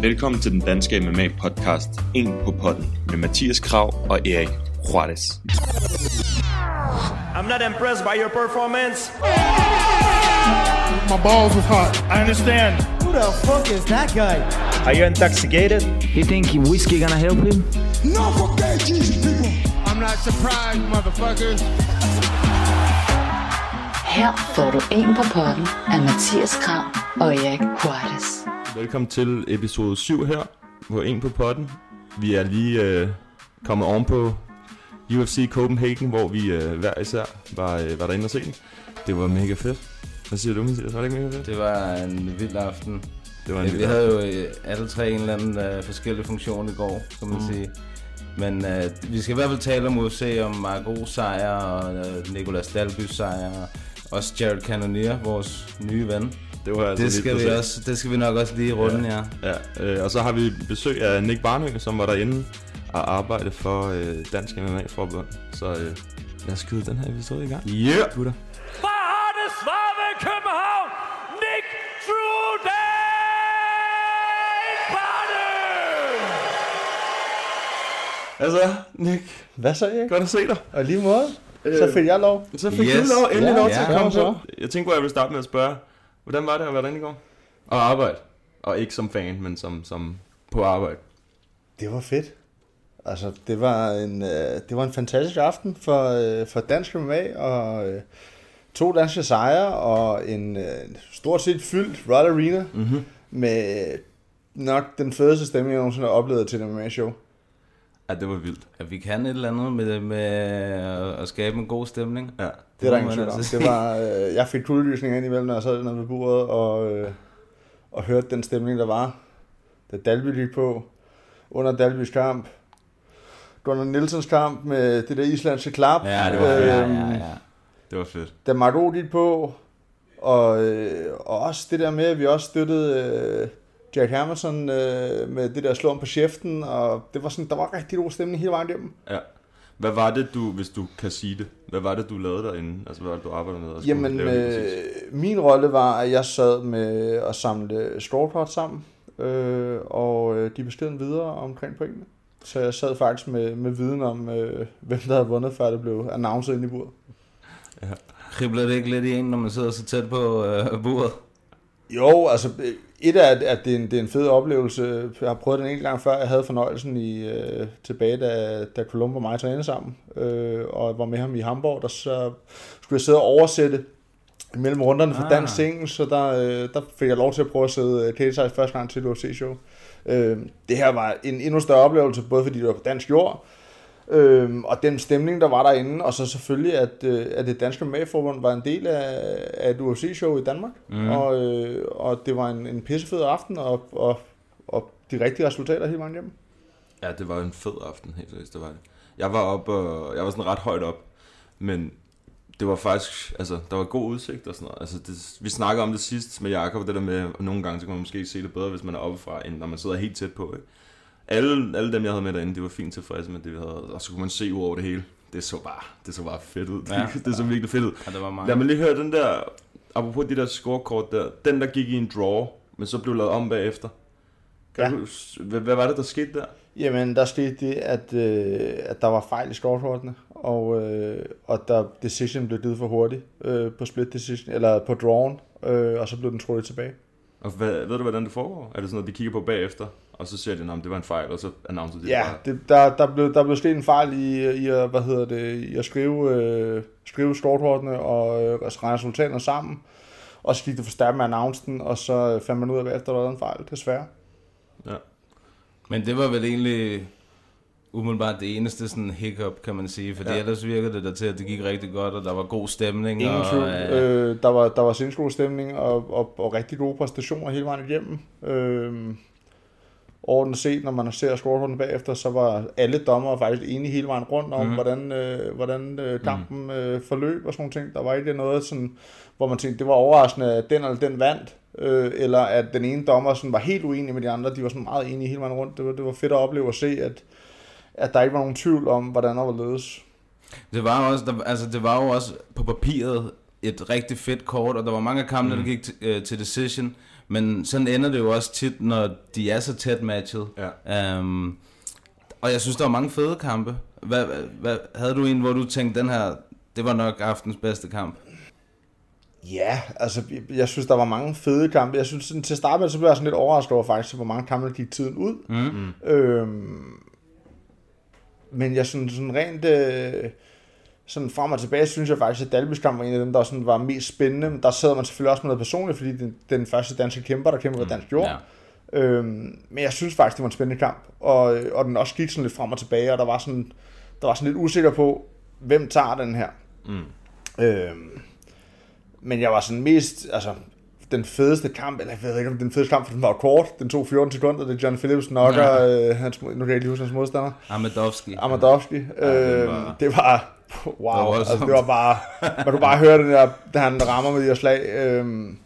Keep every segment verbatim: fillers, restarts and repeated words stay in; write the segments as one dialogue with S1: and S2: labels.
S1: Velkommen til den danske M M A podcast, En på potten, med Mathias Krav og Erik Juarez.
S2: I'm not impressed by your performance.
S3: My balls was hot.
S2: I understand.
S4: Who the fuck is that guy?
S2: Are you intoxicated?
S5: You think whiskey gonna help him?
S3: No for gay Jesus people. I'm not surprised, motherfuckers.
S6: Her får du En på potten af Mathias Krav og Erik Juarez.
S1: Velkommen til episode syv her på En på potten. Vi er lige øh, kommet oven på U F C Copenhagen, hvor vi øh, hver især var, øh, var derinde og se den. Det var mega fedt. Hvad siger du, Mathias? Var det ikke mega fedt?
S7: Det var en vild aften.
S1: Det var en
S7: ja,
S1: vild
S7: vi
S1: aften.
S7: havde jo øh, alle tre en eller anden øh, forskellige funktion i går, kan man mm. sige. Men øh, vi skal i hvert fald tale om U F C, om Marco sejr og øh, Nicolas Dalby sejr. Også Jared Cannonier, vores nye ven.
S1: Det, var altså
S7: det, skal vi også, det skal vi nok også lige runde, ja.
S1: ja. ja. Øh, og så har vi besøg af Nick Barnø, som var derinde og arbejdede for øh, Dansk M M A-forbund. Så øh, lad os skyde den her episode i gang.
S7: Ja! Yeah.
S1: Gutter.
S2: Fra Harne Svarve København, Nick Trudal Barnø!
S1: Altså, Nick,
S8: hvad så, Erik?
S1: godt at se dig.
S8: Og lige måde, så fik jeg lov.
S1: Så fik
S7: Yes.
S1: du lov, endelig
S8: Ja,
S1: lov til
S7: ja,
S1: at komme
S8: så.
S1: på. Jeg tænkte på, at jeg ville starte med at spørge, hvordan var det at være derinde i går? Og arbejde. Og ikke som fan, men som, som på arbejde.
S8: Det var fedt. Altså, det var en, øh, det var en fantastisk aften for, øh, for dansk M M A, og øh, to danske sejre, og en øh, stort set fyldt Royal Arena,
S1: Mm-hmm.
S8: med nok den fedeste stemning, jeg nogensinde har oplevet til et M M A-show.
S1: Ja, det var vildt.
S7: Ja, vi kan et eller andet med, med at skabe en god stemning.
S1: Ja.
S8: Det er der
S7: må
S8: ingen
S7: man
S8: tvivl om.
S7: altså
S8: Det var, øh, jeg fik kuldegysninger ind imellem, når jeg sad dernede ved bordet, og, øh, og hørte den stemning, der var. Da Dalby gik på, under Dalbys kamp, Gunnar Nielsens kamp med det der islandske klap.
S7: Ja, det var fedt. Ja, ja, ja.
S1: Det var fedt.
S8: Da Marco gik på, og, øh, og også det der med, at vi også støttede øh, Jack Hermanson øh, med det der slå om på cheften, og det var sådan, der var rigtig god stemning hele vejen igennem.
S1: Ja. Hvad var det, du, hvis du kan sige det, hvad var det, du lavede derinde? Altså, hvad var det, du arbejdede med? Og skulle
S8: Jamen,
S1: lave det
S8: øh,
S1: præcis?
S8: min rolle var, at jeg sad med at samle scorecards sammen, øh, og øh, de besked videre omkring pointene. Så jeg sad faktisk med, med viden om, øh, hvem der havde vundet, før det blev annonceret ind i bordet.
S1: Ja.
S7: Kribler det ikke lidt i en, når man sidder så tæt på øh, bordet?
S8: Jo, altså et af, at det er, en, det er en fed oplevelse. Jeg har prøvet den en gang før. Jeg havde fornøjelsen i øh, tilbage, da, da Columbo og mig trænede sammen, øh, og var med ham i Hamburg. Der så skulle jeg sidde og oversætte mellem runderne for
S7: Ah.
S8: dansk til engelsk, så der, øh, der fik jeg lov til at prøve at sidde Katie første gang til et U F C-show. Øh, det her var en endnu større oplevelse, både fordi det var på dansk jord, Øhm, og den stemning, der var derinde, og så selvfølgelig, at, øh, at det danske M M A-forbund var en del af, af et U F C-show i Danmark, mm. og, øh, og det var en, en pissefed aften, og, og, og de rigtige resultater hele vejen hjem.
S1: Ja, det var en fed aften, helt seriøst, det var det. Jeg var op og jeg var sådan ret højt op, men det var faktisk, altså, der var god udsigt og sådan noget. Altså, det, vi snakkede om det sidst med Jakob, det der med, at nogle gange så kan man måske se det bedre, hvis man er oppefra, end når man sidder helt tæt på, ikke? Alle, alle dem, jeg havde med derinde, de var fint tilfredse med det, vi havde. Og så kunne man se ud over det hele. Det så bare, det så bare fedt ud.
S7: Ja.
S1: Det så virkelig fedt ud.
S7: Ja, det var meget.
S1: Lad mig lige høre den der, apropos de der scorekort der. Den, der gik i en draw, men så blev lavet om bagefter. Kan
S8: Ja.
S1: du, hvad, hvad var det, der skete der?
S8: Jamen, der skete det, at, øh, at der var fejl i scorekortene, og, øh, og der decision blev givet for hurtigt øh, på split decision, eller på drawen, øh, og så blev den trukket tilbage.
S1: Og hvad, ved du, hvordan det foregår? Er det sådan noget, de kigger på bagefter, og så siger de, at det var en fejl, og så annoncerer de
S8: Ja,
S1: bare?
S8: det, der, der, blev, der blev sket en fejl i, i, at, hvad hedder det, i at skrive, øh, skrive scorekortene og øh, regne resultaterne sammen, og så gik det for stærkt med announcen, og så fandt man ud af, efter der var en fejl, desværre.
S1: Ja.
S7: Men det var vel egentlig umiddelbart det eneste sådan hiccup, kan man sige, fordi
S1: Ja.
S7: ja. ellers virkede det der til, at det gik rigtig godt, og der var god stemning.
S8: Ingen
S7: og,
S8: tvivl.
S7: øh,
S8: Øh, der var, der var sindssyg stemning og, og, og rigtig gode præstationer hele vejen igennem. Øh, Ordentligt set, når man ser scorekortene bagefter, så var alle dommere faktisk enige hele vejen rundt om, mm. hvordan, øh, hvordan øh, kampen øh, forløb og sådan nogle ting. Der var ikke noget, sådan, hvor man tænkte, det var overraskende, at den eller den vandt, øh, eller at den ene dommer sådan, var helt uenig med de andre. De var sådan meget enige hele vejen rundt. Det var, det var fedt at opleve at se, at, at der ikke var nogen tvivl om, hvordan der var ledes.
S7: Det var også, der, altså det var jo også på papiret et rigtig fedt kort, og der var mange af kampene, mm. der gik t- øh, til decision, Men sådan ender det jo også tit, når de er så tæt matchet.
S1: Ja.
S7: Um, og jeg synes, der var mange fede kampe. Hvad, hvad, havde du en, hvor du tænkte, den her, det var nok aftens bedste kamp?
S8: Ja, altså, jeg, jeg synes, der var mange fede kampe. Jeg synes, sådan, til at starte med, så blev jeg sådan lidt overrasket over faktisk, hvor mange kampe der gik tiden ud. Mm. Øhm, men jeg synes sådan rent... Øh, sådan frem og tilbage, synes jeg faktisk, at Dalbys kamp var en af dem, der sådan var mest spændende. Der sidder man selvfølgelig også med noget personligt, fordi det er den første danske kæmper, der kæmper på dansk jord. Ja. Øhm, men jeg synes faktisk, det var en spændende kamp, og, og den også gik sådan lidt frem og tilbage, og der var sådan, der var sådan lidt usikker på, hvem tager den her. Mm. Øhm, men jeg var sådan mest, altså den fedeste kamp, eller jeg ved ikke om den fedeste kamp, for den var kort, den tog fjorten sekunder, det er John Phillips knocker, ja. øh, hans, nu kan jeg ikke huske hans modstander.
S7: Amadovski.
S8: Amadovski.
S7: Ja,
S8: øhm,
S7: var...
S8: det var... Wow, det var, altså, det var bare, man kunne bare høre den der, da han rammer med de her slag. Øhm,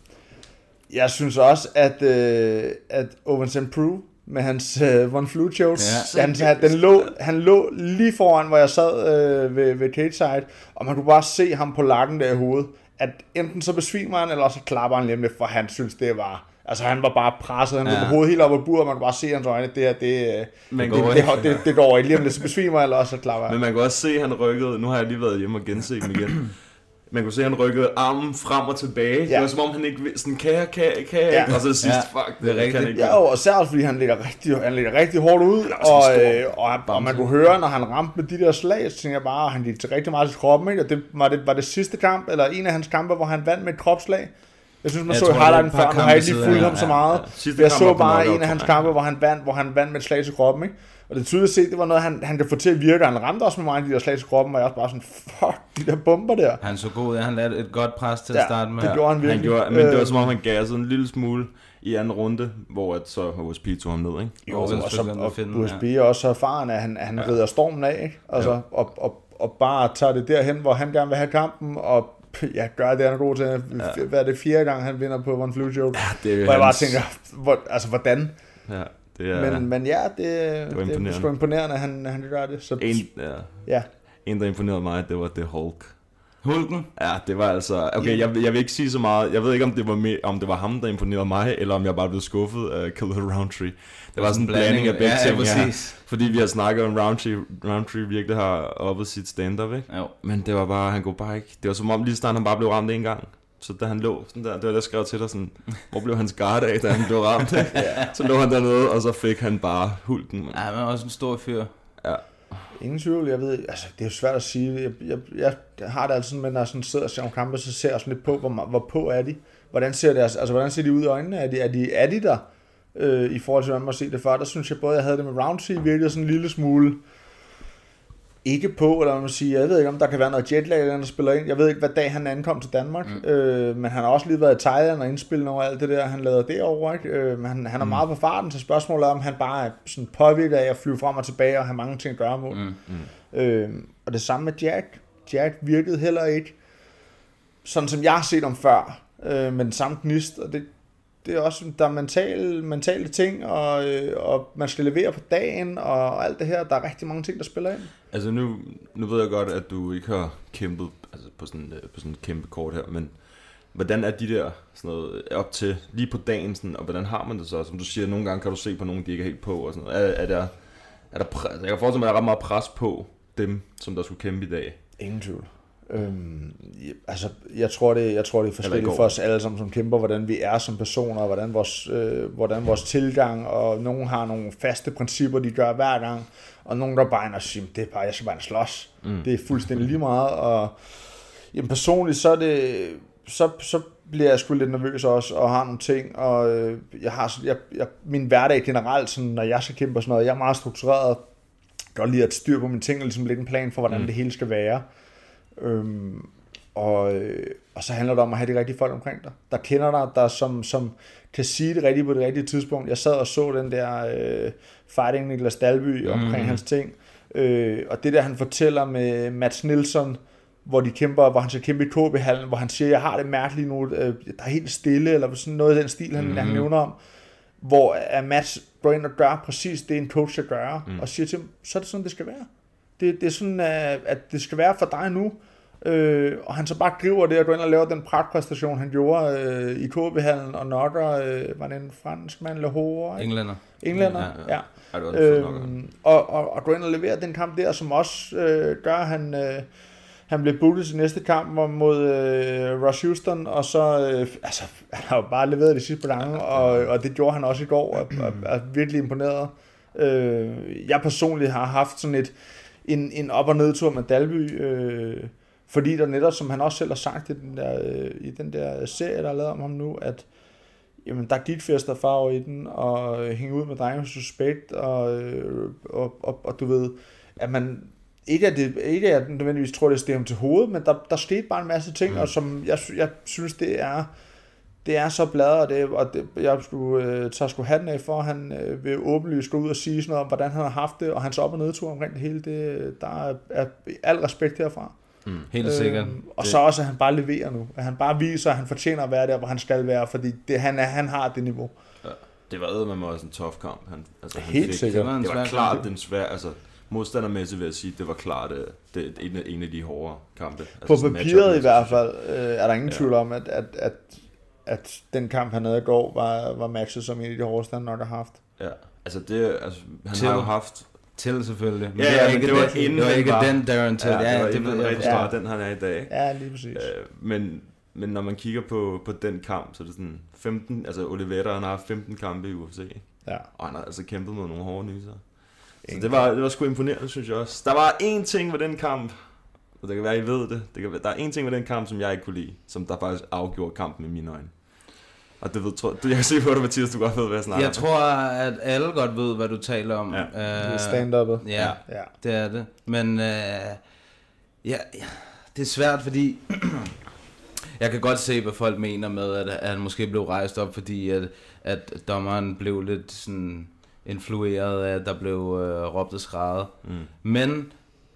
S8: jeg synes også, at, øh, at Owen Saint Preux med hans øh, Von Flue choke, ja. han, han, den lå, han lå lige foran, hvor jeg sad øh, ved, ved cage-side, og man kunne bare se ham på lakken der i hovedet, at enten så besvimer han, eller så klapper han lige om lidt, for han synes, det var... Altså han var bare presset, han ja. løb hovedet helt op ad buret, og man kunne bare se hans øjne, det her, det, det, det, det, det, det går ikke lige om lidt, så besvimer eller også så klapper han.
S1: Men man kunne også se, at han rykkede, nu har jeg lige været hjemme og genset dem igen, man kunne se, at han rykkede armen frem og tilbage, ja. Det var som om han ikke sådan, kan jeg, kan jeg, kan jeg, ja. Og så sidst, ja. Fuck, det er rigtigt.
S8: Ja, og særligt fordi han ligger rigtig, han ligger rigtig hårdt ud, og, øh, og, og man kunne høre, når han ramte med de der slag, så tænkte jeg bare, at han gik til rigtig meget til kroppen, ikke? Og det var, det var det sidste kamp, eller en af hans kampe, hvor han vandt med et kropsslag. Jeg synes, man jeg så i highlighten før, nu har jeg ikke lige fulgt ham så meget. Ja, ja. Jeg så bare en af hans kampe, hvor han vandt, hvor han vandt med et slag til kroppen, ikke? Og det tydeligt set, det var noget, han, han kan få til at virke. Han ramte også med mig de der slag til kroppen, og jeg også bare sådan, fuck, de der bomber der.
S7: Han så god, ja, han lavede et godt pres til at
S8: ja,
S7: starte med.
S8: det gjorde han virkelig.
S1: Han gjorde, men det var som om, han gassede en lille smule i anden runde, hvor at så O S P tog ham ned, ikke?
S8: Jo, og, og, så, og O S P er også erfaren, at han, han ja. rider stormen af, ikke? Altså, ja. og, og, og bare tager det derhen, hvor han gerne vil have kampen, og ja, gør det, han er god til. Ja. Hvad er det fjerde gang, han vinder på Von Flue Joke? Ja, hvor jeg bare tænker, hvor, altså hvordan?
S1: Ja, det er,
S8: men, men ja, det,
S1: det,
S8: det er sgu imponerende, at han, han gør det. Så,
S1: en, ja.
S8: ja.
S1: en, der imponerede mig, det var The Hulk.
S7: Hulken?
S1: Ja, det var altså... Okay, jeg, jeg vil ikke sige så meget. Jeg ved ikke, om det var med, om det var ham, der imponerede mig, eller om jeg bare blev skuffet af Khalil Roundtree. Det, det var sådan en blanding af begge ja, ting ja, her. Fordi vi har snakket om Roundtree, Roundtree virkelig har oppet sit stand-up, ikke? Jo. Men det var bare... Han kunne bare ikke... Det var som om lige snart han bare blev ramt en gang. Så da han lå sådan der, det var det, jeg skrev til dig sådan, hvor blev hans guard af, da han blev ramt? ja. Så lå han dernede, og så fik han bare Hulken. Man.
S7: Ja, men også en stor fyr.
S1: Ja.
S8: Ingen tvivl, jeg ved, altså det er jo svært at sige. Jeg, jeg, jeg har det altid, men når jeg sådan sidder og ser om kampe, så ser jeg sådan lidt på, hvor, hvor på er de? Hvordan ser det, altså hvordan ser de ud i øjnene? Er de, er de, er de der øh, i forhold til, hvordan man må se det før? Der synes jeg både, jeg havde det med Roundtree, virkelig sådan en lille smule ikke på, eller hvad man siger. Jeg ved ikke, om der kan være noget jetlag, der spiller ind. Jeg ved ikke, hvad dag han ankom til Danmark, mm. øh, men han har også lige været i Thailand og indspillet over alt det der, han lavede derovre, ikke? Øh, men han, han er mm. meget på farten, så spørgsmålet er, om han bare er sådan påvirket af at flyve frem og tilbage og have mange ting at gøre mod. Mm. Mm. Øh, og det samme med Jack. Jack virkede heller ikke sådan, som jeg har set om før, øh, med den samme gnist, og det, det er også, der er mentale, mentale ting, og, øh, og man skal levere på dagen, og alt det her, der er rigtig mange ting, der spiller ind.
S1: Altså nu, nu ved jeg godt, at du ikke har kæmpet altså på sådan på sådan et kæmpe kort her, men hvordan er de der sådan noget op til lige på dagen, sådan, og hvordan har man det så? Som du siger, nogle gange kan du se på nogen, de ikke er helt på, og sådan noget. Er, er der, er der pres, jeg kan forestille mig, at der er ret meget pres på dem, som der skulle kæmpe i dag.
S8: Ingen tvivl. Øhm, altså, jeg tror, det, jeg tror, det er forskelligt for os alle sammen, som kæmper, hvordan vi er som personer, hvordan vores, øh, hvordan vores tilgang, og nogen har nogle faste principper, de gør hver gang, og nogen, der bare er sige, det er bare, jeg skal bare slås. Mm. Det er fuldstændig lige meget, og jamen, personligt, så er det, så, så bliver jeg sgu lidt nervøs også, og har nogle ting, og øh, jeg har, jeg, jeg, min hverdag generelt, sådan, når jeg skal kæmpe og sådan noget, jeg er meget struktureret, godt lige at styre på mine ting, og ligesom lidt en plan for, hvordan mm. det hele skal være. Øhm, og, øh, og så handler det om at have de rigtige folk omkring dig, der kender dig, der som, som kan sige det rigtige på det rigtige tidspunkt. Jeg sad og så den der øh, fighting Niklas Dalby mm. omkring hans ting, øh, og det der han fortæller med Mats Nilsson, hvor de kæmper, hvor han skal kæmpe i K B-hallen, hvor han siger, jeg har det mærkeligt nu, øh, der er helt stille, eller sådan noget af den stil, han, mm. han nævner om, hvor at Mats går ind og gør præcis det, en coach skal gøre, mm. og siger til ham, så er det sådan, det skal være. Det, det er sådan, at det skal være for dig nu, Øh, og han så bare griber det og går ind og laver den pragtpræstation, han gjorde øh, i K B-hallen og nokker, øh, var det en franskmand, Lahore?
S7: Englænder.
S8: Englænder, ja. ja.
S1: ja. ja.
S8: Øhm, og, og, og går ind og leverer den kamp der, som også øh, gør, at han, øh, han blev booket til næste kamp mod øh, Ross Houston, og så, øh, altså, han har jo bare leveret de sidste par gange, og, og det gjorde han også i går, og, og er virkelig imponeret. Øh, jeg personligt har haft sådan et, en, en op- og nedtur med Dalby, øh, fordi der netop, som han også selv har sagt i den der, øh, i den der serie, der er lavet om ham nu, at jamen, der gik fester farver i den, og hænge ud med drenge suspekt, og, og, og, og du ved, at man ikke at det ikke at nødvendigvis tror, det er stedet til hovedet, men der, der skete bare en masse ting, mm. og som jeg, jeg synes, det er det er så bladret, og, det, og det, jeg skulle øh, tage sgu hatten af for, at han øh, vil åbenlyst gå ud og sige sådan noget om, hvordan han har haft det, og hans op- og nedtur omkring det hele, det, der er, er al respekt herfra.
S7: Mm. Helt sikkert.
S8: Øhm, og det. Så også, at han bare leverer nu. At han bare viser, at han fortjener at være der, hvor han skal være, fordi det, han, er, han har det niveau.
S1: Ja, det var eddermame også en tough kamp. Han, altså, han
S8: Helt
S1: fik,
S8: sikkert.
S1: Det var, det var klart den svære, altså modstandermæssigt vil jeg sige, det var klart det, det, en, af, en af de hårde kampe. Altså,
S8: på papiret i hvert fald øh, er der ingen ja. tvivl om, at, at, at, at den kamp, han havde i går, var, var matchet som en af de hårdeste, han nok har haft.
S1: Ja, altså det, altså, han
S7: Til.
S1: har jo haft...
S7: Til selvfølgelig.
S1: Men ja, ja, det var ikke, det var
S7: den,
S1: inden
S7: det var ikke
S1: var,
S7: den Darren Till.
S1: Ja,
S7: ja,
S1: det var
S7: det
S1: inden
S7: ved
S1: den
S7: jeg
S1: rigtig
S7: ja.
S1: den han er i dag.
S8: Ja, lige præcis.
S1: Øh, men, men når man kigger på, på den kamp, så er det sådan femten, altså Oliveira, han har haft femten kampe i U F C.
S8: Ja.
S1: Og han har altså kæmpet mod nogle hårde nyser. Så det var, det var sgu imponerende, synes jeg også. Der var én ting ved den kamp, og det kan være, I ved det, det kan være, der er én ting ved den kamp, som jeg ikke kunne lide, som der faktisk afgjorde kampen i mine øjne. Og det ved, tror, jeg kan se på dig, Mathias, du godt ved, hvad jeg snakker
S7: Jeg tror, at alle godt ved, hvad du taler om.
S1: Ja.
S8: Det er stand-up'et.
S7: Ja,
S8: ja,
S7: det er det. Men øh, ja, det er svært, fordi jeg kan godt se, hvad folk mener med, at, at han måske blev rejst op, fordi at, at dommeren blev lidt sådan influeret af, at der blev øh, råbt og skrædet. Mm. Men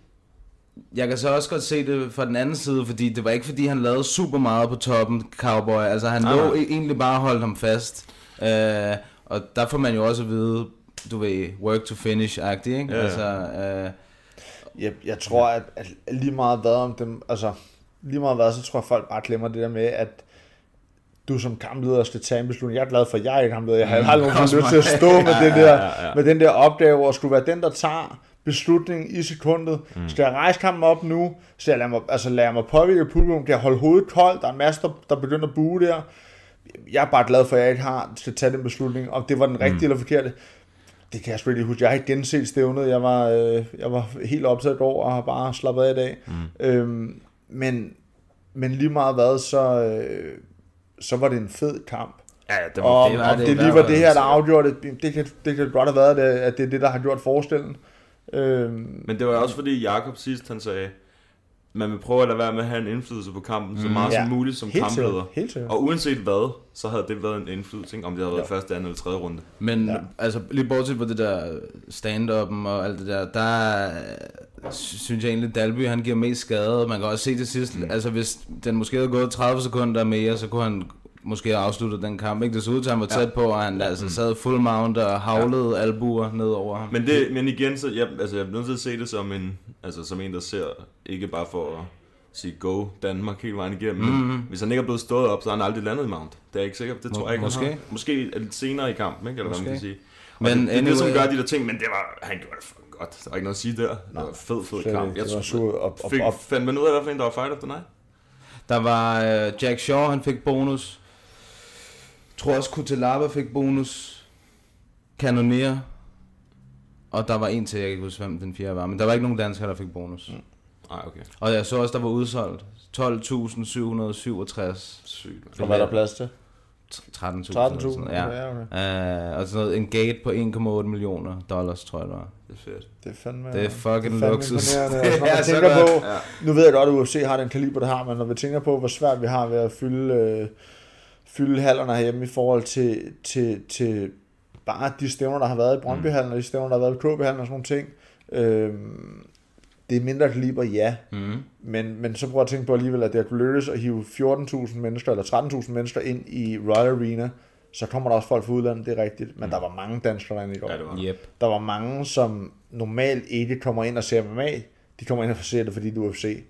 S7: jeg kan så også godt se det fra den anden side, fordi det var ikke fordi han lavede super meget på toppen, Cowboy. Altså han ah, lå egentlig bare holdt ham fast. Uh, og der får man jo også at vide, du ved, work to finish-agtigt, ikke?
S1: Ja.
S7: Altså, uh,
S8: jeg, jeg tror, at, at lige meget hvad om dem, altså lige meget hvad, så tror jeg folk bare glemmer det der med, at du som kampleder skal tage en beslutning. Jeg er glad for, at jeg er kampleder. Jeg har mm, aldrig nogensinde lyst til at stå med, ja, den der, ja, ja, ja. med den der opgave, og skulle være den, der tager beslutningen i sekundet. Mm. Skal jeg rejse kampen op nu? Skal jeg lade mig, altså lade mig påvirke publikum? Kan jeg holde hovedet koldt? Der er en masse, der, der begynder at buge der. Jeg er bare glad for, at jeg ikke har skal tage den beslutning. Om det var den rigtige mm. eller forkerte, det kan jeg sgu ikke huske. Jeg har ikke genset stævnet. Jeg var, øh, jeg var helt optaget over og har bare slappet af i dag. Mm. Øhm, men, men lige meget hvad, så, øh, så var det en fed kamp.
S1: Ja, det var,
S8: og
S1: det,
S8: var om det, det lige var det her, der afgjorde det, det kan, det kan godt have været, at det er det, der har gjort forskellen. Øhm,
S1: Men det var også fordi Jakob sidst han sagde, man vil prøve at lade være med at have en indflydelse på kampen så meget
S8: ja,
S1: som muligt som kampleder. Og uanset hvad, så havde det været en indflydelse, ikke? Om det havde været ja. første, anden eller tredje runde.
S7: Men
S8: ja.
S7: altså lige bortset på det der stand-up'en og alt det der, der synes jeg egentlig, Dalby han giver mest skade. Man kan også se til sidst, mm. altså hvis den måske havde gået tredive sekunder mere, så kunne han måske have afsluttet den kamp, ikke? Det så ud til, han var tæt ja. på, og han altså sad full mount og havlede ja. albuer ned over ham.
S1: Men, det, men igen, så jeg, altså, jeg er nødt til at se det som en, altså, som en, der ser, ikke bare for at sige go Danmark hele vejen igennem, mm-hmm. men hvis han ikke er blevet stået op, så har han aldrig landet i mount. Det er jeg ikke sikkert, det tror jeg ikke,
S7: måske.
S1: Han har. Måske lidt senere i kampen, ikke? Eller måske. Hvad man kan sige. Og
S7: men
S1: det, det er
S7: anyway,
S1: det, som gør de der ting, men det var, han gjorde det fucking godt. Der var ikke noget at sige der. Det var en fed, fed kamp. Jeg fik, fandt man ud af, hvad for en, der var fight of the night?
S7: Der var uh, Jack Shaw, han fik bonus. Jeg tror også, Kutelaba fik bonus. Cannonier. Og der var en til, jeg kan ikke huske, hvem den fjerde var. Men der var ikke nogen danskere, der fik bonus. Mm.
S1: Ej, okay.
S7: Og jeg så også, der var udsolgt. tolv tusind syv hundrede og syvogtres.
S8: Sygt. Og hvad er der plads til?
S7: tretten tusind.
S8: tretten tusind,
S7: ja.
S8: ja, okay.
S7: Uh, og sådan noget, en gate på en komma otte millioner dollars, tror jeg det var.
S1: Det er fedt.
S8: Det er fandme,
S7: det er fucking
S8: det er
S7: luksus.
S8: Altså, når man tænker på, ja. Nu ved jeg godt, at U F C har den kaliber, det har, men når vi tænker på, hvor svært vi har ved at fylde, øh, fylde hallerne herhjemme i forhold til, til, til bare de stævner, der har været i Brøndby-hallen, og de stævner, der har været i K B-hallen og sådan nogle ting. Øh, det er mindre kaliber, ja. Mm. Men, men så prøv at tænke på alligevel, at det er lykkes at hive fjorten tusind mennesker, eller tretten tusind mennesker ind i Royal Arena, så kommer der også folk fra udlandet, det er rigtigt. Men mm. der var mange danskere derinde i går.
S1: Ja, det var.
S7: Yep.
S8: Der var mange, som normalt ikke kommer ind og ser M M A. De kommer ind og ser det, fordi det er U F C.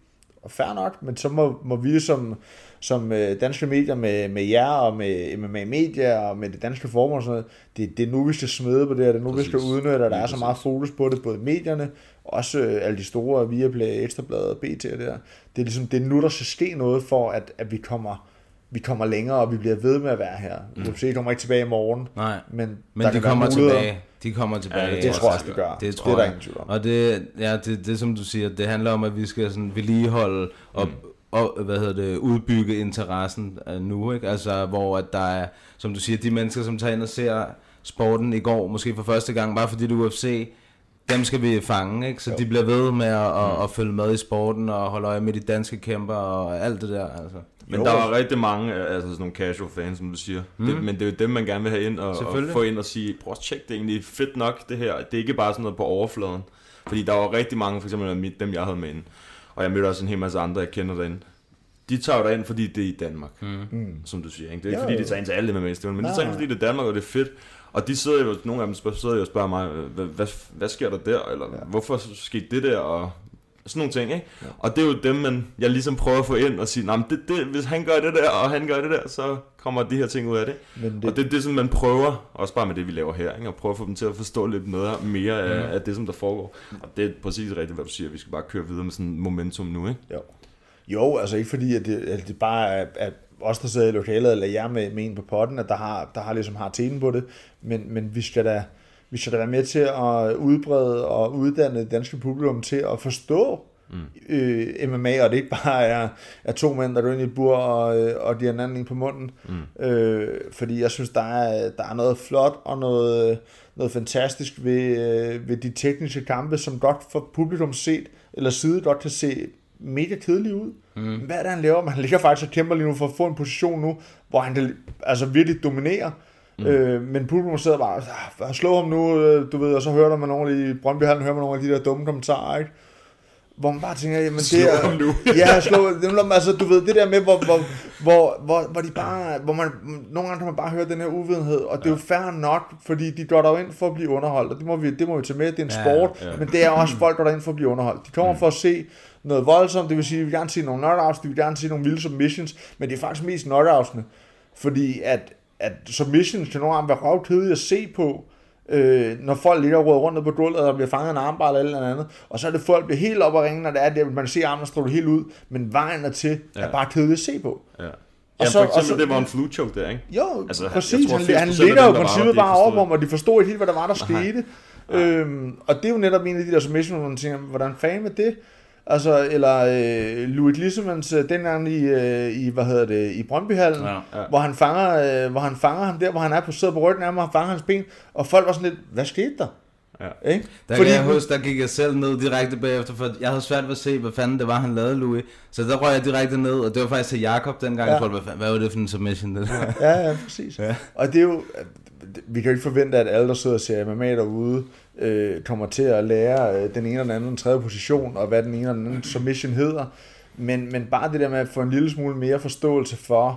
S8: og fair nok, men så må, må vi som, som øh, danske medier med, med jer og med M M A Media og med det danske forbund og sådan noget, det, det er nu, vi skal smide på det her, det er nu, præcis. Vi skal udnytte, og der er så meget fokus på det, både medierne, også øh, alle de store, Viaplay, Ekstrabladet, B T og det der. Det er ligesom, det er nu, der skal ske noget for, at, at vi kommer... vi kommer længere, og vi bliver ved med at være her. Mm. U F C kommer ikke tilbage i morgen.
S7: Nej,
S8: men,
S7: men de kommer tilbage. De kommer tilbage.
S8: Ja, det, det tror jeg også, det gør.
S7: Det, tror
S8: det er der
S7: jeg.
S8: ingen tvivl om.
S7: Og det, ja, det, det som du siger, det handler om, at vi skal sådan vedligeholde og, mm. og hvad hedder det, udbygge interessen nu, ikke? Altså, hvor at der er, som du siger, de mennesker, som tager ind og ser sporten i går, måske for første gang, bare fordi det er U F C, dem skal vi fange, ikke? Så jo. De bliver ved med at, at, at følge med i sporten og holde øje med de danske kæmper og alt det der, altså.
S1: Men jo, der var rigtig mange, altså sådan nogle casual fans, som du siger. Mm. Det, men det er jo dem, man gerne vil have ind og, og få ind og sige, prøv at tjekke, det er egentlig fedt nok det her. Det er ikke bare sådan noget på overfladen. Fordi der var rigtig mange, for eksempel dem, jeg havde med inde. Og jeg mødte også en hel masse andre, jeg kender derinde. De tager jo derind, fordi det er i Danmark, mm. som du siger. Ikke? Det er ikke, fordi de tager ind til alle med med men de tager ind, fordi det er Danmark, og det er fedt. Og de sidder jo, nogle af dem sidder jo og spørger mig, hvad, hvad, hvad sker der der? Eller ja. Hvorfor skete det der? Og sådan nogle ting, ikke? Ja. Og det er jo dem, man, jeg ligesom prøver at få ind og sige, nej, det, det, hvis han gør det der, og han gør det der, så kommer de her ting ud af det. det og det er det, som man prøver, også bare med det, vi laver her, ikke? Og prøve at få dem til at forstå lidt mere, mere af, ja. Af det, som der foregår. Og det er præcis rigtigt, hvad du siger, vi skal bare køre videre med sådan momentum nu, ikke?
S8: Jo, jo altså ikke fordi, at det, at det bare er, at os, der sidder i lokalet, eller jer med, med en på potten, at der har, der har ligesom har tenen på det, men, men vi skal da vi skal da være med til at udbrede og uddanne det danske publikum til at forstå mm. øh, M M A, og det ikke bare er, er to mænd, der går ind i et bur, og, og de har en anden på munden. Mm. Øh, fordi jeg synes, der er, der er noget flot og noget, noget fantastisk ved, ved de tekniske kampe, som godt for publikum set, eller side godt kan se mega kedelig ud. Mm. Hvad er det, han laver? Han ligger faktisk og kæmper lige nu for at få en position nu, hvor han kan altså virkelig dominere. Mm. Øh, men publikum sidder bare, slå ham nu, du ved, og så hører man nogle i Brøndbyhallen, hører man nogle af de der dumme kommentarer, ikke? Hvor man bare tænker, jamen det
S1: slå
S8: er...
S1: ham nu.
S8: Ja, slå dem, altså du ved, det der med, hvor, hvor, hvor, hvor, hvor de bare, hvor man, nogle gange kan man bare høre den her uvidenhed, og det er jo fair nok, fordi de går der ind for at blive underholdt, og det må vi, det må vi tage med, det er en ja, sport, ja. Men det er også folk, der går ind for at blive underholdt. De kommer mm. for at se noget voldsomt, det vil sige, at vi vil gerne se nogle knockouts, de vil gerne se nogle vilde submissions, men det er faktisk mest knockoutsene, fordi at at submissions kan nogle gange være røvkedelige at se på, øh, når folk ligger og råder rundt på gulvet, og der bliver fanget en armbar eller eller andet, og så er det folk bliver helt op og ringe, når det er det, man ser armen stråle helt ud, men vejen er til ja. Er bare kedeligt at se på.
S1: Ja. Ja, så, for eksempel, så, det var en flute choke der, ikke?
S8: Jo, altså, præcis. Tror, han, han ligger jo i princippet bare over om, og de forstod ikke helt, hvad der var, der skete. Øhm, og det er jo netop en af de der submissions, hvor man tænker, hvordan fanden med det? Altså, eller øh, Louis Lissemans øh, dengang i, øh, i, hvad hedder det, i Brøndbyhallen, ja, ja. Hvor han fanger, øh, hvor han fanger ham der, hvor han er på sidder på ryggen af mig, og han fanger hans ben, og folk var sådan lidt, hvad skete der?
S7: Ja. Ikke? Der, Fordi, jeg huske, der gik jeg selv ned direkte bagefter, for jeg havde svært ved at se, hvad fanden det var, han lavede, Louis. Så der røg jeg direkte ned, og det var faktisk til Jakob dengang, ja. Jeg troede, hvad, hvad var det for en submission? Det der?
S8: Ja, ja, præcis. Ja. Og det er jo, vi kan jo ikke forvente, at alle, der sidder og ser M M A derude, øh, kommer til at lære øh, den ene eller den anden den tredje position, og hvad den ene eller den anden submission hedder. Men, men bare det der med at få en lille smule mere forståelse for,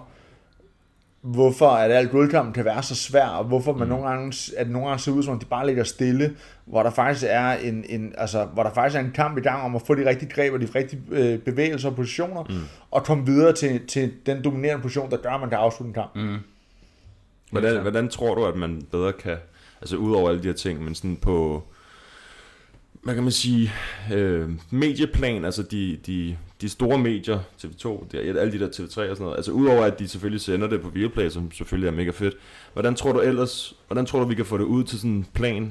S8: hvorfor at alt guldkampen kan være så svær, og hvorfor man mm. nogle gange, at nogle gange ser ud som om de bare ligger stille, hvor der faktisk er en, en altså hvor der faktisk er en kamp i gang om at få de rigtige greb og de rigtige øh, bevægelser og positioner, mm. og komme videre til, til den dominerende position, der gør, at man kan afslutte en kamp. Mm.
S1: Hvordan, hvordan tror du, at man bedre kan, altså ud over alle de her ting, men sådan på, hvad kan man sige, øh, medieplan, altså de, de, de store medier, T V to, de, alle de der T V tre og sådan noget, altså udover at de selvfølgelig sender det på Viaplay, som selvfølgelig er mega fedt, hvordan tror du ellers, hvordan tror du, vi kan få det ud til sådan en plan?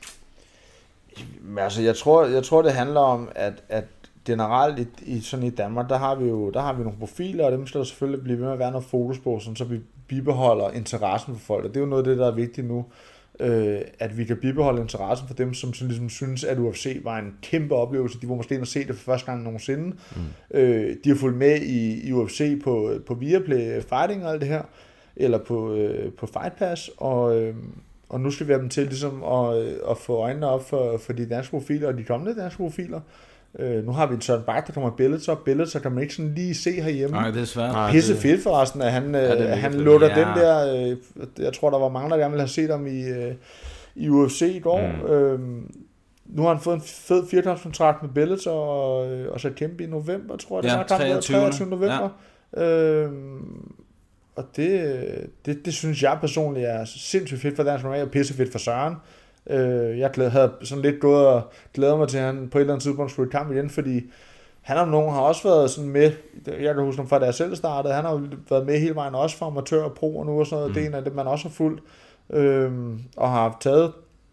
S8: Altså, jeg tror, jeg tror det handler om, at, at generelt i, i, sådan i Danmark, der har vi jo der har vi nogle profiler, og dem skal der selvfølgelig blive ved med at være noget fokus på, sådan, så vi bibeholder interessen for folk, og det er jo noget af det, der er vigtigt nu, øh, at vi kan bibeholde interessen for dem, som, som ligesom synes, at U F C var en kæmpe oplevelse. De var måske ind og se det for første gang nogensinde. Mm. Øh, de har fulgt med i, i U F C på, på Viaplay Fighting og alt det her, eller på, øh, på Fight Pass, og, øh, og nu skal vi have dem til ligesom at, at få øjnene op for, for de danske profiler og de kommende danske profiler. Uh, nu har vi en Søren Bak, der kommer i Bellator. Bellator kan man ikke sådan lige se herhjemme.
S7: Nej, det er svært.
S8: Pisse fedt forresten, at han, ja, han lukker ja. den der... Uh, jeg tror, der var mange, der gerne ville have set ham i, uh, i U F C i går. Mm. Uh, nu har han fået en fed firekampskontrakt med Bellator og, og så kæmpe i november, tror jeg.
S7: Ja,
S8: det var
S7: treogtyvende
S8: treogtyvende november. Ja. Øhm, og det, det, det synes jeg personligt er sindssygt fedt for Dansk M M A og pisse fedt for Søren. Øh, jeg glæd, havde sådan lidt gået og glæder mig til, at han på et eller andet tidspunkt skulle i kamp igen, fordi han og nogen har også været sådan med, jeg kan huske ham fra da jeg selv startede, han har været med hele vejen også fra amatør og pro og nu og sådan noget, mm. det er en af det, man også har fulgt, øhm, og har taget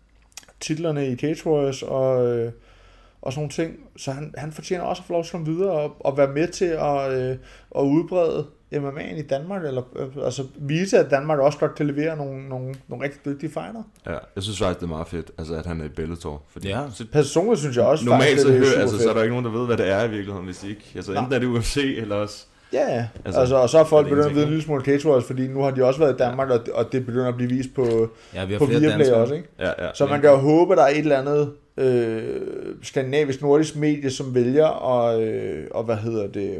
S8: titlerne i Cage Warriors og, øh, og sådan nogle ting, så han, han fortjener også at få lov til at komme videre og, og være med til at, øh, at udbrede M M A'en i Danmark, eller øh, altså vise, at Danmark også godt kan levere nogle, nogle, nogle rigtig dygtige fighter.
S1: Ja, jeg synes faktisk, det er meget fedt, altså, at han er i Bellator. Fordi
S7: Ja.
S1: så,
S8: Personligt synes jeg også
S1: normalt
S8: faktisk,
S1: så,
S8: det er
S1: hører,
S8: super
S1: altså,
S8: fedt.
S1: så er der ikke nogen, der ved, hvad det er i virkeligheden, hvis de ikke... Altså, enten
S8: Nej.
S1: er det U F C, eller også...
S8: Ja, ja.
S1: Altså,
S8: Altså, og så har folk
S1: er det
S8: begyndt at
S1: en
S8: vide
S1: ting,
S8: en lille smule Cage Warriors, fordi nu har de også været i Danmark, og, og det begynder at blive vist på,
S7: Ja, vi har
S8: på
S7: flere
S8: Viaplay
S7: danskere.
S8: også, ikke?
S1: Ja, ja.
S8: Så man kan jo håbe, at der er et eller andet øh, skandinavisk nordisk medie, som vælger at, øh, og hvad hedder det,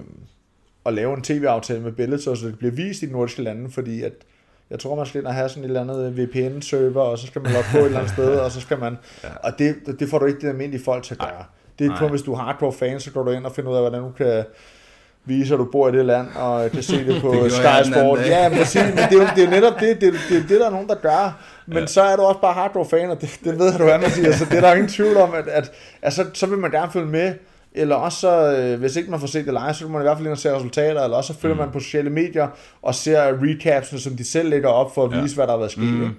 S8: at lave en tv-aftale med Bellator, så det bliver vist i de nordiske lande, fordi at jeg tror, man skal ind og have sådan et eller andet V P N-server, og så skal man logge på et eller andet sted, og så skal man...
S1: Ja.
S8: Og det, det får du ikke det almindelige folk til at gøre. Det er
S7: Nej.
S8: kun, hvis du er hardcore fan, så går du ind og finder ud af, hvordan du kan vise, at du bor i det land, og kan se det på
S7: gjorde jeg
S8: Sky
S7: den anden
S8: Sport.
S7: dag.
S8: Ja, men, præcis, men det, er jo, det er jo netop det, det, er, det, er det, der er nogen, der gør. Men ja. Så er du også bare hardcore fan, og det, det ved du, hvad man siger. Så det er der ingen tvivl om, at, at altså, så vil man gerne følge med. Eller også, så, øh, hvis ikke man får set det live, så kan man i hvert fald ind og se resultater, eller også så følger mm. man på sociale medier, og ser recapsene, som de selv lægger op, for at vise, ja. hvad der har været sket. Mm.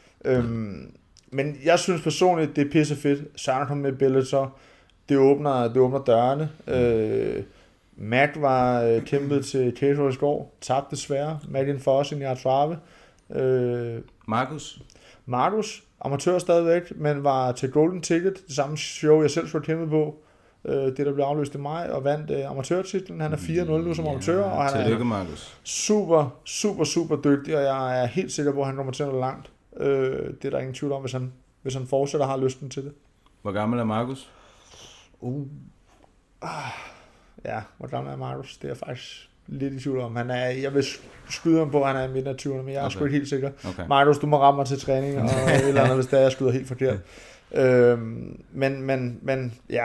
S8: Øhm, men jeg synes personligt, det er pisse fedt. Søren kom med i Bellator. Det åbner, det åbner dørene. Mm. Øh, Mac var øh, kæmpet til Cage Warriors i går. Tabte desværre. Madeleine Foss i tredive. Øh,
S7: Markus?
S8: Markus, amatør stadigvæk, men var til Golden Ticket, det samme show, jeg selv skulle kæmpe på. Det, der blev afløst i maj, og vandt uh, amatørtitlen. Han er fire nul nu som ja, amatør, og han
S7: tillykke,
S8: er
S7: Markus.
S8: super, super, super dygtig, og jeg er helt sikker på, at han kommer til at nå langt. Uh, det er der ingen tvivl om, hvis han, hvis han fortsætter og har lysten til det.
S7: Hvor gammel er Markus?
S8: Uh. Ah. Ja, hvor gammel er Markus? Det er jeg faktisk lidt i tvivl om. Han er, jeg vil skyde ham på, at han er i midten af tyverne, men jeg er okay. sgu ikke helt sikker. Okay. Markus, du må ramme mig til træning, og et eller andet, hvis det er, jeg skyder helt forkert. uh, men, men, men, ja...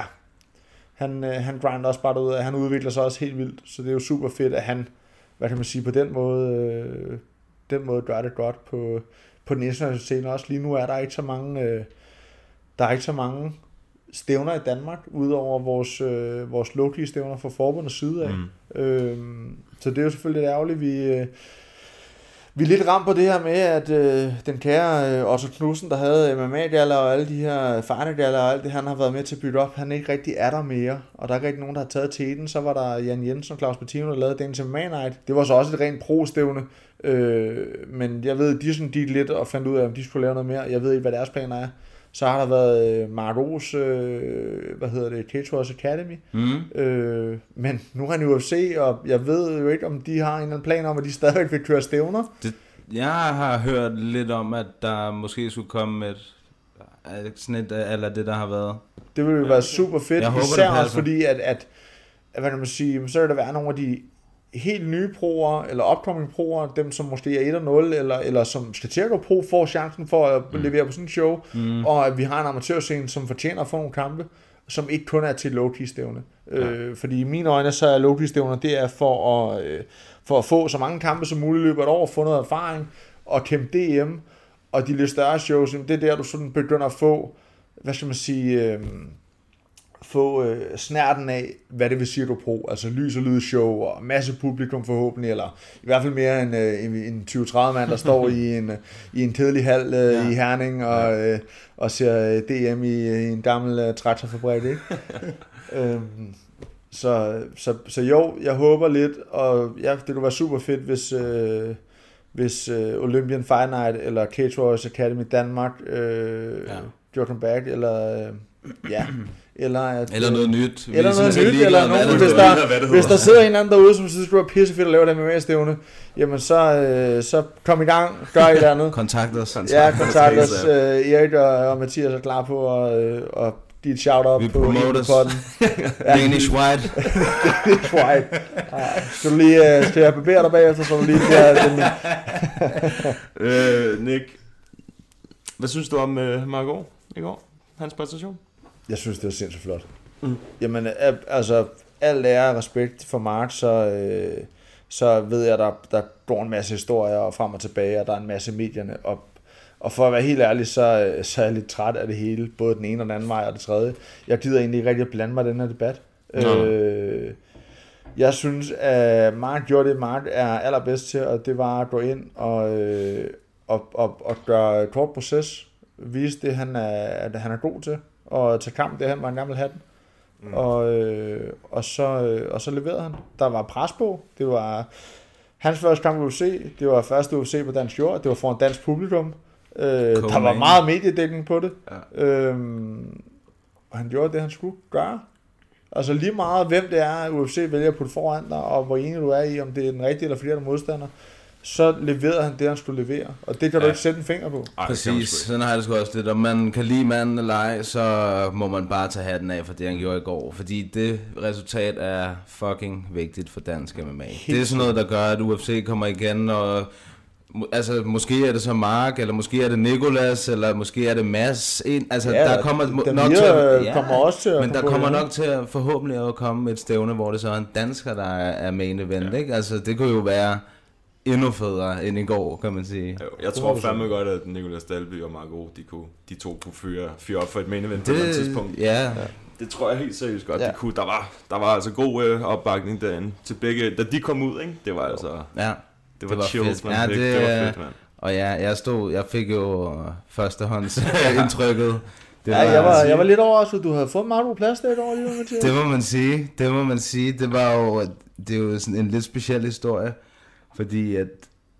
S8: Han, øh, han grinder også bare derud, at han udvikler sig også helt vildt, så det er jo super fedt, at han, hvad kan man sige, på den måde, øh, den måde gør det godt på, på den internationale scene også. Lige nu er der ikke så mange, øh, der er ikke så mange stævner i Danmark, udover vores, øh, vores low-key stævner fra forbundets side af. Mm. Øh, så det er jo selvfølgelig lidt ærgerligt, vi... Øh, Vi er lidt ramt på det her med, at øh, den kære øh, Otto Knudsen, der havde M M A-galler og alle de her farnegaller og alt det, han har været med til at bygge op, han ikke rigtig er der mere. Og der er ikke rigtig nogen, der har taget teten. Så var der Jan Jensen og Claus Bettino, der lavede den til M M A Night. Det var så også et rent pro-stævne. Øh, men jeg ved, de sådan gik lidt og fandt ud af, om de skulle lave noget mere. Jeg ved ikke, hvad deres planer er. Så har der været øh, Mark O's, øh, hvad hedder det, Cage Warriors Academy. Mm. Øh, men nu er han i U F C, og jeg ved jo ikke, om de har en eller anden plan om, at de stadigvæk vil køre stævner.
S7: Det, jeg har hørt lidt om, at der måske skulle komme et, sådan et, eller det, der har været.
S8: Det ville jo være super fedt,
S7: jeg håber,
S8: især også fordi, at, at, at hvad kan man sige, så vil der være nogle af de helt nye proer, eller upcoming proer, dem som måske er et nul, eller, eller som skal til at gå pro, får chancen for at mm. levere på sådan en show, mm. og at vi har en amatørscene, som fortjener at få nogle kampe, som ikke kun er til low-key stævne. Ja. Øh, fordi i mine øjne, så er low-key stævner, det er for at, øh, for at få så mange kampe som muligt i løbet af et år, få noget erfaring, og kæmpe D M, og de lidt større shows, det er der, du sådan begynder at få, hvad skal man sige... Øh, få øh, snærten af, hvad det vil sige, du pro. Altså lys og lyd show, og masse publikum forhåbentlig, eller i hvert fald mere end øh, en tyve til tredive mand, der står i en, i en kedelig hal øh, ja. i Herning, og, øh, og ser D M i, i en gammel øh, traktorfabrik, ikke? øhm, så, så, så jo, jeg håber lidt, og ja, det kunne være super fedt, hvis... Øh, hvis øh, Olympian Fight Night, eller Cage Warriors Academy Danmark, øh, ja. gjorde comeback, eller... Øh, ja... Eller, at,
S7: eller noget nyt.
S8: Eller noget nyt, eller nogen, hvis der, hvis der sidder en eller anden derude, som synes, det skulle være pissefedt at lave det M M A-stævne, jamen så, øh, så kom i gang, gør et eller andet.
S7: Kontakt os.
S8: Ja, kontakt os. Øh, Erik og, og Mathias er klar på at øh, og give et shout-out på podden.
S7: Danish White.
S8: Danish White. Ja, skal du lige, øh, skal jeg barbere dig bagefter, så du lige bliver...
S1: øh, Nick, hvad synes du om øh, Marco i går? Hans præstation?
S8: Jeg synes, det var sindssygt flot. Mm. Jamen, altså, alt ære og respekt for Mark, så, øh, så ved jeg, at der, der går en masse historier og frem og tilbage, og der er en masse medierne. Og, og for at være helt ærlig, så, så er jeg lidt træt af det hele, både den ene og den anden vej og det tredje. Jeg gider egentlig ikke rigtig at blande mig i den her debat. Mm. Øh, jeg synes, at Mark gjorde det, Mark er allerbedst til, og det var at gå ind og, øh, og, og, og gøre et kort proces, vise det, han er, at han er god til, og tage kamp, det han var en gammel hat. Mm. Og, øh, og, så, øh, og så leverede han. Der var pres på. Det var hans første kamp i U F C. Det var første U F C på dansk jord. Det var foran dansk publikum. Øh, der var meget mediedækning på det. Ja. Øhm, og han gjorde det, han skulle gøre. Altså lige meget, hvem det er, U F C vælger at putte foran dig, og hvor enig du er i, om det er den rigtige eller forkerte modstander, så leverede han det, han skulle levere. Og det kan ja. du ikke sætte en finger på.
S7: Ej, præcis, sådan har jeg det sgu også lidt. Om man kan lide manden eller ej, så må man bare tage hatten af for det, han gjorde i går. Fordi det resultat er fucking vigtigt for dansk M M A. Helt det er sådan noget, der gør, at U F C kommer igen, og altså, måske er det så Mark, eller måske er det Nicolas, eller måske er det Mads. Altså,
S8: ja,
S7: der kommer
S8: den
S7: nok til at,
S8: ja, kommer også til at
S7: men der kommer nok til at forhåbentlig at komme et stævne, hvor det så er en dansker, der er main event, ja. Ikke? Altså, det kunne jo være endnu federe end i går, kan man sige.
S1: Jo, jeg tror fandme godt, at Nicolas Dalby og Marco, de, kunne, de to kunne fyre, fyre op for et main event på et eller andet tidspunkt.
S7: Ja. Ja.
S1: Det tror jeg helt seriøst godt, ja. de kunne. Der var, der var altså god øh, opbakning derinde til begge. Da de kom ud, ikke? Det var altså...
S7: Ja.
S1: Det var,
S7: det var
S1: chills, man.
S7: Ja, det,
S1: det var fedt, man.
S7: Og ja, jeg stod, jeg fik jo førstehånds indtrykket.
S8: Det ja, var, jeg, var, jeg var lidt overrasket, du havde fået meget plads der over lige, Mathias.
S7: Det må man sige, det må man sige. Det var jo, det er jo sådan en lidt speciel historie, fordi at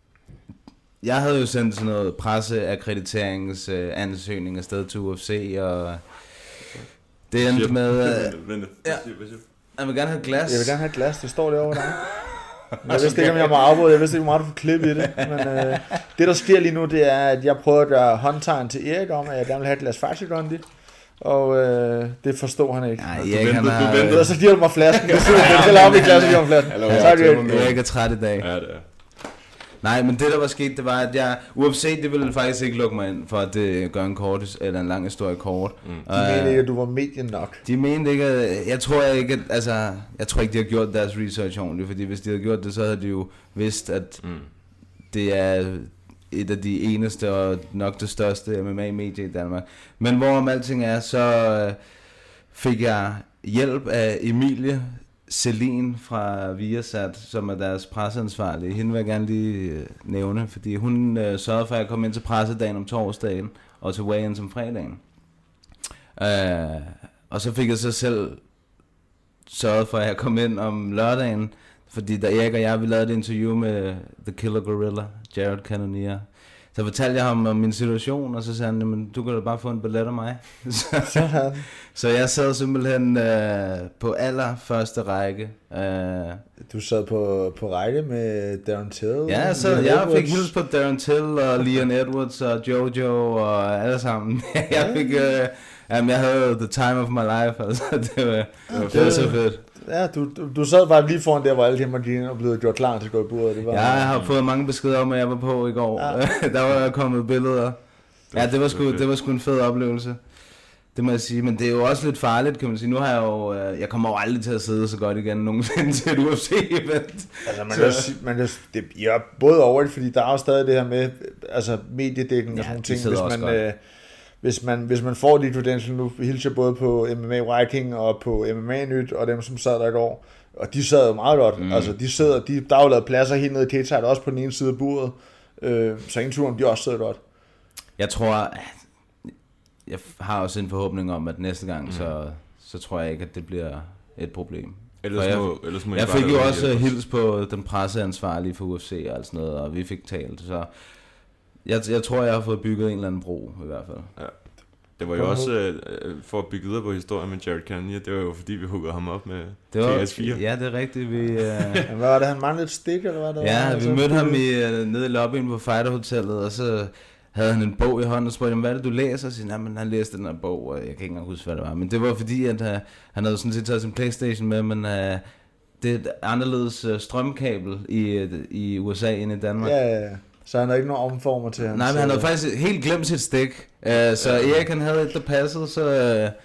S7: jeg havde jo sendt sådan noget presseakkrediteringsansøgning afsted til U F C, og det endte med...
S1: Vent,
S7: ja, jeg vil gerne have et glas.
S8: Jeg vil gerne have et glas, det står derovre der. Jeg vidste ikke, om jeg må afbryde, jeg vidste ikke, hvor meget du får klippe i det, men øh, det der sker lige nu, det er, at jeg prøver at gøre håndtegn til Erik om, at jeg gerne vil have et glas Faxi-Gondi, og øh, det forstår han ikke.
S7: Nej, Erik, han har...
S8: Du ventede, og så giver du mig flasken, hvis du vil op i glas, og giver mig flasken.
S7: Erik er træt i dag.
S1: Ja, det er.
S7: Nej, men det der var sket, det var, at jeg... U F C, det ville faktisk ikke lukke mig ind, for at det gør en kort, eller en lang historie kort.
S8: Mm. De uh, mente ikke, at du var medien nok.
S7: De mente ikke, at... Jeg tror ikke, at... Altså, jeg tror ikke, de har gjort deres research ordentligt, fordi hvis de havde gjort det, så havde de jo vidst, at mm. det er et af de eneste og nok det største M M A-medie i Danmark. Men hvorom alting er, så fik jeg hjælp af Emilie Celine fra Viasat, som er deres presseansvarlige. Hende vil jeg gerne lige øh, nævne, fordi hun øh, sørgede for, at jeg kom ind til pressedagen om torsdagen, og til weigh-in som fredagen. Øh, og så fik jeg så selv sørget for, at jeg kom ind om lørdagen, fordi da Erik og jeg, vi lavede et interview med The Killer Gorilla, Jared Cannonier. Så fortalte jeg ham om min situation, og så sagde han, jamen, du kan da bare få en billet af mig. så, så jeg sad simpelthen øh, på allerførste række. Øh,
S8: du sad på, på række med Darren Till?
S7: Ja, jeg, sad, jeg fik hils på Darren Till og Leon Edwards og Jojo og alle sammen. jeg fik, øh, jamen, jeg havde the time of my life, altså det var, okay. det var så fedt.
S8: Ja, du, du, du sad bare lige foran der, hvor alle de her marginer er blevet gjort klar til at gå i bordet. Det var,
S7: ja, jeg har fået mange beskeder om, at jeg var på i går. Ja. Der var kommet billeder. Ja, det var, sgu, det var sgu en fed oplevelse. Det må jeg sige, men det er jo også lidt farligt, kan man sige. Nu har jeg jo, jeg kommer jo aldrig til at sidde så godt igen nogensinde til et U F C-event.
S8: Altså, man kan, man kan, det er både over det, fordi der er jo stadig det her med, altså mediedækning og
S7: ja,
S8: sådan ting, hvis man... Øh, Hvis man, hvis man får de credentials nu, hilser både på M M A Viking og på M M A Nyt, og dem som sad der i går, og de sad jo meget godt, mm. altså de sidder, de, der er jo lavet pladser helt nede i T-Tide, også på den ene side af bordet, øh, så ingen tvivl om, de også sidder godt.
S7: Jeg tror, jeg har også en forhåbning om, at næste gang, mm. så, så tror jeg ikke, at det bliver et problem.
S1: Ellers
S7: jeg,
S1: må, ellers må
S7: jeg fik jo også hils på den presseansvarlige for U F C og sådan noget, og vi fik talt, så jeg, jeg tror, jeg har fået bygget en eller anden bro i hvert fald.
S1: Ja. Det var jo også, øh, for at bygge videre på historien med Jared Cannonier, det var jo fordi, vi huggede ham op med T S fire.
S7: Ja, det er rigtigt. Vi, øh...
S8: hvad var det, han manglede et stik, eller hvad det
S7: ja,
S8: var?
S7: vi altså, mødte ham i, uh, nede i lobbyen på Fighterhotellet, og så havde han en bog i hånden, og spurgte ham, hvad er det, du læser? Og så siger han, han læste den her bog, og jeg kan ikke engang huske, hvad det var. Men det var fordi, at uh, han havde sådan set taget sin PlayStation med, men uh, det er et anderledes uh, strømkabel i, uh, i U S A end i Danmark.
S8: Ja, ja, ja. Så han har ikke nogen omformer til ham.
S7: Nej, men han havde faktisk helt glemt sit stik. Uh, så ja. Erik han havde et, der passede, så uh,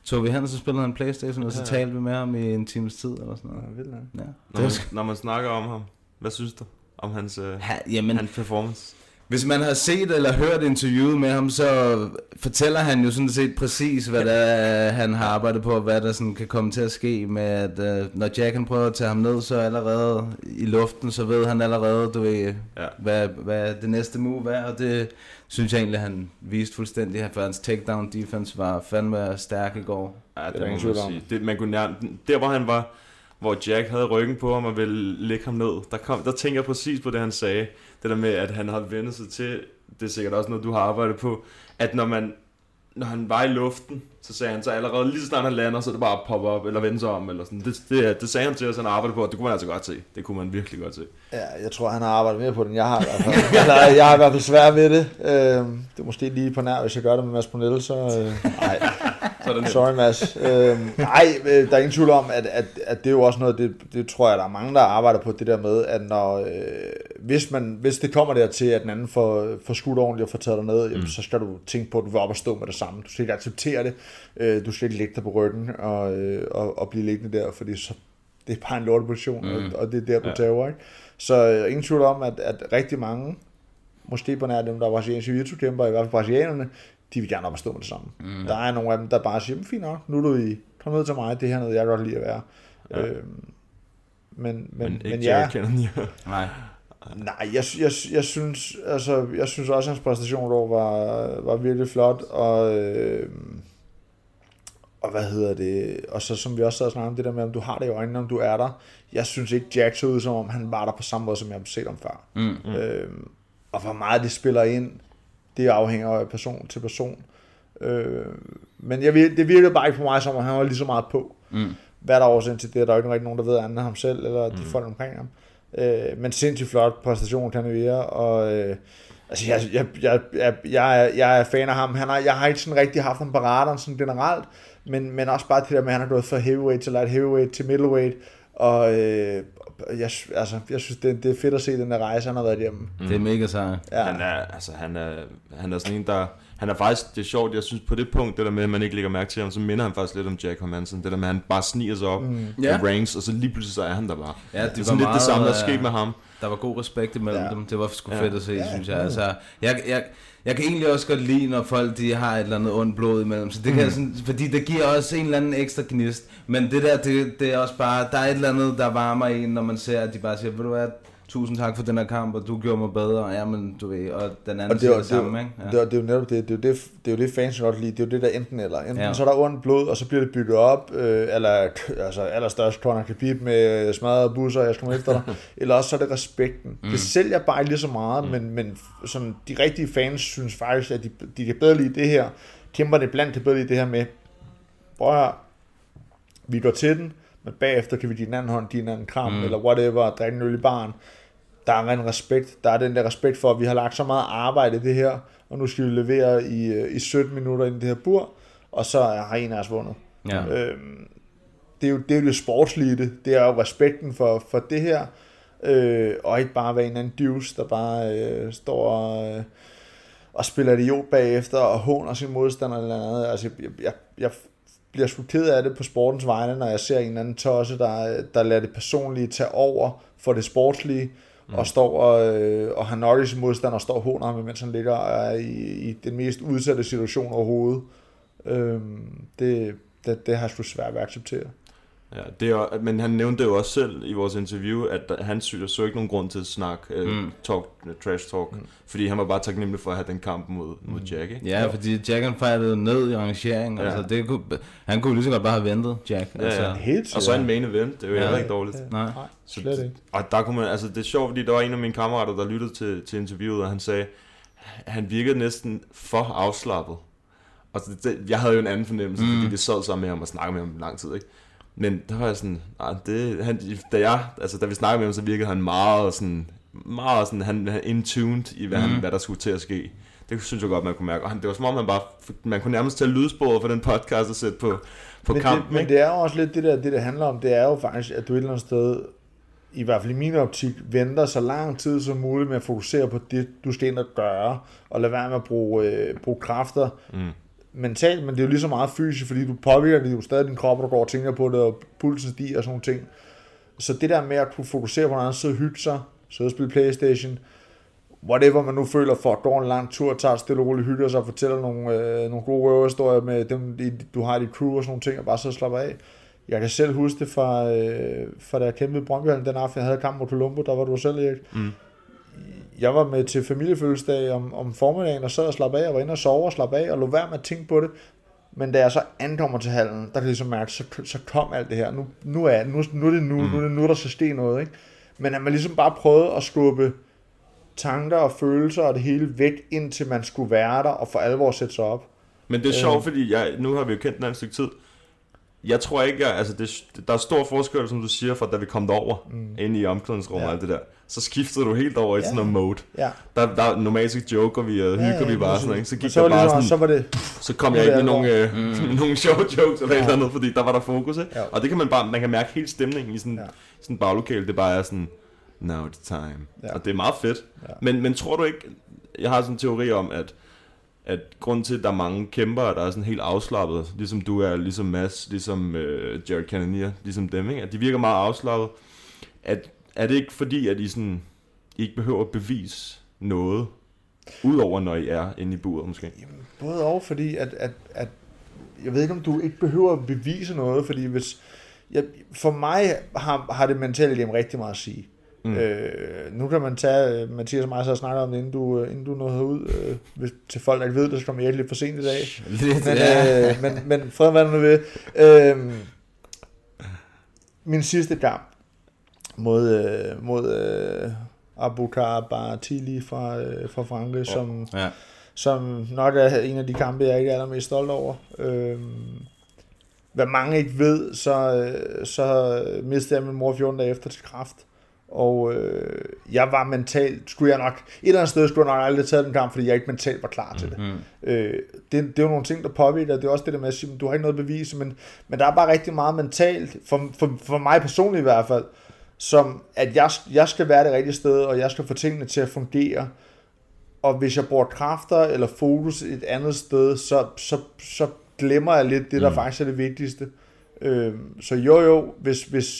S7: tog vi hen, og så spillede han Playstation, og så
S1: Ja.
S7: talte vi med ham i en times tid, eller sådan noget.
S8: Ja, vildt nok.
S7: Ja.
S1: Når man, når man snakker om ham, hvad synes du om hans, øh,
S7: Ha, jamen,
S1: hans performance?
S7: hvis man har set eller hørt interviewet med ham, så fortæller han jo sådan set præcis, hvad der er, han har arbejdet på, og hvad der sådan kan komme til at ske med, at uh, når Jack han prøver at tage ham ned, så allerede i luften, så ved han allerede, du ved,
S1: Ja.
S7: hvad, hvad det næste move er, og det synes jeg egentlig, han viste fuldstændig, for hans takedown defense var fandme stærk i går.
S1: Ja, det,
S8: er
S1: det
S8: ingen
S1: må
S8: tvivl
S1: man
S8: om.
S1: sige. Det, man kunne nærmest, der hvor han var, hvor Jack havde ryggen på ham og ville lægge ham ned, der, kom, der tænker jeg præcis på det, han sagde. Det der med, at han har vendt sig til, det er sikkert også noget, du har arbejdet på, at når man, når han var i luften, så sagde han så allerede, lige så snart han lander, så er det bare at poppe op, eller vende sig om, eller sådan. Det, det, det sagde han til os, han arbejdede på, og det kunne man altså godt se. Det kunne man virkelig godt se.
S8: Ja, jeg tror, han har arbejdet mere på det, end jeg har i hvert fald. Eller, jeg har i hvert fald svært ved det. Øh, det er måske lige på nær, hvis jeg gør det med Mads Brunel, så... Øh, nej, sorry Mads. Øh, nej, øh, der er ingen tvivl om, at, at, at det er jo også noget, det, det tror jeg, der er mange, der arbejder på det der med, at når, øh, hvis, man, hvis det kommer der til, at den anden får, får skudt ordentligt og får taget dig ned, mm. jamen, så skal du tænke på, at du vil op og stå med det samme. Du skal ikke acceptere det. Øh, du skal ikke lægge dig på ryggen og, øh, og, og blive liggende der, fordi så, det er bare en lorteposition, mm. og, og det er der, du ja. tager, ikke? Så øh, ingen tvivl om, at, at rigtig mange, måske på nær dem, der er brasilianske jiu-jitsu-kæmper, i hvert fald brasilianerne, de vil gerne op og stå med det samme. Mm. Der er nogle af dem, der bare siger, fint nok, nu er du i, kom ned til mig, det her noget, jeg godt lide at være. Ja. Øhm, men, men,
S1: Men ikke
S8: men
S1: Jack
S8: ja,
S1: Cannonier.
S7: Nej.
S8: nej, jeg, jeg, jeg, synes, altså, jeg synes også, at hans præstation dog var, var virkelig flot, og, øh, og hvad hedder det, og så som vi også sad og snakkede om det der med, om du har det i øjnene, om du er der. Jeg synes ikke, Jack så ud som om, han var der på samme måde, som jeg har set ham før. Mm. Øh, og hvor meget det spiller ind, det afhænger af person til person. Øh, men jeg, det virkede bare ikke på mig, som om han var lige så meget på. Mm. Hvad er der årsagen til det? Der er jo ikke rigtig nogen, der ved andet ham selv, eller de mm. folk omkring ham. Øh, men sindssygt flot præstation, kan det være. Og øh, altså, jeg, jeg, jeg, jeg, jeg, er, jeg er fan af ham. Han har, jeg har ikke sådan rigtig haft ham på radaren sådan generelt, men, men også bare det der med, at han har gået fra heavyweight til light heavyweight til middleweight. Og øh, jeg, altså, jeg synes, det, det er fedt at se den der rejse, han har været igennem.
S7: Mm. Det er mega sejt.
S8: Ja.
S1: Han er, altså, han er, han er sådan en, der... Han er faktisk, det er sjovt, jeg synes på det punkt, det der med, at man ikke lægger mærke til ham, så minder han faktisk lidt om Jack Hermansson. Det der med, at han bare sniger sig op mm. i
S7: Ja.
S1: ranks, og så lige pludselig så er han der bare.
S7: Ja, det
S1: det er
S7: var
S1: sådan lidt
S7: meget,
S1: det samme, der er
S7: øh,
S1: sket med ham.
S7: Der var god respekt imellem
S8: Ja.
S7: dem. Det var sgu
S1: Ja.
S7: fedt at se,
S8: Ja,
S7: synes jeg.
S8: ja.
S7: Altså, jeg, jeg, jeg kan egentlig også godt lide, når folk de har et eller andet ondt blod imellem. Så det kan jeg sådan, fordi det giver også en eller anden ekstra gnist. Men det der, det, det er også bare, der er et eller andet, der varmer en, når man ser, at de bare siger, ved du hvad, tusind tak for den her kamp, og du gjorde mig bedre. Ja, men du ved, og den anden
S8: Og det,
S7: siger
S8: er,
S7: det
S8: det,
S7: samme,
S8: er,
S7: ikke? Ja.
S8: det, er, det er jo netop det, det er jo det, det, er jo det fans godt lide, det er jo det der enten eller. Enten
S7: Ja.
S8: så er der ondt blod, og så bliver det bygget op, øh, eller altså allerstørst Conor Khabib med smadrede busser, jeg skal komme efter dig, eller også så er det respekten. Mm. Det sælger bare ikke lige så meget, mm. men, men sådan, de rigtige fans synes faktisk, at de, de kan bedre lide det her. Kæmperne blandt kan bedre lide det her med, prøv at høre, vi går til den, men bagefter kan vi give den anden hånd, give den anden kram, mm. eller whatever, drikke en øl i baren. Der er en respekt, der er den der respekt for, at vi har lagt så meget arbejde i det her, og nu skal vi levere i, i sytten minutter i det her bur, og så har en af os vundet.
S7: Ja.
S8: Øhm, det, er jo, det er jo det sportslige, det, det er jo respekten for, for det her, øh, og ikke bare være en eller anden divs, der bare øh, står og, øh, og spiller idiot bagefter, og håner sin modstander eller andet. Altså, jeg, jeg, jeg bliver sgu ked af det på sportens vegne, når jeg ser en eller anden tosse, der, der lader det personlige tage over for det sportslige, mm. og står og, øh, og har nok i sin modstander og står og håner ham, mens han ligger og er i, i den mest udsatte situation overhovedet. Øhm, det, det, det har jeg sgu svært ved at acceptere.
S1: Ja, det er, men han nævnte det jo også selv i vores interview, at han så, så ikke nogen grund til at snakke uh, mm. talk, trash talk, mm. fordi han var bare taknemmelig for at have den kamp mod, mod Jack, ikke?
S7: Ja, fordi Jack han fejlede ned i rangeringen.
S1: Ja.
S7: Altså, det kunne, han kunne lige så godt bare have ventet, Jack.
S1: Ja,
S7: Altså.
S1: ja.
S8: Helt
S1: Og så en main event, det er jo
S7: Ja.
S1: heller ikke dårligt.
S8: Ja.
S7: Nej.
S8: Nej,
S1: Så,
S8: slet ikke.
S1: og der kunne man, altså det er sjovt, fordi der var en af mine kammerater, der lyttede til, til interviewet, og han sagde, han virkede næsten for afslappet. Og det, det, jeg havde jo en anden fornemmelse, mm. fordi vi sad sammen med ham og snakkede med ham i lang tid, ikke? Men der var jeg sådan, nej, det, han, da jeg, altså da vi snakkede med ham, så virkede han meget sådan, meget sådan, han, han in-tuned i, hvad, mm. han, hvad der skulle til at ske. Det synes jeg godt, man kunne mærke. Og han, det var som om, man bare, man kunne nærmest tage lydsporet for den podcast og sætte på, på
S8: men
S1: kampen.
S8: Det, men det er jo også lidt det der, det der handler om, det er jo faktisk, at du et eller andet sted, i hvert fald i min optik, venter så lang tid som muligt med at fokusere på det, du skal ind og gøre, og lade være med at bruge, øh, bruge kræfter, mm. mentalt, men det er jo lige så meget fysisk, fordi du påvirker det jo stadig din krop, og du går og tænker på det, og pulsen stiger og sådan nogle ting. Så det der med at kunne fokusere på en anden side, hygge sig, sidde og spille PlayStation, whatever man nu føler for, går en lang tur, tager et stille og roligt, hygger sig og fortæller nogle, øh, nogle gode røverhistorier med dem, du har i dit crew og sådan nogle ting, og bare så slappe af. Jeg kan selv huske det fra, øh, fra da jeg kæmpede i Brøndbyhallen den aften, jeg havde kamp mod Colombo, der var du selv, Erik. Mm. Jeg var med til familiefødselsdag om, om formiddagen, og sad og slappe af, og var inde og sove og slappe af, og lå være med at tænke på det. Men da jeg så ankommer til hallen, der kan jeg ligesom mærke, så, så kom alt det her. Nu, nu, er, nu, nu er det nu, mm. nu er det nu, der skal ske noget, ikke? Men at man ligesom bare prøvede at skubbe tanker og følelser og det hele væk, indtil man skulle være der og for alvor sætte sig op.
S1: Men det er sjovt, øh. fordi jeg, nu har vi jo kendt den en stykke tid. Jeg tror ikke, jeg, altså det, der er stor forskel, som du siger, fra da vi kom derover mm. ind i omklædningsrummet ja. og alt det der. Så skiftede du helt over i ja. sådan noget mode. Ja. Der, der normalt så joker vi og hygger ja, ja, vi bare sådan, ikke? Så gik så der bare ligesom, sådan, så, var det, så kom jeg ikke med nogle, øh, mm. nogle sjove jokes eller ja. et eller andet, fordi der var der fokus, ikke? Ja. Og det kan man bare, man kan mærke helt stemningen i sådan, ja. sådan en baglokale, det bare er sådan, now it's time. Ja. Og det er meget fedt. Ja. Men, men tror du ikke, jeg har sådan en teori om, at at grunden til, at der er mange kæmpere, der er sådan helt afslappet, ligesom du er, ligesom Mads, ligesom øh, Jared Cannonier, ligesom dem, ikke? At de virker meget afslappet. At, er det ikke fordi, at I, sådan, I ikke behøver at bevise noget, udover når I er inde i buret måske?
S8: Jamen, både og, fordi at, at, at, jeg ved ikke, om du ikke behøver at bevise noget, fordi hvis, jeg, for mig har, har det mentale game rigtig meget at sige. Mm. Øh, nu kan man tage, Mathias og mig så snakke om det, inden du, inden du nåede herud, øh, hvis, til folk, der ikke ved det, så kommer jeg lidt for sent i dag. Lidt, men, ja. øh, men, men fred hvad du nu ved. Øh, min sidste kamp mod, øh, mod øh, Abubakar Baratili fra, øh, fra Frankrig, oh. som, ja. som nok er en af de kampe, jeg ikke er allermest stolt over. Øh, hvad mange ikke ved, så, så mistede jeg min mor fjorten dage efter til kræft. Og øh, jeg var mentalt, skulle jeg nok, et eller andet sted skulle jeg nok aldrig tage den kamp, fordi jeg ikke mentalt var klar til det. Mm-hmm. Øh, det, det er jo nogle ting, der påvirker, det er også det der med at sige, du har ikke noget bevis, men, men der er bare rigtig meget mentalt, for, for, for mig personligt i hvert fald, som at jeg, jeg skal være det rigtige sted, og jeg skal få tingene til at fungere, og hvis jeg bruger kræfter eller fokus et andet sted, så, så, så glemmer jeg lidt det, der mm. faktisk er det vigtigste. Øh, så jo jo, hvis, hvis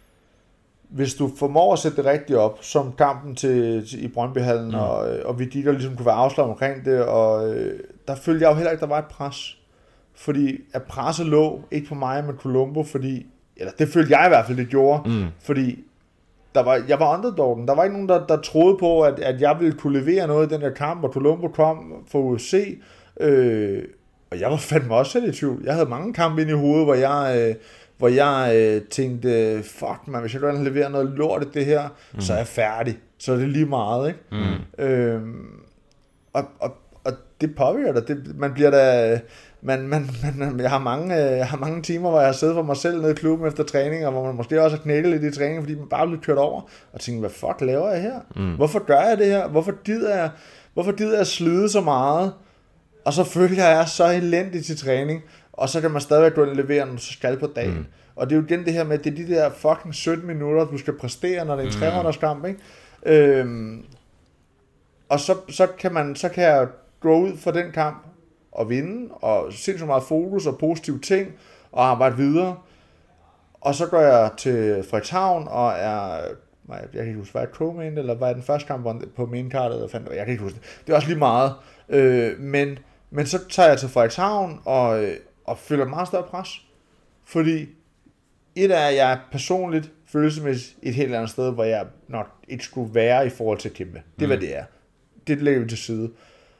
S8: Hvis du formår at sætte det rigtigt op, som kampen til, til i Brøndbyhallen, mm. og, og vi gik og ligesom kunne være afslappet omkring det, og øh, der følte jeg jo heller ikke, der var et pres. Fordi at presset lå ikke på mig, men Colombo, fordi, eller det følte jeg i hvert fald, det gjorde, mm. fordi der var, jeg var underdoggen. Der var ikke nogen, der, der troede på, at, at jeg ville kunne levere noget i den her kamp, og Colombo kom for U F C, øh, og jeg var fandme også selv i tvivl. Jeg havde mange kampe ind i hovedet, hvor jeg... Øh, hvor jeg øh, tænkte, fuck man, hvis jeg gerne leverer noget lort i det her, mm. så er jeg færdig. Så er det lige meget, ikke? Mm. Øhm, og, og, og det påvirker dig. Det, man bliver da... Man, man, man, jeg, har mange, jeg har mange timer, hvor jeg har siddet for mig selv nede i klubben efter træning, og hvor man måske også har knækket lidt i træning, fordi man bare bliver kørt over, og tænker, hvad fuck laver jeg her? Mm. Hvorfor gør jeg det her? Hvorfor gider jeg, hvorfor gider jeg slide så meget? Og så føler jeg, at jeg er så elendig til træning, og så kan man stadigvæk gå ind og levere, når du skal på dagen. Mm. Og det er jo igen det her med, det er de der fucking sytten minutter, du skal præstere, når det er en tre-runders kamp, ikke? Øhm, og så, så, kan man, så kan jeg gå ud for den kamp og vinde, og sindssygt meget fokus og positive ting, og arbejde videre. Og så går jeg til Frederikshavn, og er... Jeg kan ikke huske, hvad er co-main, eller hvad er den første kamp på mainkartet? Jeg kan ikke huske det. Det er også lige meget. Øh, men, men så tager jeg til Frederikshavn, og... og føler meget større pres, fordi et er, at jeg personligt følelsesmæssigt et helt andet sted, hvor jeg nok ikke skulle være i forhold til at kæmpe. Det er, mm. hvad det er. Det lægger vi til side.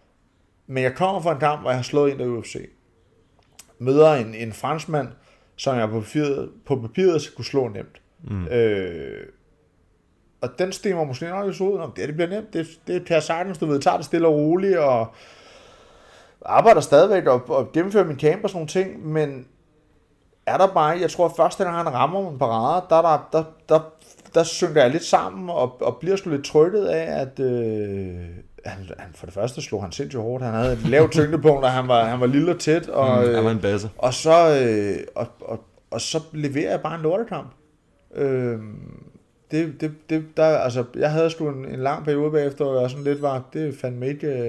S8: Men jeg kommer fra en kamp, hvor jeg har slået en der U F C. Møder en, en franskmand, som jeg på papiret, på papiret skulle slå nemt. Mm. Øh, og den stemmer måske nok i soden om, det, det bliver nemt. Det, det kan jeg sagtens, du ved, tager det stille og roligt, og arbejder stadigvæk og, og gennemfører min camp og sådan nogle ting, men er der bare, jeg tror først, da han rammer min parade, der, der, der, der, der synker jeg lidt sammen, og, og bliver sgu lidt trykket af, at øh, han, han, for det første slog han sindssygt hårdt, han havde et lavt tyngdepunkt, og han var, han var lille og tæt, og,
S1: mm, han var en basse.
S8: Og så, øh, og, og, og så leverer jeg bare en lortekamp. Øh, det, det, det, der, altså, jeg havde sgu en, en lang periode bagefter, og jeg sådan lidt var, det fandme ikke... Øh,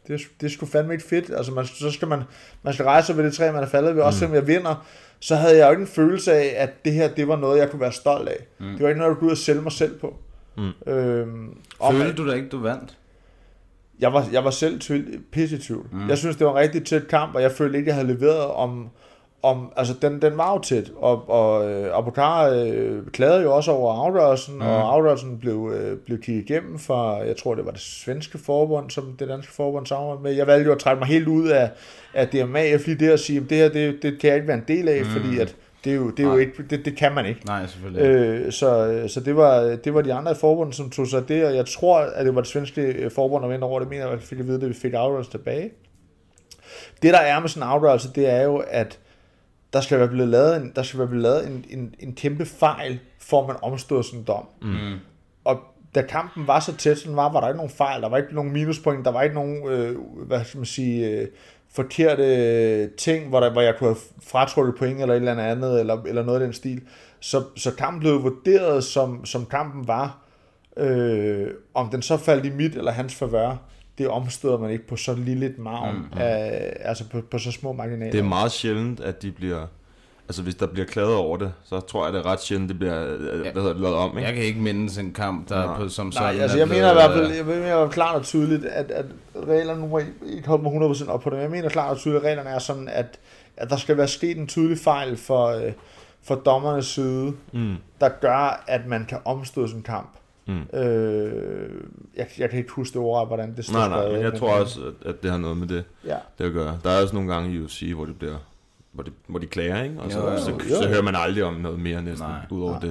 S8: det er, det er sgu fandme ikke fedt. Altså, man, så skal man, man skal rejse sig ved det træ, man er faldet ved. Også selvom jeg vinder, så havde jeg jo ikke en følelse af, at det her, det var noget, jeg kunne være stolt af. Mm. Det var ikke noget, jeg kunne ud og sælge mig selv på. Mm. Øhm,
S7: Følte du da ikke, du vandt?
S8: Jeg var, jeg var selv pisse i tvivl. Mm. Jeg synes, det var en rigtig tæt kamp, og jeg følte ikke, jeg havde leveret om... om altså, den, den var jo tæt, og, og øh, Abubakar øh, klagede jo også over afgørelsen, mm. og afgørelsen blev, øh, blev kigget igennem fra, jeg tror, det var det svenske forbund, som det danske forbund samarbejde med. Jeg valgte jo at trække mig helt ud af, af D M A F lige det at sige, at det her, det, det kan jeg ikke være en del af, mm. fordi at det er jo, det er jo ikke, det, det kan man ikke.
S7: Nej, selvfølgelig.
S8: Øh, så så det, var, det var de andre i forbundet, som tog sig det, og jeg tror, at det var det svenske forbund, der vendte over det, mener jeg, at fik at vide, at vi fik afgørelsen tilbage. Det, der er med sådan en afgørelse, det er jo, at der skal være blevet lavet en, der skal være blevet lavet en, en, en kæmpe fejl, for at man omstod sådan en dom. Mm. Og da kampen var så tæt, sådan var, var der ikke nogen fejl, der var ikke nogen minuspoint, der var ikke nogen, øh, hvad skal man sige, øh, forkerte ting, hvor, der, hvor jeg kunne have fratrukket point eller et eller andet, eller, eller noget af den stil. Så, så kampen blev vurderet, som, som kampen var. Øh, om den så faldt i mit eller hans favør, det omstøder man ikke på så lille et margin, mm, mm. af, altså på, på så små marginaler.
S1: Det er meget sjældent, at de bliver... Altså hvis der bliver klaget over det, så tror jeg, det er ret sjældent, det bliver ja. hvad hedder det, lavet om. Ikke?
S7: Jeg kan ikke mindes en kamp, der er på, som sådan...
S8: Nej, altså jeg mener i hvert fald, jeg mener klart og tydeligt, at, at reglerne, nu må jeg ikke holde mig hundrede procent op på det, men jeg mener klart og tydeligt, at reglerne er sådan, at, at der skal være sket en tydelig fejl for, for dommernes side, mm. der gør, at man kan omstøde sådan en kamp. Mm. Øh, jeg, jeg kan ikke huske det ord, hvordan det står.
S1: Nej, nej, men jeg tror også, at, at det har noget med det,
S8: ja.
S1: det at gøre. Der er også nogle gange i U F C, hvor det bliver... Hvor de, hvor de klager, ikke? Og så, jo, jo, så, så, så hører man aldrig om noget mere næsten, nej, ud over nej. det.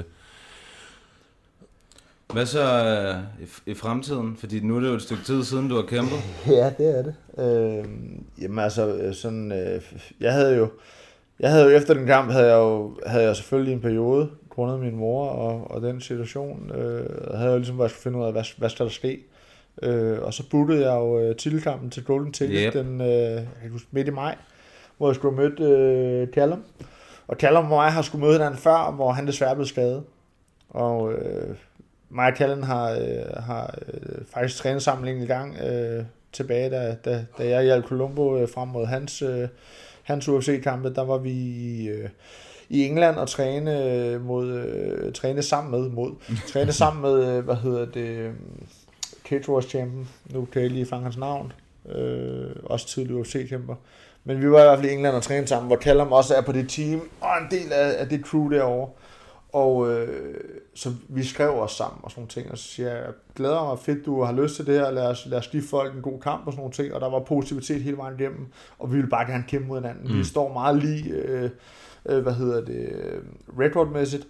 S7: Hvad så øh, i, i fremtiden? Fordi nu er det jo et stykke tid siden, du har kæmpet.
S8: Ja, det er det. Øh, jamen altså, sådan, øh, jeg havde jo, jeg havde jo efter den kamp, havde jeg jo havde jeg selvfølgelig en periode, grundet min mor og, og den situation, øh, havde jeg jo ligesom, hvor jeg skulle finde ud af, hvad, hvad skal der ske. Øh, og så bookede jeg jo øh, titelkampen til Golden Ticket yep. den øh, jeg kan huske, midt i maj, hvor jeg skulle møde øh, Callum. Og Callum og jeg har skulle møde hinanden før, hvor han desværre blev skadet. Og øh, mig og Callum har, øh, har øh, faktisk trænet sammen en gang øh, tilbage, da, da, da jeg hjalp Colombo øh, frem mod hans, øh, hans U F C-kampe. Der var vi i, øh, i England og træne, mod, øh, træne sammen med, mod, træne sammen med, øh, hvad hedder det, øh, Cage Wars champion, nu kan jeg lige fange hans navn, øh, også tidligere U F C-kæmper. Men vi var i hvert fald i England og trænede sammen, hvor Callum også er på det team, og en del af, af det crew derovre. Og øh, så vi skrev os sammen og sådan nogle ting, og så siger jeg, jeg glæder mig, fedt du har lyst til det her, lad os, lad os give folk en god kamp og sådan nogle ting, og der var positivitet hele vejen igennem, og vi ville bare gerne kæmpe mod hinanden. Mm. Vi står meget lige, øh, øh, hvad hedder det, record-mæssigt.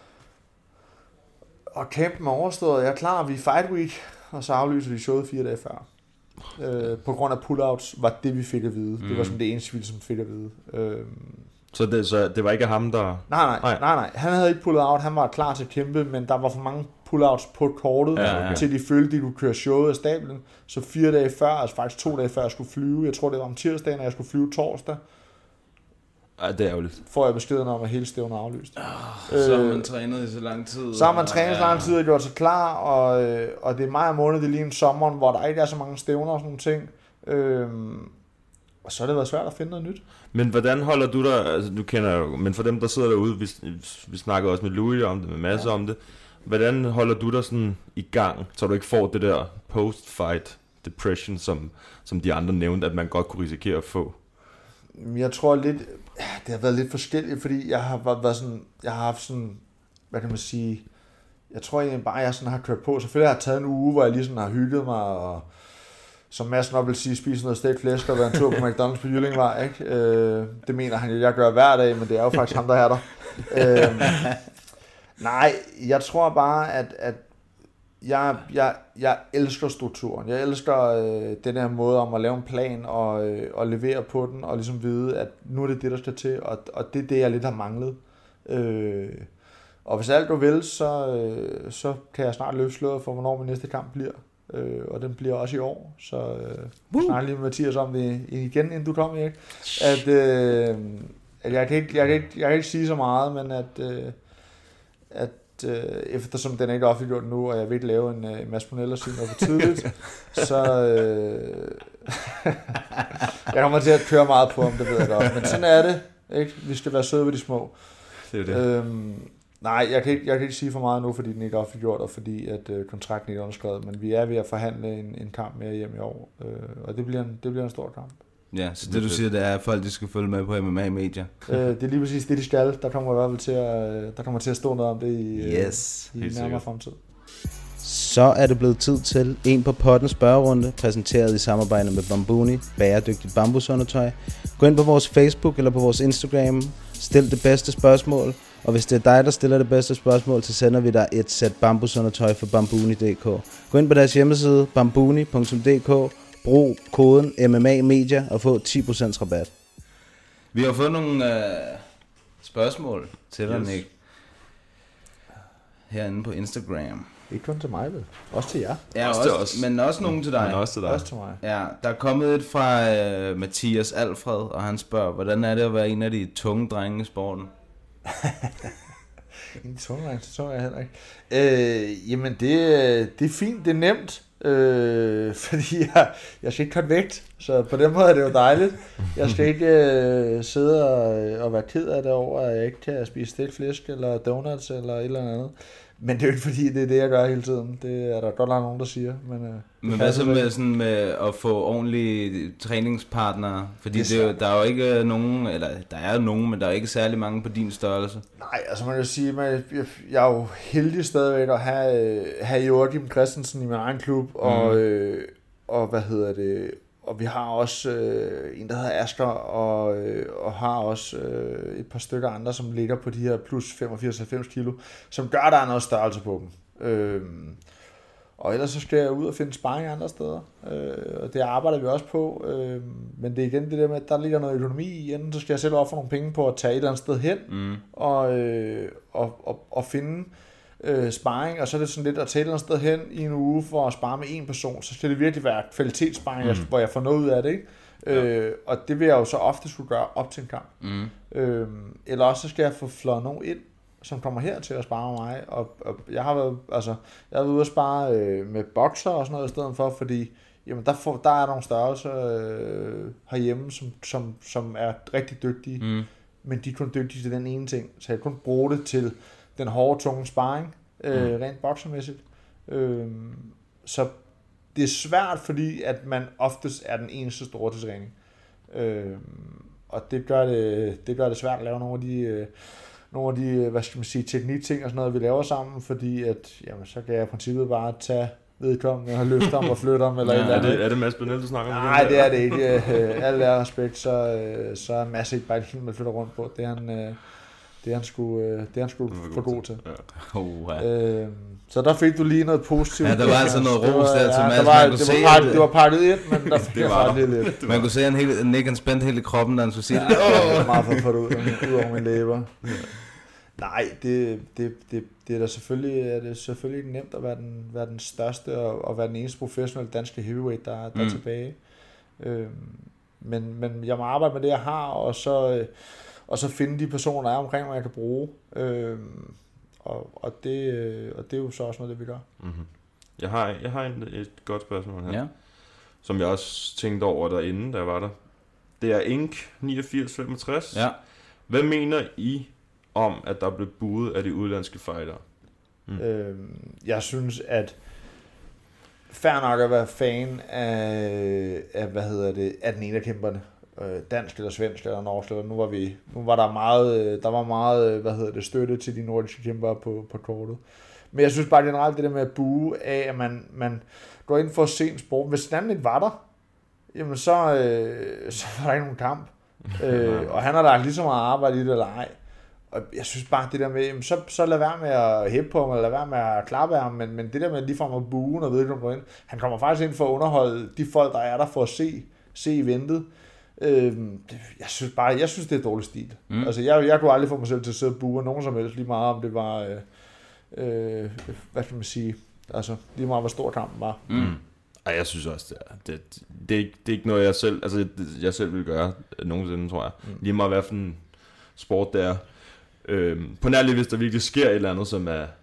S8: Og kampen er overstået, jeg er klar, vi er fight week, og så aflyser vi showet fire dage før. Øh, på grund af pullouts var det, vi fik at vide. Mm. Det var sådan det eneste, vi som fik at vide. Øh,
S1: så, det, så det var ikke ham, der...
S8: Nej, nej, nej, nej, nej. Han havde ikke pullet out, han var klar til at kæmpe, men der var for mange pullouts på kortet, ja, okay. til de følte, de kunne køre showet af stablen. Så fire dage før, altså faktisk to dage før jeg skulle flyve, jeg tror det var om tirsdagen, og jeg skulle flyve torsdag.
S1: Ej, det er ærgerligt.
S8: Får jeg beskeden om, at hele stævnen er aflyst.
S7: Oh, øh, så har man trænet i så lang tid.
S8: Så har man trænet i så lang tid og gjort sig klar, og, og det er maj måned, det er lige en sommeren, hvor der ikke er så mange stævner og sådan nogle ting. Øhm, og så har det været svært at finde noget nyt.
S1: Men hvordan holder du dig, altså du kender jo, men for dem, der sidder derude, vi, vi snakker også med Louis om det, med Mads ja. om det, hvordan holder du dig sådan i gang, så du ikke får det der post-fight depression, som, som de andre nævnte, at man godt kunne risikere at få?
S8: Jeg tror lidt, det har været lidt forskelligt, fordi jeg har været sådan, jeg har haft sådan, hvad kan man sige, jeg tror egentlig bare, jeg sådan har kørt på. Selvfølgelig har jeg taget en uge, hvor jeg lige sådan har hygget mig, og som Mads nok vil sige, spise noget stegt flæsk og være en tur på McDonald's på Jyllingvej, ikke? Øh, det mener han jo, jeg gør hver dag, men det er jo faktisk ham, der er der. øh, nej, jeg tror bare, at, at jeg, jeg, jeg elsker strukturen. Jeg elsker øh, den her måde om at lave en plan og, øh, og levere på den, og ligesom vide, at nu er det det, der skal til, og, og det er det, jeg lidt har manglet. Øh, og hvis alt du vil, så, øh, så kan jeg snart løbe sløret for, hvornår min næste kamp bliver. Øh, og den bliver også i år. Så øh, uh. snart lige med Mathias om det igen, inden du kommer, Erik. At, øh, at jeg, kan ikke, jeg, kan ikke, jeg kan ikke sige så meget, men at, øh, at øh, eftersom den ikke er offentliggjort nu, og jeg vil ikke lave en øh, Mads Brunel og sige noget for tidligt, så øh, jeg kommer til at køre meget på ham, det ved jeg godt. Men sådan er det, ikke? Vi skal være søde ved de små.
S1: Det er det.
S8: Øhm, nej, jeg kan, ikke, jeg kan ikke sige for meget nu, fordi den ikke er offentliggjort, og fordi at øh, kontrakten ikke er underskrevet, men vi er ved at forhandle en, en kamp mere hjem i år, øh, og det bliver, en, det bliver en stor kamp.
S7: Ja, så det du siger, det er, at folk de skal følge med på M M A-medier.
S8: øh, det er lige præcis det, de skal. Der kommer i hvert fald til at, der kommer til at stå noget om det i,
S7: yes,
S8: øh, i nærmere fremtid.
S7: Så er det blevet tid til en på potten spørgerunde, præsenteret i samarbejde med Bambuni, bæredygtigt bambusundertøj. Gå ind på vores Facebook eller på vores Instagram, stil det bedste spørgsmål, og hvis det er dig, der stiller det bedste spørgsmål, så sender vi dig et sæt bambusundertøj fra bambuni punktum d k. Gå ind på deres hjemmeside, bambuni punktum d k, brug koden M M A Media og få ti procent rabat. Vi har fået nogle øh, spørgsmål til dig, yes. Nick. Herinde på Instagram.
S8: Ikke kun til mig, vel? Også til jer.
S7: Ja, også, også, også. Men også nogle til dig.
S1: Men også til dig.
S8: Også til mig.
S7: Ja, der er kommet et fra øh, Mathias Alfred, og han spørger, hvordan er det at være en af de tunge drenge i sporten?
S8: En tunge drenge, så tror jeg heller ikke. Øh, jamen, det, det er fint, det er nemt. Øh, fordi jeg, jeg skal ikke cut vægt, så på den måde er det jo dejligt. Jeg skal ikke øh, sidde og, og være ked af det over, at jeg ikke kan spise stegt flæsk eller donuts eller et eller andet. Men det er jo ikke fordi, det er det, jeg gør hele tiden. Det er der godt nok nogen, der siger. Men, øh,
S7: men hvad så med, sådan med at få ordentlige træningspartnere? Fordi det det er jo, der er jo ikke nogen, eller der er jo nogen, men der er ikke særlig mange på din størrelse. Nej,
S8: altså man kan sige, at jeg, jeg er jo heldig stadigvæk at have, have Joachim Christensen i min egen klub, mm. og, øh, og hvad hedder det... Og vi har også øh, en, der hedder Asger, og, øh, og har også øh, et par stykker andre, som ligger på de her plus femogfirs til halvfems kilo, som gør, der er noget størrelse på dem. Øh, og ellers så skal jeg ud og finde sparring andre steder, øh, og det arbejder vi også på. Øh, men det er igen det der med, at der ligger noget økonomi i. Enten så skal jeg selv ofre nogle penge på at tage et eller andet sted hen, mm. og, øh, og, og, og finde... Øh, sparring, og så er det sådan lidt at tage et eller andet sted hen i en uge for at spare med en person, så skal det virkelig være kvalitetssparring, mm. hvor jeg får noget ud af det, ikke? Ja. Øh, og det vil jeg jo så ofte skulle gøre op til en kamp. Mm. Øh, eller også så skal jeg få flået nogen ind, som kommer her til at spare med mig, og, og jeg har været, altså, jeg har været ude at spare øh, med bokser og sådan noget i stedet for, fordi jamen, der, får, der er nogle størrelser øh, herhjemme, som, som, som er rigtig dygtige, mm. men de er kun dygtige til den ene ting, så jeg kan kun bruge det til den hårde, tunge sparring, øh, mm. rent boksermæssigt. Øh, så det er svært, fordi at man oftest er den eneste store til træning. Øh, og det gør det, det gør det svært at lave nogle af de, øh, nogle af de hvad skal man sige, teknikting og sådan noget, vi laver sammen, fordi at, jamen, så kan jeg i princippet bare tage vedkommende og løfte ham og flytte ham. Eller
S1: ja,
S8: et eller
S1: andet. Er det, er det Mads Brunel, du snakker om?
S8: Nej, det er det ikke. Alt er respekt, så, så er Mads ikke bare et helt, man flytter rundt på. Det er han... Det er han sgu, det er han sgu for god til. Ja. Oh, ja. øhm, så der fik du lige noget positivt.
S7: Ja, der var altså noget ros der til Mads.
S8: Det var, det, var pakket, det var pakket ind, men der fik
S7: det var jeg lidt lidt. Man kunne se, at hele, Nick han spændte hele kroppen, da han skulle sige
S8: ja,
S7: det.
S8: Det var meget for at få det ud, ud over mine læber. Ja. Nej, det, det, det, det er da selvfølgelig, er det selvfølgelig ikke nemt at være den, være den største og, og være den eneste professionelle danske heavyweight, der, der mm. er tilbage. Øhm, men, men jeg må arbejde med det, jeg har, og så... og så finde de personer, der er omkring mig, jeg kan bruge. Øhm, og, og, det, og det er jo så også noget, det vi gør.
S1: Mm-hmm. Jeg har, jeg har en, et godt spørgsmål her,
S7: ja.
S1: som jeg også tænkte over derinde, da jeg var der. Det er Ink niogfirs femogtres.
S7: Ja.
S1: Hvad mener I om, at der blev buet af de udlandske fightere?
S8: Mm. Øhm, jeg synes, at fair nok at være fan af, af hvad hedder det, af den ene af kæmperne. Dansk eller svensk eller norsk, eller nu var vi, nu var der meget, der var meget, hvad hedder det, støtte til de nordiske kæmpere på, på kortet. Men jeg synes bare generelt det der med at bue af, at man, man går ind for at se en sport. Hvis den anden ikke var der, jamen så, øh, så var der ikke nogen kamp. øh, og han har lagt lige så meget arbejde i det eller ej. Og jeg synes bare det der med, jamen så, så lad være med at hæppe på ham, eller lad være med at klappe af ham, men, men det der med lige for at bue, og ved ikke, om ind, han kommer faktisk ind for at underholde de folk, der er der for at se, se eventet. Jeg synes bare, jeg synes det er dårlig stil. Mm. Altså jeg, jeg kunne aldrig få mig selv til at sidde og buge nogen som helst, lige meget om det var, øh, øh, hvad skal man sige, altså lige meget hvor stor kampen var.
S1: Mm. Ej, jeg synes også det er, det, det, er ikke, det er ikke noget jeg selv, altså jeg selv vil gøre nogensinde, tror jeg. Mm. Lige meget hvad for en sport det er. Øhm, på nærlig, hvis der virkelig sker et eller andet, som er,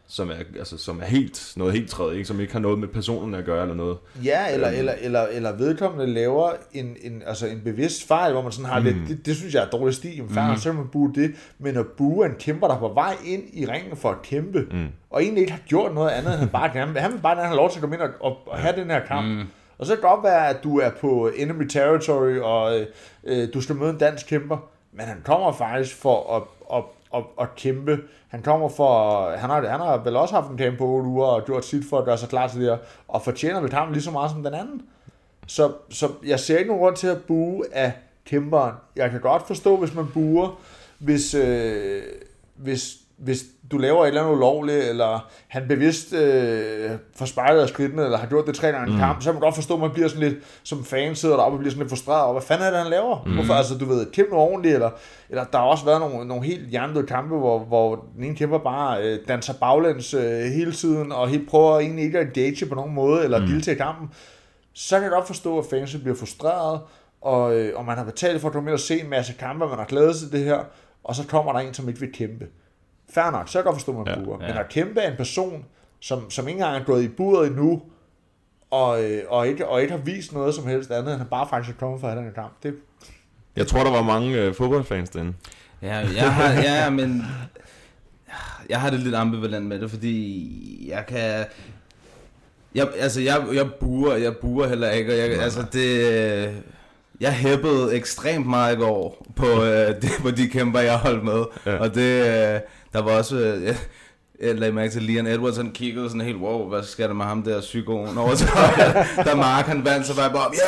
S1: som er, altså, som er helt, noget helt tredje, ikke? Som ikke har noget med personen at gøre eller noget.
S8: Ja, eller, eller, eller, eller vedkommende laver en, en, altså en bevidst fejl, hvor man sådan har mm. lidt, det, det synes jeg er dårlig stil, mm. så kan man bue det, men at bue en kæmper, der er på vej ind i ringen for at kæmpe, mm. og egentlig ikke har gjort noget andet, end han bare gerne, han vil bare gerne have lov til at komme ind og, og, og have den her kamp. Mm. Og så kan det godt være, at du er på enemy territory, og øh, du skal møde en dansk kæmper, men han kommer faktisk for at, at, at, at kæmpe. Han kommer for, han har, han har vel også haft en kamp på otte uger, og gjort sit for at gøre sig klar til det her, og fortjener vel kampen lige så meget som den anden. Så, så jeg ser ikke nogen grund til at bue af kæmperen. Jeg kan godt forstå, hvis man buer, hvis, øh, hvis, hvis du laver et eller andet ulovligt, eller han bevidst øh, får spejlet af skridtene, eller har gjort det tre gange i en kamp, så kan man godt forstå, at man bliver sådan lidt, som fan sidder deroppe og bliver sådan lidt frustreret over, hvad fanden er det, han laver? Mm. Hvorfor, altså, du ved, kæmpe ordentligt, eller, eller der har også været nogle, nogle helt hjernedøde kampe, hvor, hvor den ene kæmper bare øh, danser baglæns øh, hele tiden, og helt prøver egentlig ikke at engage på nogen måde, eller mm. deltage i kampen. Så kan jeg godt forstå, at fans bliver frustreret, og, øh, og man har betalt for at komme med og se en masse kampe, man har glædet sig til det her, og så kommer der en, som ikke vil kæmpe. Fair nok, så kan jeg godt forstå, at man ja, buer. Ja. Men at kæmpe af en person, som, som ikke engang er gået i buret endnu, og, og, ikke, og ikke har vist noget som helst andet, end han bare faktisk er kommet for at have den kamp. Det...
S1: Jeg tror, der var mange øh, fodboldfans derinde.
S7: Ja, jeg har, ja, men jeg har det lidt ambivalent med det, fordi jeg kan... Jeg, altså, jeg, jeg buer, jeg buer heller ikke, og jeg, altså, det... Jeg hæppede ekstremt meget i går på, øh, de, på de kæmper, jeg holdt med. Ja. Og det, øh, der var også, øh, jeg, jeg lagde mærke til, Leon Edwards, han kiggede sådan helt, wow, hvad sker der med ham der psykoen over til, da Mark han vandt, så var jeg bare,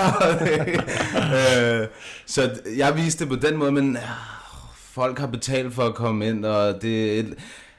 S7: ja! øh, så jeg viste det på den måde, men øh, folk har betalt for at komme ind, og det...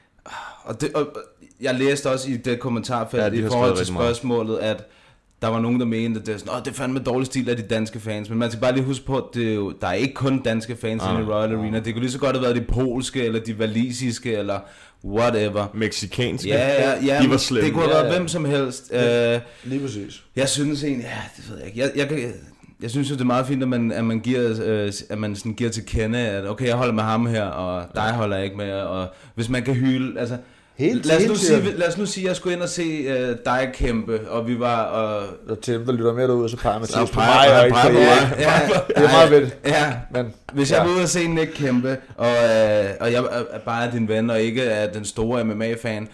S7: Og, det, og jeg læste også i det kommentarfelt ja, i forhold til spørgsmålet, at der var nogen, der mente, at det er sådan, åh, det er fandme dårlig stil af de danske fans. Men man skal bare lige huske på, at det er jo, der er ikke kun danske fans ah, i Royal ah. Arena. Det kunne lige så godt have været de polske, eller de walisiske, eller whatever.
S1: Mexikanske.
S7: Ja, ja, ja.
S1: De var slemme.
S7: Det kunne have været ja, ja. hvem som helst.
S8: Ja, uh, lige præcis.
S7: Jeg synes egentlig, ja, det ved jeg ikke. Jeg, jeg, jeg, jeg synes jo, det er meget fint, at man, at man, giver, øh, at man sådan giver til kende, at okay, jeg holder med ham her, og dig holder jeg ikke med. Og hvis man kan hylde, altså... Helt, lad, os nu sige, lad os nu sige, at jeg skulle ind og se uh, dig kæmpe, og vi var... Og,
S8: og til dem, der lytter mere derude, så peger Mathias på
S7: mig,
S8: og ikke på mig.
S7: Ja,
S8: det er meget fedt.
S7: Ja, men, hvis jeg ja. var ude og se Nick kæmpe, og, uh, og jeg er bare din ven, og ikke er den store M M A-fan,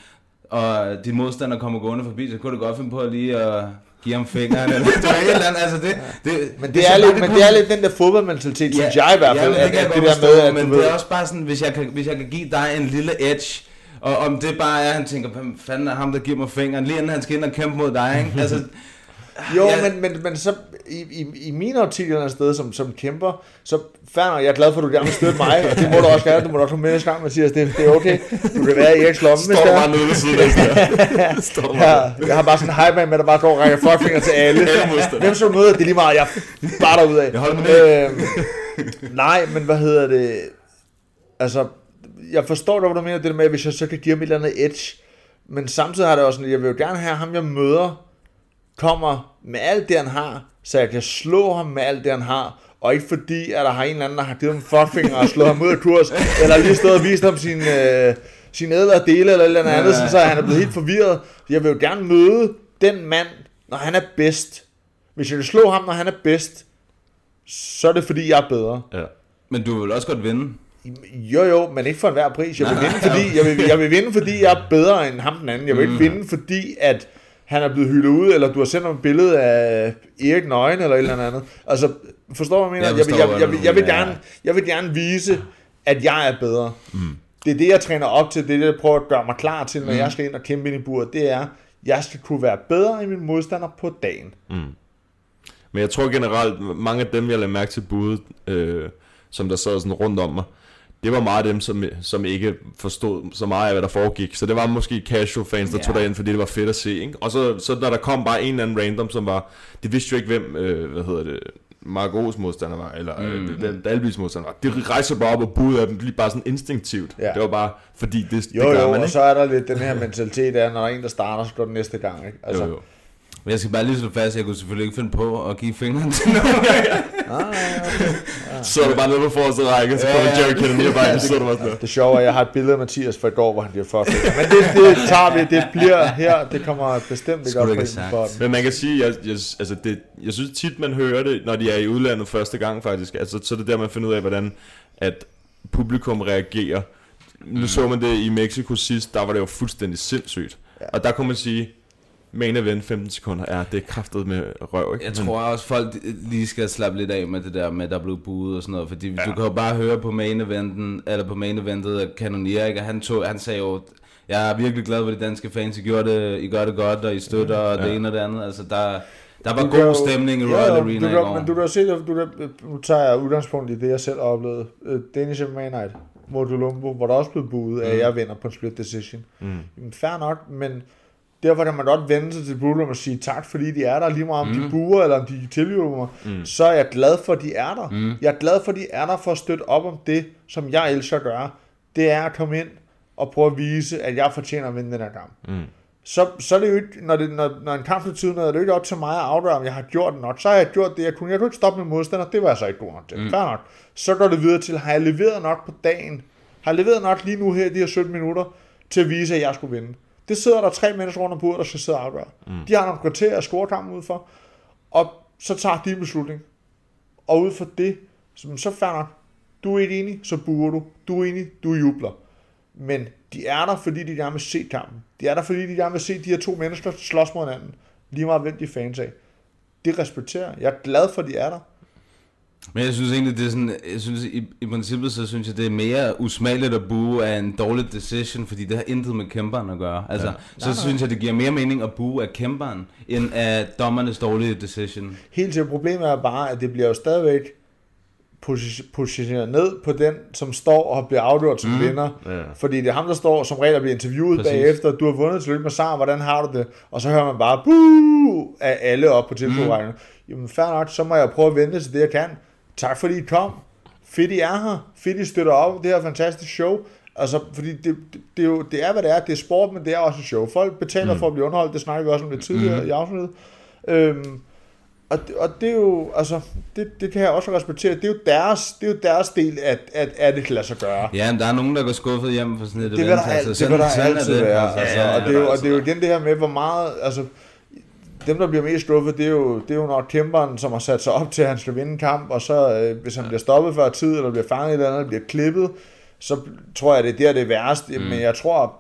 S7: og din modstander kommer gående forbi, så kunne du godt finde på at lige at give ham fingeren, eller det var et eller andet, altså det... det
S8: men det, er, lidt, men det er lidt den der fodboldmentalitet, synes ja, jeg i hvert fald,
S7: ja,
S8: at,
S7: det,
S8: at det der med, at
S7: men
S8: du
S7: det
S8: ved...
S7: er også bare sådan, hvis jeg kan, hvis jeg kan give dig en lille edge, og om det bare er, han tænker, hvad fanden er ham, der giver mig fingeren, lige inden han skal ind og kæmpe mod dig, ikke? Altså,
S8: jo, ja. men, men, men så i, i, i mine artikler sted som, som kæmper, så fanden, jeg er glad for, at du gerne vil støtte mig, og det må du også gerne, du må også komme med i gang, Mathias, det, det er okay, du kan være i Eriks lomme, hvis
S1: der. Står bare nede ved siden af det.
S8: Ja, jeg har bare sådan en hype med, der bare går og rækker fuckfinger til alle. Hvem så møder, det er lige meget, jeg bare derudad.
S1: Jeg holder med
S8: øhm, nej, men hvad hedder det, altså, jeg forstår da, hvad du mener, det der med, hvis jeg så kan give ham et eller andet edge, men samtidig har det også sådan, jeg vil jo gerne have ham, jeg møder, kommer med alt det, han har, så jeg kan slå ham med alt det, han har, og ikke fordi, at der har en eller anden, der har givet ham fuckfinger og slået ham ud af kurs, eller lige stået og vist ham sin, øh, sin ædlere dele, eller et eller andet, ja, andet, så han er blevet helt forvirret. Jeg vil jo gerne møde den mand, når han er bedst. Hvis jeg kan slå ham, når han er bedst, så er det fordi, jeg er bedre.
S7: Ja. Men du vil også godt vinde.
S8: Jo jo, men ikke for enhver pris. Jeg vil vinde, fordi jeg vil, jeg vil vinde, fordi jeg er bedre end ham den anden. Jeg vil ikke vinde, fordi at han er blevet hyldet ud, eller du har sendt ham et billede af Erik nøgen, eller et eller andet. Altså, forstår du, hvad jeg mener? Jeg, jeg, jeg, jeg, jeg, jeg, vil gerne, jeg vil gerne vise, at jeg er bedre. Mm. Det er det, jeg træner op til. Det er det, jeg prøver at gøre mig klar til, når mm. jeg skal ind og kæmpe ind i buret. Det er, jeg skal kunne være bedre end min modstander på dagen. Mm.
S1: Men jeg tror generelt, mange af dem, jeg lagde mærke til budet, øh, som der sad sådan rundt om mig, det var meget dem, som, som ikke forstod så meget af, hvad der foregik. Så det var måske casual fans, der yeah. tog derind, fordi det var fedt at se. Ikke? Og så, så når der kom bare en eller anden random, som var... De vidste jo ikke, hvem, øh, hvad hedder det, Margos modstander var, eller mm. øh, Dalbys modstander var. De rejser bare op og buede af dem, lige bare sådan instinktivt. Yeah. Det var bare, fordi det,
S8: jo,
S1: det gør
S8: jo,
S1: man, ikke?
S8: Og så er der lidt den her mentalitet af, når der er en, der starter, så går den næste gang. Ikke? Altså,
S7: jo, jo. Men jeg skal bare lige slå fast, at jeg kunne selvfølgelig ikke finde på at give fingeren til nogen.
S1: Så er du bare nede på forreste række, så kommer Jerry Kennedy og bare, så er du bare sådan.
S8: Det sjove er, at jeg har et billede af Mathias fra i går, hvor han bliver først. Men det, det tager vi, det bliver her, det kommer bestemt ikke op på den.
S1: Men man kan sige, jeg, jeg, altså det, jeg synes tit, man hører det, når de er i udlandet første gang faktisk. Altså, så er det der, man finder ud af, hvordan at publikum reagerer. Nu så man det i Mexico sidst, der var det jo fuldstændig sindssygt. Ja. Og der kunne man sige, main event femten sekunder, ja, det er kraftet med røv, ikke?
S7: Jeg tror også, folk lige skal slappe lidt af med det der med, der blev buet og sådan noget, fordi ja. Du kan jo bare høre på main eventen, eller på main eventet af Cannonier, ikke? Han, tog, han sagde jo, jeg er virkelig glad for de danske fans, I gjorde det, I gør det godt, og I støtter og ja. Det ene og det andet, altså der, der var god stemning i Royal ja, Arena i går.
S8: Men du kan se, du der, nu tager jeg udgangspunkt i det, jeg selv oplevede, uh, Danish M M A Night mod Colombo, hvor der også blev buet, at mm. jeg vinder på en split decision. Mm. Jamen, fair nok, men derfor kan man godt vende sig til publikum og sige tak, fordi de er der, lige meget om mm. de buer, eller om de tilhører mig, mm. så er jeg glad for, at de er der. Mm. Jeg er glad for, at de er der for at støtte op om det, som jeg elsker at gøre. Det er at komme ind og prøve at vise, at jeg fortjener at vinde den her kamp. Mm. Så, så er det jo ikke, når, det, når, når en kamp for tiden er det jo ikke op til mig at afgøre, om jeg har gjort det nok. Så har jeg gjort det, jeg kunne. Jeg kunne ikke stoppe med modstander, det var jeg så ikke god nok til. Mm. Fair nok. Så går det videre til, har jeg leveret nok på dagen? Har jeg leveret nok lige nu her i de her sytten minutter, til at vise, at jeg skulle vinde? Det sidder der tre mennesker rundt om bordet, der skal sidde og afgøre. Mm. De har nogle kvarter af scorekampen ud for, og så tager de en beslutning. Og ud for det, så fair nok. Du er ikke enig, så buer du. Du er enig, du jubler. Men de er der, fordi de gerne vil se kampen. De er der, fordi de gerne vil se de her to mennesker slås mod hinanden. Lige meget hvem de er fans af. Det respekterer jeg. Jeg er glad for, at de er der.
S7: Men jeg synes egentlig, det er sådan, jeg synes, i, i princippet, så synes jeg, det er mere usmageligt at bue af en dårlig decision, fordi det har intet med kæmperen at gøre. Altså, ja. Så nej, nej. Synes jeg, det giver mere mening at bue af kæmperen, end af dommernes dårlige decision.
S8: Helt til problemet er bare, at det bliver jo stadigvæk positioneret ned på den, som står og bliver afgjort som mm. vinder. Ja. Fordi det er ham, der står som regel og bliver interviewet præcis. Bagefter. Du har vundet til med sejr, hvordan har du det? Og så hører man bare, buh, af alle op på tilfælderækken. Mm. Jamen fair nok, så må jeg prøve at vente til det, jeg kan. Tak fordi I kom. Fedt I er her. Fedt I støtter op. Det her fantastiske show. Altså, fordi det, det, det, er jo, det er, hvad det er. Det er sport, men det er også et show. Folk betaler mm. for at blive underholdt. Det snakker vi også om lidt tidligere mm. i afsnittet. Øhm, og, og det er jo, altså, det, det kan jeg også respektere. Det er jo deres, det er jo deres del, at, at, at det kan lade sig gøre.
S7: Ja, men der er nogen, der går skuffet hjem for sådan et
S8: det event. Der, altså, det vil der altid det, være. Altså, ja, ja, og, det er jo, og det er jo igen det her med, hvor meget, altså, dem, der bliver mest skuffet, det er jo, det er jo nok kæmperen, som har sat sig op til, at han skal vinde en kamp, og så, øh, hvis han bliver stoppet før tid, eller bliver fanget eller andet, bliver klippet, så tror jeg, det er der, det er værst. Mm. Men jeg tror,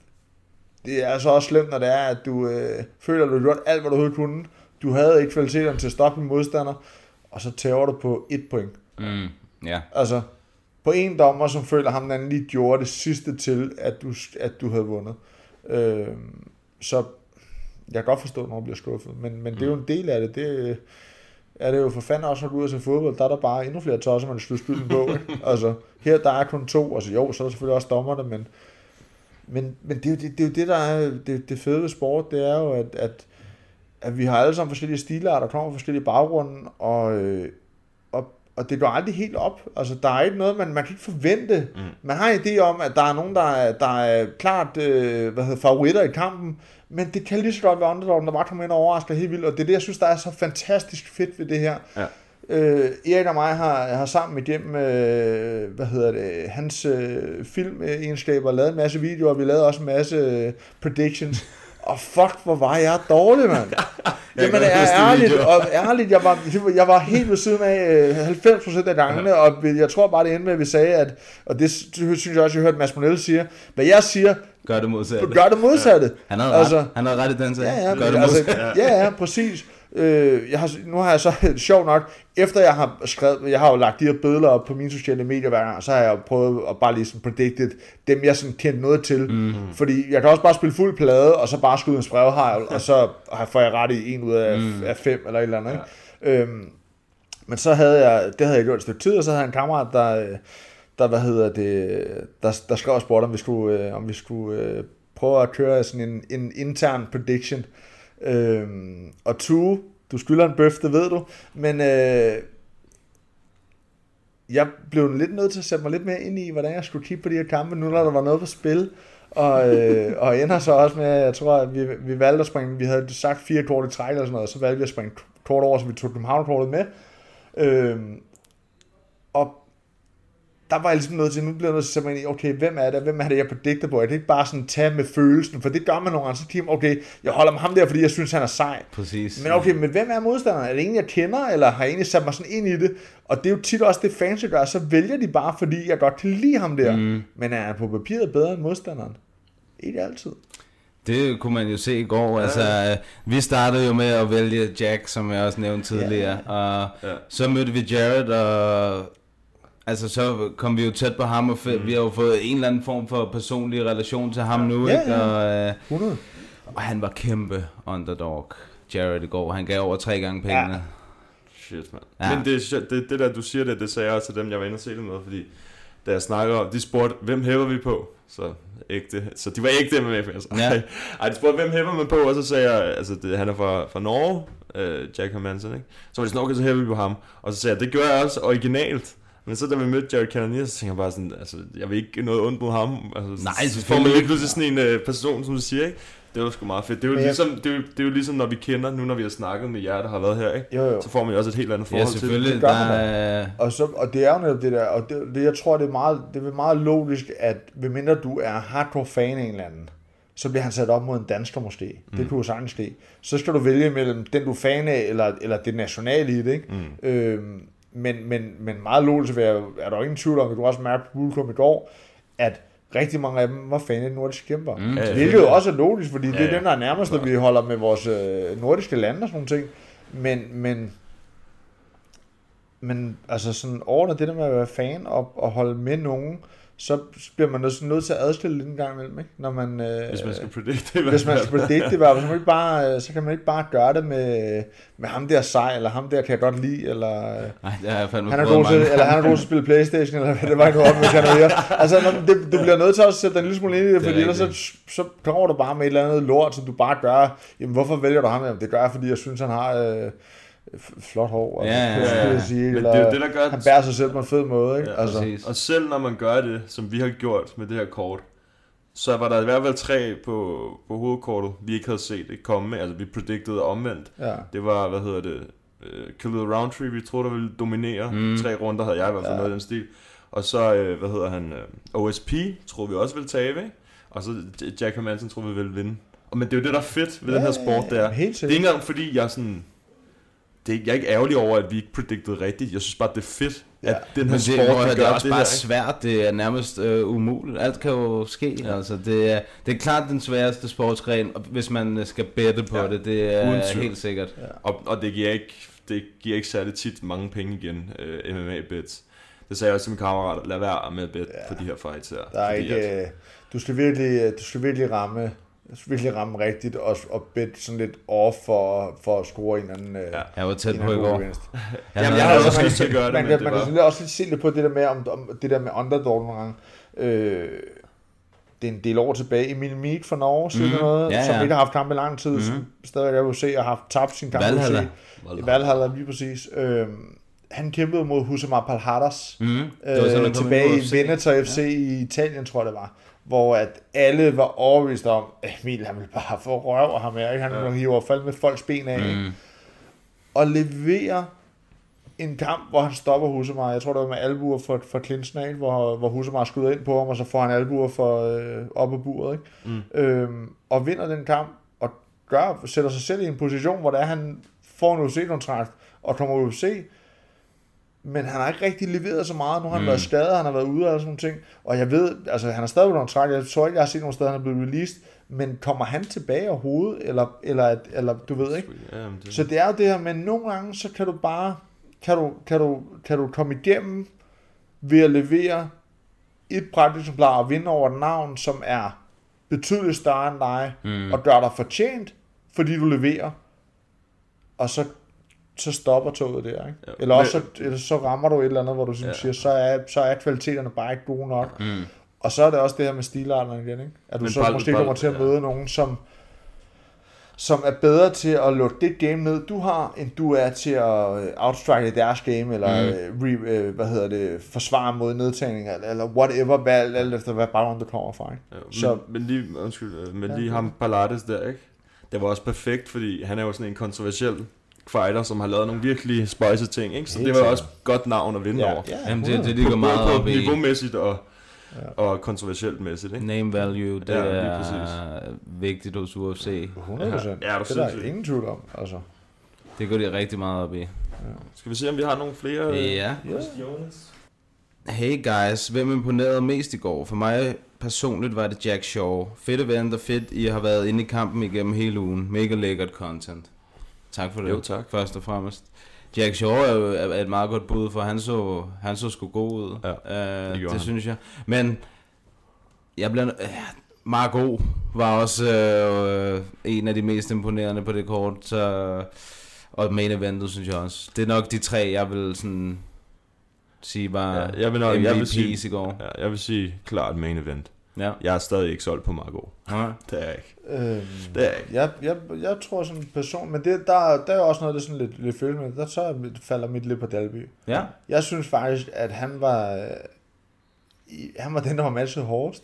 S8: det er altså også slemt, når det er, at du øh, føler, at du har gjort alt, hvad du havde kunnet. Du havde ikke kvaliteterne til at stoppe en modstander, og så tager du på et point.
S7: Mm. Yeah.
S8: Altså, på en dommer, som føler, at ham den anden lige gjorde det sidste til, at du, at du havde vundet. Øh, så jeg kan godt forstå, når man bliver skuffet, men, men det er jo en del af det. Det er det jo for fanden også, når du er ude til fodbold, der er der bare endnu flere tosser, man skal spille på. Ikke? Altså, her der er kun to, altså jo, så er der selvfølgelig også dommerne, men, men, men det, er jo, det, det er jo det, der er det, det fede ved sport, det er jo, at, at, at vi har alle sammen forskellige stilarter, der kommer fra forskellige baggrunde, og, og, og det går aldrig helt op. Altså, der er ikke noget, man, man kan ikke forvente. Mm. Man har en idé om, at der er nogen, der er, der er klart øh, hvad hedder, favoritter i kampen, men det kan lige så godt være underdoggen, der bare kommer ind og overrasker helt vildt, og det er det, jeg synes, der er så fantastisk fedt ved det her. Ja. Øh, Erik og mig har, har sammen igennem, øh, hvad hedder det, hans øh, filmegenskaber lavet en masse videoer, og vi lavede også en masse øh, predictions, og fuck, hvor var jeg dårlig, mand. Jamen, jeg er ærligt, og ærligt, jeg var, jeg var helt ved siden af halvfems procent af gangene, og jeg tror bare, det endte med, at vi sagde, at, og det synes jeg også, jeg hørte Mads Monell sige, hvad jeg siger,
S7: gør det modsatte.
S8: Gør det modsatte. Ja.
S7: Han havde ret, altså, han havde ret i den sag.
S8: Ja, ja, gør det altså, ja, ja, præcis. Øh, jeg har, nu har jeg så, sjovt nok, efter jeg har skrevet, jeg har jo lagt de her billeder op på mine sociale medier hver gang, så har jeg prøvet at bare lige sådan predicted dem, jeg sådan kendte noget til. Mm-hmm. Fordi jeg kan også bare spille fuld plade, og så bare skyde en sprevhejl, og så får jeg ret i en ud af, mm. af fem, eller et eller andet. Ja. Ikke? Øhm, men så havde jeg, det havde jeg gjort et stykke tid, og så havde jeg en kammerat, der, der hvad hedder det, der, der skrev og spurgte, om vi skulle, om vi skulle øh, prøve at køre sådan en, en intern prediction. Øhm, og Tue, du skylder en bøf, det ved du, men øh, jeg blev lidt nødt til at sætte mig lidt mere ind i, hvordan jeg skulle kigge på de her kampe, nu når der var noget på spil, og, øh, og ender så også med, jeg tror, at vi, vi valgte at springe, vi havde sagt fire kort i træk eller sådan noget, så valgte vi at springe kort over, så vi tog København-kortet med, Øhm, og der var jeg ligesom noget til, nu bliver jeg nødt til at sætte mig ind i, okay, hvem er det, hvem er det, jeg predikter på? Jeg kan ikke bare sådan tage med følelsen, for det gør man nogle gange, så siger man, okay, jeg holder med ham der, fordi jeg synes, han er sej.
S7: Præcis.
S8: Men okay, men hvem er modstanderen? Er det en, jeg kender, eller har jeg egentlig sat mig sådan ind i det? Og det er jo tit også det, fans gør, så vælger de bare, fordi jeg godt kan lide ham der. Mm. Men er han på papiret bedre end modstanderen? Ikke altid.
S7: Det kunne man jo se i går. Ja. Altså, vi startede jo med at vælge Jack, som jeg også nævnte tidligere. Ja. Og ja. Så mødte vi Jared, og altså, så kom vi jo tæt på ham, og mm. vi har jo fået en eller anden form for personlig relation til ham nu,
S8: ja,
S7: ikke?
S8: Ja.
S7: Og, og han var kæmpe underdog, Jared, i går. Han gav over tre gange pengene. Ja.
S1: Shit, man. Ja. Men det, det, det der, du siger det, det sagde jeg også til dem, jeg var inde og se det med, fordi da jeg snakker om, de spurgte, hvem hæver vi på? Så ægte, så de var ikke det med, altså. Ja. Ej, de spurgte, hvem hæver man på? Og så sagde jeg, altså det, han er fra, fra Norge, øh, Jack Hermansen, ikke? Så var de sådan, okay, så hæver vi på ham. Og så sagde jeg, det gør jeg også originalt. Men så da vi mødte Jared Cannonier, så tænkte jeg bare sådan, altså jeg vil ikke noget ondt mod ham. Altså,
S7: nej,
S1: så får man lige pludselig sådan en uh, person, som du siger, ikke? Det var sgu meget fedt. Det er jo, ligesom, det er jo, det er jo ligesom, når vi kender, nu når vi har snakket med jer, der har været her, ikke? Jo, jo. Så får man jo også et helt andet forhold
S7: ja, selvfølgelig,
S1: til
S7: det. Der...
S8: Og, så, og det er jo netop det der, og det, det, jeg tror, det er, meget, det er meget logisk, at medmindre du er hardcore fan af en eller anden, så bliver han sat op mod en dansker måske. Mm. Det kunne jo sagtens ske. Så skal du vælge mellem den, du er fan af, eller, eller det nationale i det, ikke? Mm. Øhm, men, men, men meget logisk er, er der ingen tvivl om, at du også mærke på publikum i går, at rigtig mange af dem var fan af nordiske kæmper. Mm. Hvilket jo også er logisk, fordi ja, det er den, der er nærmest, når vi holder med vores øh, nordiske lande og sådan nogle ting. Men, men, men altså sådan ordnet det der med at være fan og, og holde med nogen, så bliver man nødt, nødt til at adskille lidt en gang imellem, ikke? Når man, øh,
S1: hvis man skal predikte det.
S8: Hvis man skal predikte det, så, ikke bare, så kan man ikke bare gøre det med, med ham der sej, eller ham der kan jeg godt lide, eller
S7: Ej, det har jeg fandme
S8: han er god til, eller han er god til at spille PlayStation, eller hvad det var, ikke noget op med Cannonier. Altså, det, du bliver nødt til at sætte dig en lille smule ind i det, fordi ellers så, så kommer du bare med et eller andet lort, som du bare gør. Jamen, hvorfor vælger du ham? Jamen, det gør jeg, fordi jeg synes, han har... Øh, flot hår,
S7: ja, ja, ja.
S8: Jeg sige, eller det er det, der gør, han bærer sig selv på en fed måde, ikke?
S1: Ja, altså. Og selv når man gør det, som vi har gjort med det her kort, så var der i hvert fald tre på, på hovedkortet, vi ikke havde set det komme, altså vi predicted omvendt. Ja. Det var, hvad hedder det, uh, Khalil Roundtree, vi troede, der ville dominere. Mm. Tre runder havde jeg i hvert fald ja. noget i den stil. Og så, uh, hvad hedder han, uh, O S P, troede vi også ville tabe, ikke? Og så Jack Hermansen troede vi ville vinde. Og, men det er jo det, der er fedt ved ja, den her sport, det er. Det er ikke engang fordi, jeg sådan... Det er, jeg er ikke ærgerlig over, at vi ikke predicted rigtigt. Jeg synes bare, det er fedt, ja. at den her
S7: det,
S1: sport,
S7: det,
S1: det,
S7: det er også
S1: det
S7: bare
S1: her,
S7: svært. Det er nærmest øh, umuligt. Alt kan jo ske. Ja. Altså, det, er, det er klart den sværeste sportsgren, hvis man skal bette på ja. det. Det er Uden helt sikkert. Ja.
S1: Og, og det giver ikke det giver ikke særlig tit mange penge igen, uh, M M A-bets. Det sagde jeg også til min kammerat, lad være med at bet ja. på de her fights her.
S8: Der er ikke, at, du, skal virkelig, du skal virkelig ramme... virkelig ramme rigtigt og, og bet sådan lidt off for, for at score en anden...
S7: Ja, jeg var tæt på i går.
S1: Jamen, jeg har også lyst til at gøre det,
S8: man, men det man kan også lidt se lidt på det der med, om, om det der med underdog nogle gange. Øh, det er en del år tilbage. Emil Meek fra Norge, siger mm, noget, ja, ja. som ikke har haft kamp i lang tid, mm. som stadig er U F C og har haft tabt sin kamp i U F C. I Valhalla, lige præcis. Øh, han kæmpede mod Husam Palhadas mm. øh, tilbage i Veneto F C ja. i Italien, tror jeg det var. Hvor at alle var overbevist om, at Emil han ville bare få røv af ham her, ikke? Han ville ja. hive og falde med folks ben af. Mm. Og levere en kamp, hvor han stopper Husumar. Jeg tror, det var med albuer for, for Klinsnal, hvor, hvor Husumar skyder ind på ham, og så får han albuer for, øh, op på buret. Ikke? Mm. Øhm, og vinder den kamp, og gør, sætter sig selv i en position, hvor der han får en U F C-kontrakt, og kommer U F C. Men han har ikke rigtig leveret så meget. Nu har han mm. været skadet, han har været ude og sådan nogle ting. Og jeg ved, altså han har stadig været kontrakt. Jeg tror ikke, jeg har set nogen steder, han er blevet released. Men kommer han tilbage overhovedet? Eller, eller, eller du ved ikke. Ja, det... Så det er jo det her, men nogle gange, så kan du bare, kan du, kan du, kan du komme igennem ved at levere et bræt eksemplar og vinde over et navn, som er betydeligt større end dig, mm. og gør dig fortjent, fordi du leverer. Og så så stopper toget der, ikke? Ja, eller også så, eller så rammer du et eller andet, hvor du ja. siger, så er, så er kvaliteterne bare ikke gode nok. Mm. Og så er det også det her med stilarterne igen, ikke? At du men så bold, måske bold, kommer til at møde ja. nogen, som, som er bedre til at lukke det game ned, du har, end du er til at outstrike deres game, eller mm. re, hvad hedder det, forsvare mod nedtagning, eller whatever, hvad, alt efter hvad baggrund du kommer fra, ikke?
S1: Ja, så, men, men lige, undskyld, men lige ja, ham Palhadas der, ikke? Det var også perfekt, fordi han er jo sådan en kontroversiel fighter, som har lavet nogle virkelig spøjse ting, ikke? Så
S8: Helt
S1: det var også
S8: sikkert.
S1: godt navn at vinde
S8: Ja,
S1: over.
S8: ja,
S7: Jamen, det, det
S1: På,
S7: ligger meget
S1: både
S7: op
S1: på
S7: i
S1: niveaumæssigt og, ja. og kontroversielt mæssigt, ikke?
S7: name value. Det
S1: Ja, lige
S7: er
S1: præcis.
S7: vigtigt hos U F C.
S8: hundrede procent.
S1: Ja, er du
S8: det er der
S1: sindssyg.
S8: ingen tvivl om. Altså.
S7: Det går de rigtig meget op i.
S1: Ja. Skal vi se, om vi har nogle flere?
S7: Ja.
S1: Jonas?
S7: Hey guys, hvem imponerede mest i går? For mig personligt var det Jack Shaw. Fedt event og fedt, I har været inde i kampen igennem hele ugen. Mega lækkert content. Tak for det.
S1: Jo, tak.
S7: Først og fremmest. Jack Shaw er jo et meget godt bud, for han så, han så sgu god ud.
S1: Ja,
S7: uh,
S1: det
S7: det,
S1: han.
S7: synes jeg. Men jeg bliver... Uh, Margot var også uh, en af de mest imponerende på det kort. Så, og main eventet, synes jeg også. Det er nok de tre, jeg vil sådan... sige var
S1: Ja, jeg vil nok,
S7: M V P's
S1: jeg vil sige,
S7: i går.
S1: Ja, jeg vil sige klart main event.
S7: Ja.
S1: Jeg er stadig ikke solgt på Margot.
S7: Ja.
S1: Det er jeg ikke.
S8: Øhm,
S1: Det er jeg ikke.
S8: jeg, jeg, jeg tror sådan en person, men det, der, der er også noget, der er sådan lidt, lidt følelse med. Der så falder mit lidt på Dalby.
S7: Ja.
S8: Jeg synes faktisk, at han var, øh, i- han var den, der var matchet hårdest.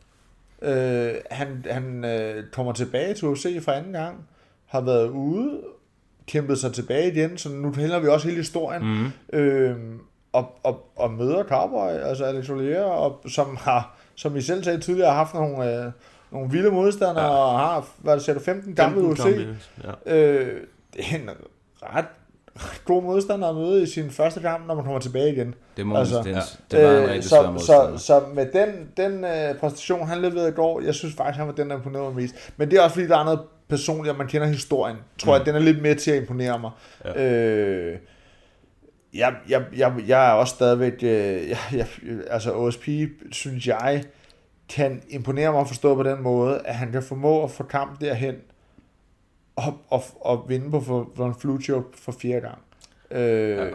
S8: Øh, han han øh, kommer tilbage til U F C for anden gang, har været ude, kæmpet sig tilbage igen, så nu hælder vi også hele historien.
S7: Mm.
S8: Øh, og, og, og møder Cowboy, altså Alex Oliveira, og, som har, som I selv sagde tidligere, har haft nogle, øh, nogle vilde modstandere, ja. Og har, hvad det sagde du, femten kampe i U F C.
S1: Ja.
S8: Øh, det er en ret, ret god modstander at møde i sin første kamp, når man kommer tilbage igen.
S7: Det må
S8: Altså,
S7: altså, det, det var en
S8: Øh,
S7: rigtig
S8: så,
S7: svær
S8: så,
S7: modstander.
S8: så med den, den øh, præstation, han leverede i går, jeg synes faktisk, han var den, der imponerede mig mest. Men det er også fordi, der er noget personligt, at man kender historien. Tror jeg,
S1: Mm.
S8: den er lidt mere til at imponere mig.
S1: Ja.
S8: Øh, jeg, jeg, jeg, jeg er også stadigvæk, øh, jeg, jeg, altså O S P, synes jeg, kan imponere mig at forstå på den måde, at han kan formå at få kamp derhen, og, og, og vinde på for, for en Flucho for fjerde gang. Øh, ja.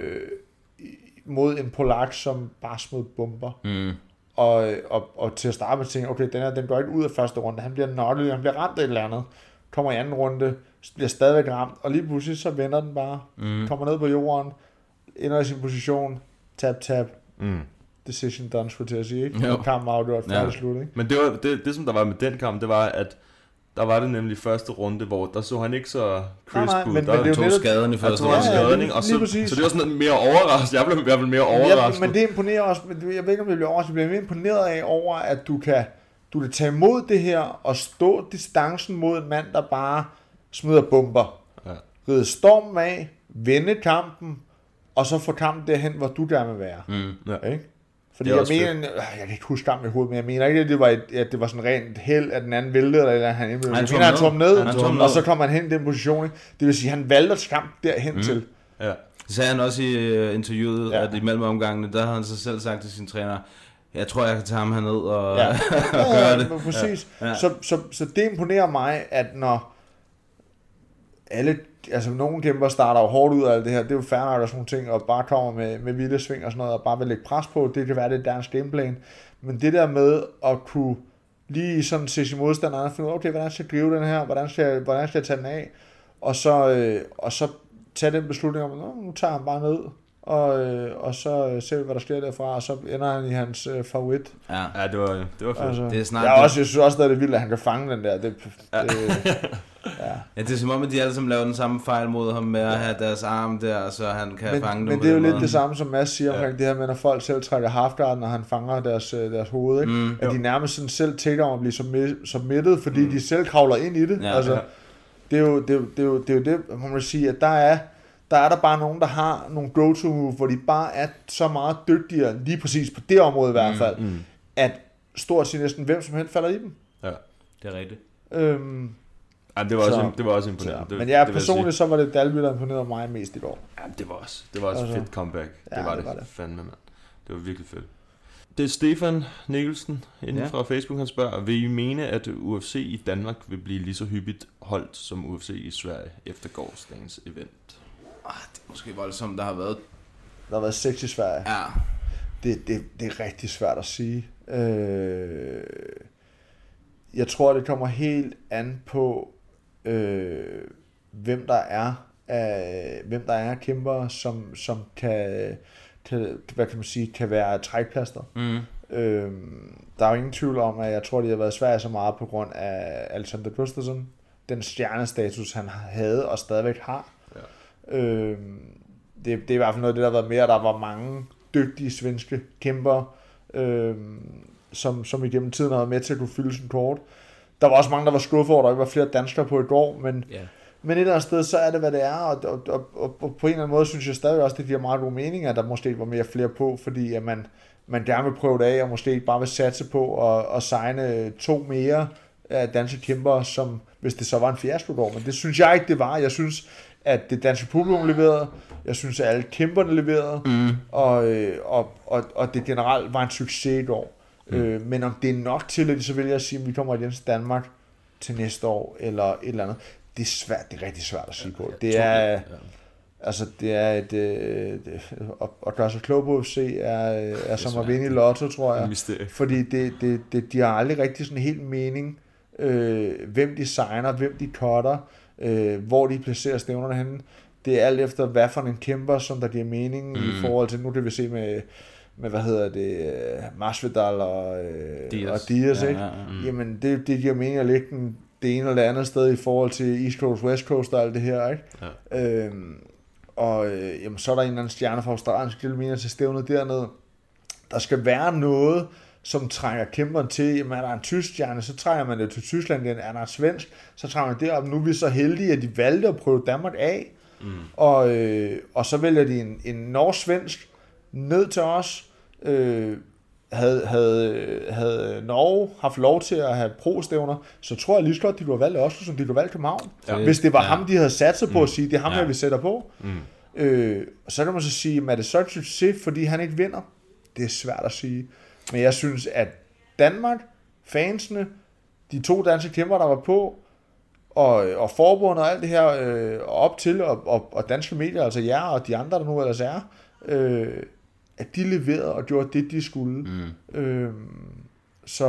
S8: Mod en Polak, som bare smed bomber.
S7: Mm.
S8: Og, og, og til at starte med tænke, okay, den, her, den går ikke ud af første runde. Han bliver nørdet, han bliver ramt af et eller andet. Kommer i anden runde, bliver stadigvæk ramt, og lige pludselig så vender den bare.
S7: Mm.
S8: Kommer ned på jorden, ender i sin position, tap, tap,
S1: Mm.
S8: decision done, skulle jeg til at sige, ikke?
S7: Jo.
S8: Kampen afgjort,
S7: Ja.
S8: færdig slut, ikke?
S1: Men det, var, det, det, som der var med den kamp, det var, at der var det nemlig første runde, hvor der så han ikke så crisp
S8: Nej, nej,
S1: ud.
S8: men-
S1: Der,
S8: men det er jo
S7: Tog
S8: netop-
S7: skaden i
S1: jeg
S7: første
S1: tog han
S8: Ja, ja,
S1: skaden,
S8: lige-
S1: ikke? Og
S8: lige
S1: så,
S8: præcis.
S1: så det var sådan noget mere overrasket. Jeg blev i hvert fald mere
S8: Men, jeg,
S1: overrasket.
S8: men det imponerer også, men jeg ved ikke, om det bliver overrasket, jeg bliver mere imponeret af over, at du kan, du kan tage imod det her, og stå distancen mod en mand, der bare smider bomber.
S1: Ja.
S8: Ride stormen af, vende kampen, og så få kampen derhen, hvor du gerne vil være.
S7: Mm.
S1: Ja.
S8: Ikke? Fordi
S1: Det er
S8: jeg
S1: også
S8: mener, øh, jeg kan ikke huske kampen i hovedet, men jeg mener ikke, at det var, et, at det var sådan rent held, at den anden væltede, eller, eller han,
S7: Han
S8: han,
S7: tog
S8: mener, han
S7: ned.
S8: tog ham ned,
S7: Han tog ham
S8: og
S7: ned.
S8: så kom han hen i den position. Ikke? Det vil sige, at han valgte at kamp derhen mm. til.
S1: Ja.
S7: Det sagde han også i uh, interviewet,
S8: Ja.
S7: ja. at imellem omgangene, der havde han så selv sagt til sin træner, jeg tror, jeg kan tage ham herned og,
S8: Ja,
S7: og
S8: ja,
S7: gøre
S8: ja,
S7: det.
S8: men præcis.
S7: Ja. Ja.
S8: Så, så, så det imponerer mig, at når alle, altså nogle kæmper starter jo hårdt ud af alt det her, det er jo fair nok og sådan nogle ting, og bare kommer med, med vilde sving og sådan noget, og bare vil lægge pres på, det kan være det dansk gameplan. Men det der med at kunne lige sådan se sin modstander og finde ud af, okay, hvordan skal jeg gribe den her, hvordan skal jeg, hvordan skal jeg tage den af, og så, øh, og så tage den beslutning om, nu tager han bare ned, og, øh, og så øh, ser vi, hvad der sker derfra, og så ender han i hans øh, favorit.
S7: Ja.
S1: Ja, det var, det var fedt.
S8: Altså,
S7: Det er snart
S8: jeg,
S7: det.
S8: også, jeg synes også, at det er vildt, at han kan fange den der. Det, det,
S7: Ja, det er som om, at de alle sammen laver den samme fejl mod ham med at have deres arm der, så han kan
S8: men,
S7: fange dem
S8: men
S7: på
S8: det er jo
S7: den
S8: lidt
S7: måde.
S8: det samme, som Mads siger omkring det her med, når folk selv trækker halfguard, når han fanger deres, øh, deres hoved. Ikke?
S7: Mm,
S8: at de nærmest sådan selv tænker om at blive submi- submitted, fordi mm. de selv kravler ind i det.
S7: Ja,
S8: altså,
S7: ja.
S8: Det, er jo, det, er jo, det, er jo, det er jo det, må man sige, at der er, der er der bare nogen, der har nogle go-to move, hvor de bare er så meget dygtigere, lige præcis på det område i hvert fald, mm. at stort set næsten hvem som helst falder i dem.
S1: Ja.
S7: Det er rigtigt.
S8: Øhm,
S1: Ja, det var også,
S8: Så-
S1: det var også
S8: så,
S1: imponerende. Det,
S8: men ja,
S1: det vil jeg
S8: personligt så var det Dalby, der imponerede mig mest i går.
S1: sige. Ja, det var også, det var også
S8: Altså.
S1: fedt comeback.
S8: Ja,
S1: det var
S8: det
S1: det,
S8: var det.
S1: fandme, mand. Det var virkelig fedt. Det er Stefan Nikkelsen inden
S7: Ja.
S1: fra Facebook, han spørger, vil I mene, at U F C i Danmark vil blive lige så hyppigt holdt som U F C i Sverige efter gårsdagens event?
S7: Ah, det er måske voldsomt, der har været.
S8: Der har været seks i Sverige.
S7: Ja.
S8: Det, det, det er rigtig svært at sige. Øh, jeg tror, det kommer helt an på, øh, hvem der er af, hvem der er kæmpere, som, som kan, kan, hvad kan man sige, kan være trækplaster.
S7: Mm.
S8: Øh, der er jo ingen tvivl om, at jeg tror, de har været svært så meget på grund af Alexander Gustafsson. Den stjernestatus, han havde og stadigvæk har. Øh, det, det er i hvert fald noget af det, der har været mere. Der var mange dygtige svenske kæmper, øh, som, som igennem tiden har været med til at kunne fylde sin kort. Der var også mange, der var skuffet over, at der ikke var flere danskere på i går, men, yeah. men et eller andet sted, så er det, hvad det er, og, og, og, og, og på en eller anden måde synes jeg stadig også, det giver meget god mening, at der måske var mere flere på, fordi at man, man gerne vil prøve det af, og måske ikke bare vil satse på at, at signe to mere af danske kæmper, som hvis det så var en fiasko, men det synes jeg ikke, det var. Jeg synes, at det danske publikum leverede, jeg synes, at alle kæmperne leverede, mm. og, og, og, og det generelt var en succes i år. Mm. Øh, men om det er nok til, at de så vælger at sige, at vi kommer igen til Danmark til næste år, eller et eller andet, det er svært, det er rigtig svært at sige på. Det er, ja. altså, det er et, det, at, at gøre sig klog på U F C er, er som at vinde i lotto, tror jeg. Fordi det, det, det, de har aldrig rigtig sådan helt mening, øh, hvem de signer, hvem de cutter, øh, hvor de placerer stævnerne henne. Det er alt efter, hvad for en kæmper, som der giver mening mm. i forhold til, nu det vi se med med, hvad hedder det, Masvidal og, Diaz. og Diaz, ikke? Ja, ja, ja. Mm. Jamen, det, det giver mening at lægge den det ene eller andet sted i forhold til East Coast, West Coast og alt det her, ikke? Ja. Øhm, og øh, jamen, så er der en eller anden stjerne fra Australien, som giver mening til stævnet dernede. Der skal være noget, som trænger kæmperen til. Jamen, er der en tysk stjerne, så trænger man det til Tyskland. Er der en svensk, så trænger man det op. Nu er vi så heldige, at de valgte at prøve Danmark af. Mm. Og, øh, og så vælger de en, en norsk-svensk ned til os. Øh, havde, havde, havde Norge haft lov til at have pro-stævner, så tror jeg lige så godt, de kunne have valgt også, som de kunne have valgt København. Ja. Hvis det var ja. ham, de havde sat sig på mm. at sige, det er ham, ja. jeg vil sætte på. Mm. Øh, så kan man så sige, er det så et succes, fordi han ikke vinder? Det er svært at sige. Men jeg synes, at Danmark, fansene, de to danske kæmper, der var på, og, og forbundet og alt det her øh, op til, og, og, og danske medier, altså jer og de andre, der nu ellers er, øh, at de leverede og gjorde det, de skulle. Mm. Øh, så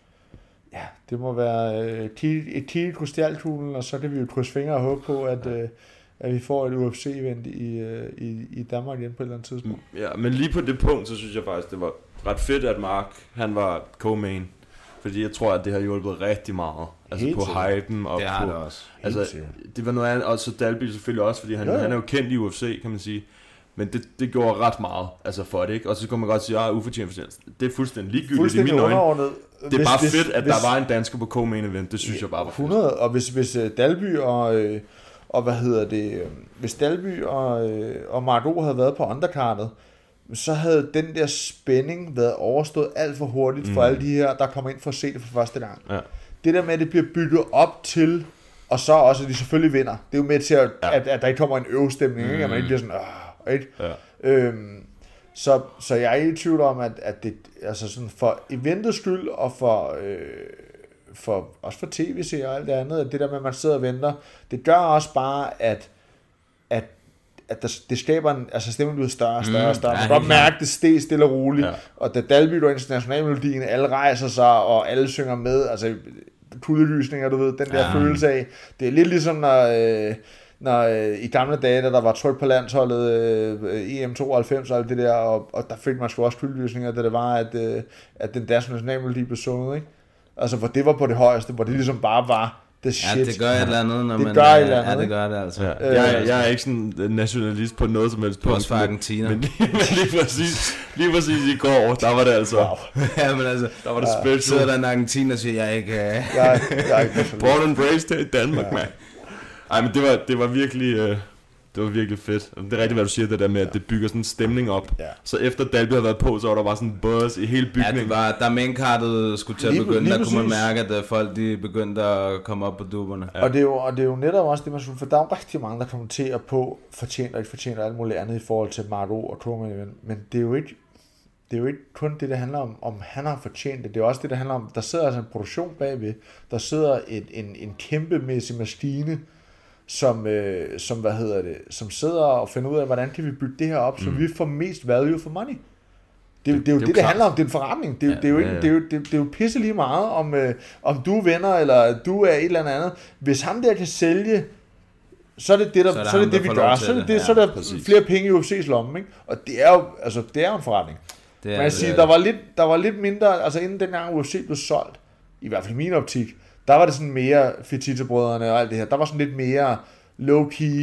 S8: ja, det må være et kigge i krystalkuglen, og så kan vi jo krydse fingre og håbe på, at, øh, at vi får et U F C-event i, i, i Danmark igen på et eller andet tidspunkt.
S1: Ja, men lige på det punkt, så synes jeg faktisk, det var ret fedt, at Mark, han var co-main. Fordi jeg tror, at det har hjulpet rigtig meget. Altså helt på hypen og
S7: det
S1: på...
S7: Det også.
S1: Altså, det var noget andet, og så Dalby selvfølgelig også, fordi han, ja, ja. han er jo kendt i U F C, kan man sige. Men det, det gjorde ret meget altså for det, ikke? Og så kunne man godt sige, at ufortjent fortjent. Det er fuldstændig ligegyldigt fuldstændig i mine øjne. Det er hvis, bare hvis, fedt, at hvis, der var en dansker på co-main event. Det synes ja, jeg bare var fedt.
S8: hundrede, og hvis, hvis Dalby og, og hvad hedder det, hvis Dalby og, og Marco havde været på undercardet, så havde den der spænding været overstået alt for hurtigt mm. for alle de her, der kommer ind for at se det for første gang. Ja. Det der med, at det bliver bygget op til, og så også, at de selvfølgelig vinder. Det er jo med til, at, ja. at, at der ikke kommer en øvestemning, mm. ikke? At man ikke bliver sådan, åh, ikke? Ja. Øhm, så, så jeg er ikke i tvivl om, at, at det, altså sådan for eventets skyld, og for, øh, for også for tv-serier og alt det andet, at det der med, at man sidder og venter, det gør også bare, at, at at der, det skaber en, altså stemmen bliver større og større og større. Man kan godt mærke, det steg stille og roligt. Ja. Og da Dalby og internationalmelodien, alle rejser sig, og alle synger med, altså kuldelysninger, du ved, den der ja. følelse af. Det er lidt ligesom, når, øh, når øh, i gamle dage, da der var tryk på landsholdet, øh, E M tooghalvfems og alt det der, og, og der fik man sgu også kuldelysninger, da det var, at, øh, at den danske nationalmelodi blev sunget, ikke? Altså, hvor det var på det højeste, hvor det ligesom bare var det shit.
S7: Ja, det gør et eller andet, når
S8: det
S7: man...
S8: Gør et eller andet,
S7: ja, det gør det altså. Ja.
S1: Øh, jeg, jeg er ikke sådan nationalist på noget som helst.
S7: Plus for Argentina.
S1: Men lige, lige, præcis, lige præcis i går, der var det altså...
S8: Wow.
S7: ja, men altså...
S1: Der var det ja. special.
S7: Sidder der en Argentina og siger, jeg er ikke... Uh...
S8: jeg, jeg er ikke
S1: born and raised her i Danmark, ja. mand. Ej, men det var, det var virkelig... Uh, det var virkelig fedt. Det er rigtigt, hvad du siger, det der med, at det bygger sådan en stemning op. Ja. Så efter Dalby havde været på, så var der bare sådan en buzz i hele bygningen.
S7: Ja, det var, da mainkartet skulle til at begynde, lige der kunne man mærke, at folk de begyndte at komme op på dupperne.
S8: Ja. Og, det er jo, og det er jo netop også det, man skulle, for der er jo rigtig mange, der kommenterer på, fortjent og ikke fortjent og alt muligt andet i forhold til Marco og Truman. Men det er jo ikke, det er jo ikke kun det, det handler om, om han har fortjent det. Det er også det, det handler om, der sidder altså en produktion bagved. Der sidder et, en, en kæmpemæssig maskine, som, øh, som, hvad hedder det, som sidder og finder ud af, hvordan kan vi bygge det her op, så mm. vi får mest value for money. Det, det, det er jo det, det, det handler om. Det er en forretning. Det, ja, det, er, jo ikke, ja, ja. det, er, jo, det, det er jo pisse lige meget, om, øh, om du vinder, eller du er et eller andet. Hvis ham der kan sælge, så er det det, der, så er det, så er det, det vi gør. Så er det, det, ja, så er der præcis. flere penge i U F C's lomme. Ikke? Og det er jo, altså, det er jo en forretning. Det er, Man kan sige, der var, lidt, der var lidt mindre, altså inden dengang U F C blev solgt, i hvert fald i min optik, der var det sådan mere Fertitta-brødrene og alt det her. Der var sådan lidt mere low-key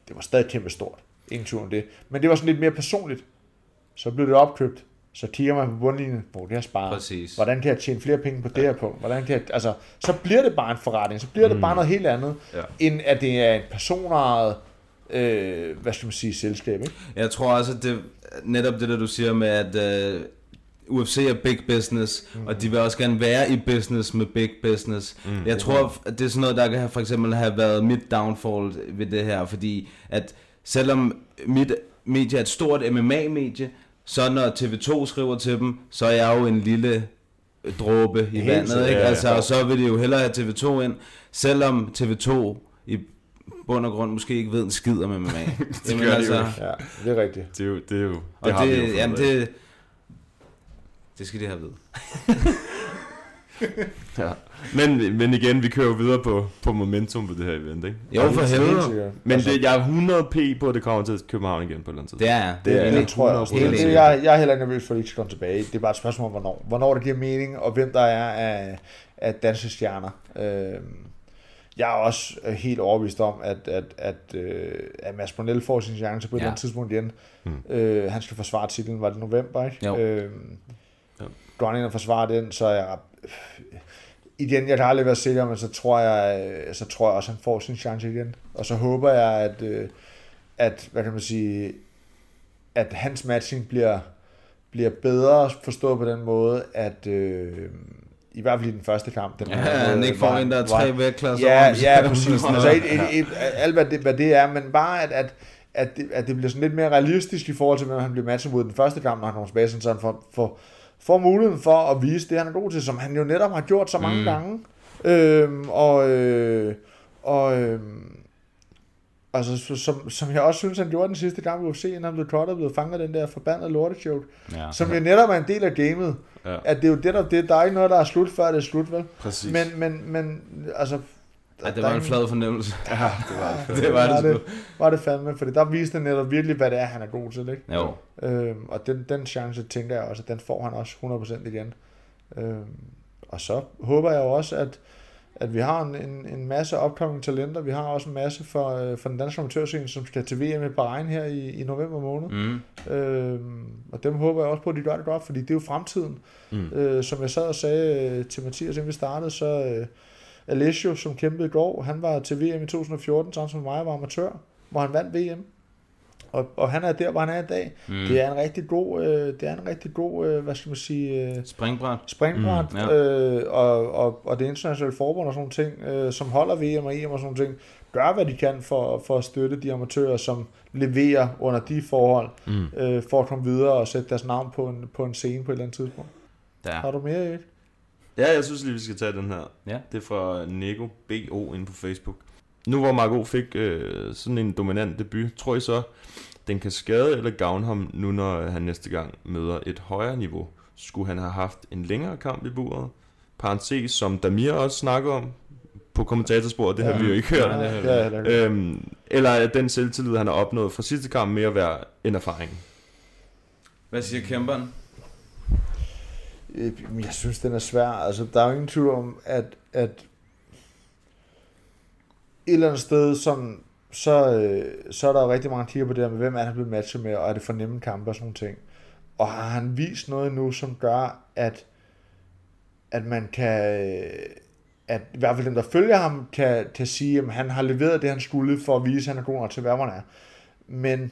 S8: det var stadig kæmpe stort. Ingen tvivl om det. Men det var sådan lidt mere personligt. Så blev det opkøbt. Så kigger man på bundlinjen, hvor det her sparer.
S7: Præcis.
S8: Hvordan kan jeg tjene flere penge på det her punkt? Hvordan kan jeg, altså, så bliver det bare en forretning. Så bliver det mm. bare noget helt andet, ja. End at det er en personejet, øh, hvad skal man sige, selskab. Ikke?
S7: Jeg tror også, at det netop det, der du siger med, at uh, U F C er big business, mm. og de vil også gerne være i business med big business. Mm. Jeg tror, at det er sådan noget, der kan for eksempel have været mit downfall ved det her, fordi at selvom mit medie er et stort M M A-medie, så når T V to skriver til dem, så er jeg jo en lille dråbe i vandet, ikke? Ja, ja. Altså, og så vil de jo hellere have T V to ind, selvom T V to i bund og grund måske ikke ved en skid om M M A.
S1: det
S7: Jamen,
S1: gør
S7: altså,
S1: de jo.
S8: Ja, det er rigtigt.
S1: Det er jo, det er jo, det
S7: og
S1: har
S7: det,
S1: vi jo
S7: jamen det, det skal de have ved.
S1: ja. men, men igen, vi kører jo videre på, på momentum på det her event, ikke?
S7: Jo, for helvede.
S1: Men det, jeg er hundrede p på, at det kommer til København igen på et eller andet tid.
S7: Det er
S8: det. Er,
S7: det
S8: det tror jeg også. Det, det, jeg, jeg er heller ikke nervøs for, at det ikke skal komme tilbage. Det er bare et spørgsmål om, hvornår. Hvornår det giver mening, og hvem der er af, af dansestjerner. Øhm, jeg er også helt overbevist om, at, at, at, at Mads Brunel får sin chance på et ja. eller andet tidspunkt igen. Mm. Øh, han skal forsvare titlen, var det november, ikke?
S7: Jo.
S8: Øhm, ja. Går han ind og forsvarer den, så er jeg... Igen, jeg kan aldrig være sikker, men så tror jeg, så tror jeg også, at han får sin chance igen. Og så håber jeg, at, at hvad kan man sige, at hans matching bliver, bliver bedre forstået på den måde, at øh, i hvert fald i den første kamp. Den
S7: ja, han ikke får en, der er tre vægtklasser.
S8: Ja, ja, præcis. Altså, et, et, et, alt hvad det, hvad det er, men bare at, at, at, det, at det bliver sådan lidt mere realistisk i forhold til, hvem han bliver matchet mod den første kamp, når han kommer tilbage, så han får, får får muligheden for at vise det, han er god til, som han jo netop har gjort så mange mm. gange. Øhm, og øh, og øh, altså, som, som jeg også synes, han gjorde den sidste gang, hvor U F C, inden han blev cuttet og blev fanget den der forbandede lortechoke, ja. Som jo netop er en del af gamet. Ja. At det er jo det, der, det, der er ikke noget, der er slut, før det er slut, vel?
S1: Præcis.
S8: Men, men, men altså...
S7: Ja, det var en flad fornemmelse.
S8: Ja, det var det. det, var, det, det var det fandme, fordi der viste han netop virkelig, hvad det er, han er god til, ikke?
S7: Jo.
S8: Øhm, og den, den chance, tænker jeg også, at den får han også hundrede procent igen. Øhm, og så håber jeg jo også, at, at vi har en, en, en masse upcoming talenter. Vi har også en masse for, for den danske amatørscene, som skal til V M i Bahrain her i, i november måned. Mm. Øhm, og dem håber jeg også på, at de gør det godt, fordi det er jo fremtiden. Mm. Øh, som jeg sad og sagde til Mathias, inden vi startede, så... Øh, Alessio, som kæmpede i går, han var til V M i to tusind og fjorten, sammen som mig var amatør, hvor han vandt V M. Og, og han er der, hvor han er i dag. Mm. Det er en rigtig god, øh, det er en rigtig god, øh, hvad skal man sige... Øh,
S7: springbræt.
S8: Springbræt, mm, ja. øh, og, og, og det internationale forbund og sådan ting, øh, som holder V M og E M og sådan ting, gør, hvad de kan for, for at støtte de amatører, som leverer under de forhold, mm. øh, for at komme videre og sætte deres navn på en, på en scene på et eller andet tidspunkt.
S7: Der.
S8: Har du mere, Erik?
S1: Ja, jeg synes lige, vi skal tage den her.
S7: Ja.
S1: Det er fra Nego B O inde på Facebook. Nu hvor Marco fik øh, sådan en dominant debut, tror I så, den kan skade eller gavne ham nu, når han næste gang møder et højere niveau? Skulle han have haft en længere kamp i buret? Parenthes, som Damir også snakker om på kommentatorsporet, det ja. Har vi jo ikke hørt.
S8: Ja, ja, ja, ja.
S1: Øhm, eller er den selvtillid, han har opnået fra sidste kamp, mere værd end erfaring?
S7: Hvad siger kæmperen?
S8: Jeg synes, den er svær. Altså, der er jo ingen tvivl om, at, at et eller andet sted, som, så, øh, så er der jo rigtig mange kigger på det her med, hvem er han blevet matchet med, og er det for nemme kampe og sådan ting. Og har han vist noget nu, som gør, at, at man kan, at i hvert fald dem, der følger ham, kan, kan sige, at han har leveret det, han skulle, for at vise, at han er god nok til, hvad man er. Men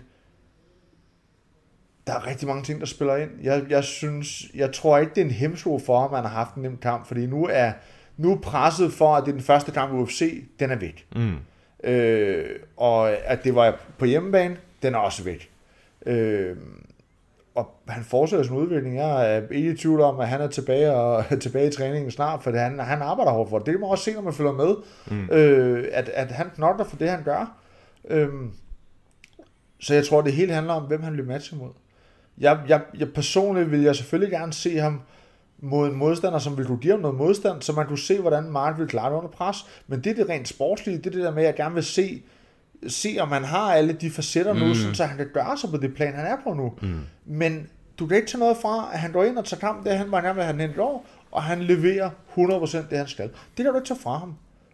S8: der er rigtig mange ting, der spiller ind. Jeg, jeg synes, jeg tror ikke, det er en hemsko for ham, at han har haft en nem kamp, fordi nu er, nu er presset for, at det er den første kamp i U F C, den er væk. Mm. Øh, og at det var på hjemmebane, den er også væk. Øh, og han fortsætter sin udvikling. Jeg er ikke i tvivl om, at han er tilbage, og, tilbage i træningen snart, for han, han arbejder hårdt for det. Det kan man også se, når man følger med, mm. øh, at, at han knokler for det, han gør. Øh, så jeg tror, det hele handler om, hvem han bliver matchet mod. Jeg, jeg, jeg personligt vil jeg selvfølgelig gerne se ham mod en modstander, som vil kunne give ham noget modstand, så man kunne se, hvordan Mark vil klare det under pres. Men det er det rent sportslige, det er det der med, at jeg gerne vil se, se om han har alle de facetter nu, mm. sådan, så han kan gøre sig på det plan, han er på nu. Mm. Men du kan ikke tage noget fra, at han går ind og tager kamp, det han bare gerne vil have den over, og han leverer hundrede procent det, han skal. Det kan du ikke tage fra ham.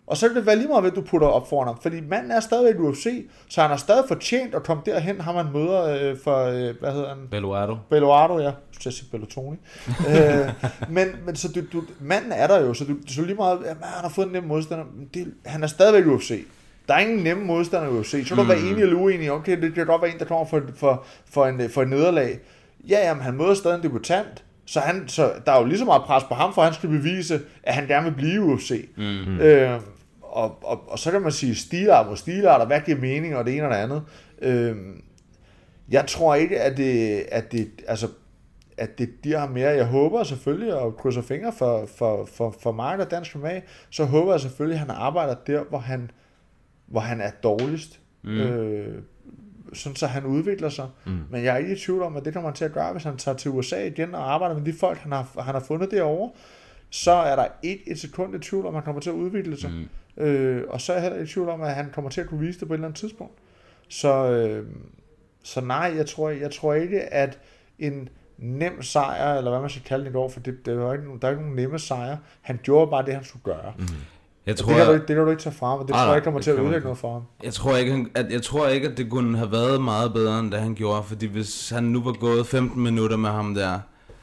S8: Og så vil det være lige meget, hvad du putter op foran ham. Fordi manden er stadigvæk i U F C, så han har stadig fortjent at komme derhen. Har man møder øh, for, øh, hvad hedder han?
S7: Bellator.
S8: Bellator, ja. Jeg siger Bellatoni. øh, men, men så du, du, manden er der jo, så du så lige meget, ja, man, han har fået en nem modstander. Det, han er stadigvæk i U F C. Der er ingen nemme modstander i U F C. Så kan du være enig eller uenig. Okay, det kan godt være en, der kommer for, for, for, en, for en nederlag. Ja, jamen, han møder stadig en debutant. Så, han, så der er jo lige så meget pres på ham, for han skal bevise, at han gerne vil blive i U F C. Mm-hmm. Øh, og, og, og så kan man sige stilart mod stilart, og hvad giver mening, og det ene og det andet. Øh, jeg tror ikke, at det, at det, altså, at det giver ham mere. Jeg håber selvfølgelig, og krydser fingre for, for, for, for mig, der dansk M M A, så håber jeg selvfølgelig, at han arbejder der, hvor han, hvor han er dårligst. Mm. Øh, sådan så han udvikler sig. Mm. Men jeg er ikke i tvivl om, at det kommer han til at gøre, hvis han tager til U S A igen og arbejder med de folk, han har, han har fundet derovre. Så er der ikke et sekund i tvivl om, at han kommer til at udvikle sig. Mm. Øh, og så er jeg heller ikke i tvivl om, at han kommer til at kunne vise det på et eller andet tidspunkt. Så, øh, så nej, jeg tror, jeg tror ikke, at en nem sejr, eller hvad man skal kalde det i går, for det, det var ikke, der er ikke nogen nemme sejre. Han gjorde bare det, han skulle gøre. Mm. Jeg tror, det, kan du ikke, det kan du ikke tage fra ham, og det ah, tror jeg ikke kommer til at ødelægge noget for ham.
S7: Jeg tror, ikke, at, jeg tror ikke, at det kunne have været meget bedre, end det han gjorde, fordi hvis han nu var gået femten minutter med ham der,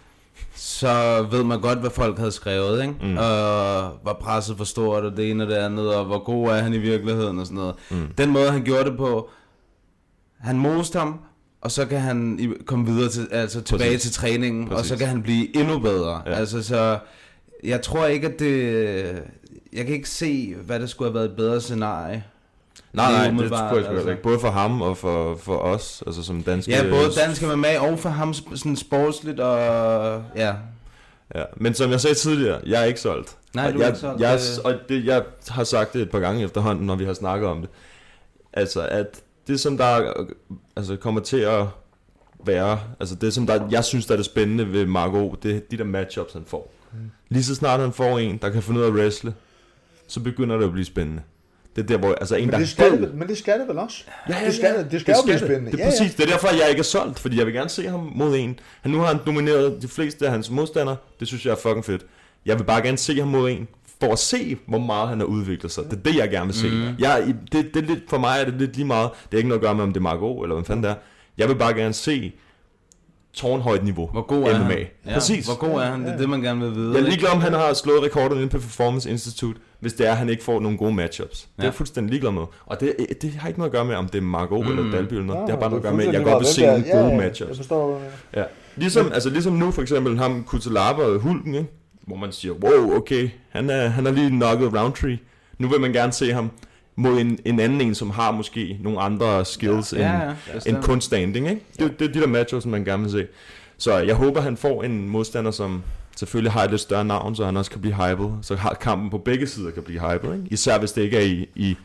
S7: så ved man godt, hvad folk havde skrevet, ikke? Mm. Og var presset for stort, og det ene og det andet, og hvor god er han i virkeligheden, og sådan noget. Mm. Den måde, han gjorde det på, han moste ham, og så kan han komme videre til, altså tilbage Præcis. til træningen, Præcis. og så kan han blive endnu bedre. Ja. Altså, så jeg tror ikke, at det... Jeg kan ikke se, hvad det skulle have været et bedre scenarie.
S1: Nej, nej, det, det skulle jeg altså. ikke. Både for ham og for, for os, altså som danske...
S7: Ja, både danske med med, og for ham sådan sportsligt, og ja.
S1: Ja, men som jeg sagde tidligere, jeg er ikke solgt.
S7: Nej, du er
S1: jeg,
S7: ikke solgt.
S1: Jeg, og det, jeg har sagt det et par gange efterhånden, når vi har snakket om det. Altså, at det som der altså, kommer til at være, altså det som der, jeg synes der er det spændende ved Marco, det er de der matchups han får. Mm. Lige så snart han får en, der kan finde ud af at wrestle, så begynder det at blive spændende. Det er der, hvor, altså en,
S8: men,
S1: der
S8: det skal det, men det skal det vel også? Ja, ja, ja. Det skal, det, det skal det jo blive spændende.
S1: Det er
S8: ja,
S1: præcis,
S8: ja.
S1: Det er derfor, jeg ikke er solgt, fordi jeg vil gerne se ham mod en. Han, nu har han domineret de fleste af hans modstandere, det synes jeg er fucking fedt. Jeg vil bare gerne se ham mod en, for at se, hvor meget han har udviklet sig. Det er det, jeg gerne vil se. Mm. Jeg, det, det er lidt, for mig er det lidt lige meget, det er ikke noget at gøre med, om det er Marco, eller hvad fanden det er. Jeg vil bare gerne se tårnhøjt niveau.
S7: Hvor god er
S1: M M A.
S7: han? Ja, præcis. Hvor god er han? Det er det, man gerne vil vide.
S1: Jeg er ligeglad, om han har slået rekorderne inde på Performance Institute, hvis det er, at han ikke får nogle gode matchups. Det er jeg fuldstændig ligeglad med. Og det, det har ikke noget at gøre med, om det er Marco mm. eller Dalby eller noget. Ja, det har bare noget at gøre med, at jeg godt vil se nogle gode ja, ja, matchups.
S8: Jeg forstår, hvad
S1: ja. Ligesom, altså, ligesom nu for eksempel ham Kutalaba og Hulken, ikke? Hvor man siger, wow, okay, han er, han er lige knocket Roundtree. Nu vil man gerne se ham mod en, en anden en, som har måske nogle andre skills ja. end, ja, ja. end kun standing. Ikke? Det, det er de der matchups, som man gerne vil se. Så jeg håber, han får en modstander, som selvfølgelig har et lidt større navn, så han også kan blive hyped. Så kampen på begge sider kan blive hyped. Ikke? Især hvis det ikke er i... i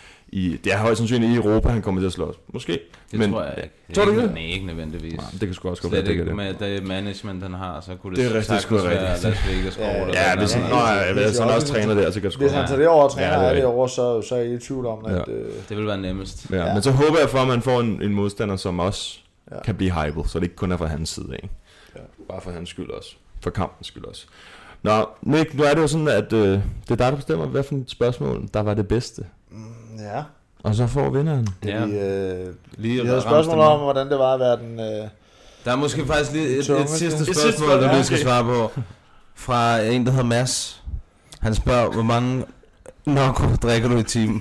S1: I, det er højst sandsynligt i Europa, han kommer til at slås. Måske.
S7: Det
S1: men,
S7: tror jeg ikke. Det
S1: tror du ikke?
S7: Nej, ikke nødvendigvis.
S1: Nej, det kan sgu også godt
S7: være,
S1: det
S7: ikke med det management, han har, så kunne det,
S1: det er rigtig,
S7: sagtens være Las Vegas
S1: ja, ja, ja, hvis han, nej, hvis han også træner der, så kan det sgu
S8: Hvis han tager det over og træner ja, det over, så, så er jeg i tvivl om, at...
S7: Ja. Øh, det vil være nemmest.
S1: Ja, ja. Men så håber jeg for, at man får en, en modstander, som også ja. kan blive hyped, så det ikke kun er fra hans side, ikke? Ja. Bare for hans skyld også. For kampens skyld også. Nå, Nick, nu er det jo sådan, at øh, det er dig, der bestemmer, hvad for et spørgsmål, der var det bedste.
S8: Mm, ja.
S1: Og så får vinderen.
S8: Ja. Vi, øh, lige vi havde spørgsmål om, hvordan det var at være den... Øh,
S7: der er måske faktisk lige et, et, et sidste spørgsmål, du lige skal svare på. Fra en, der hedder Mads. Han spørger, hvor mange Nocco drikker du i timen?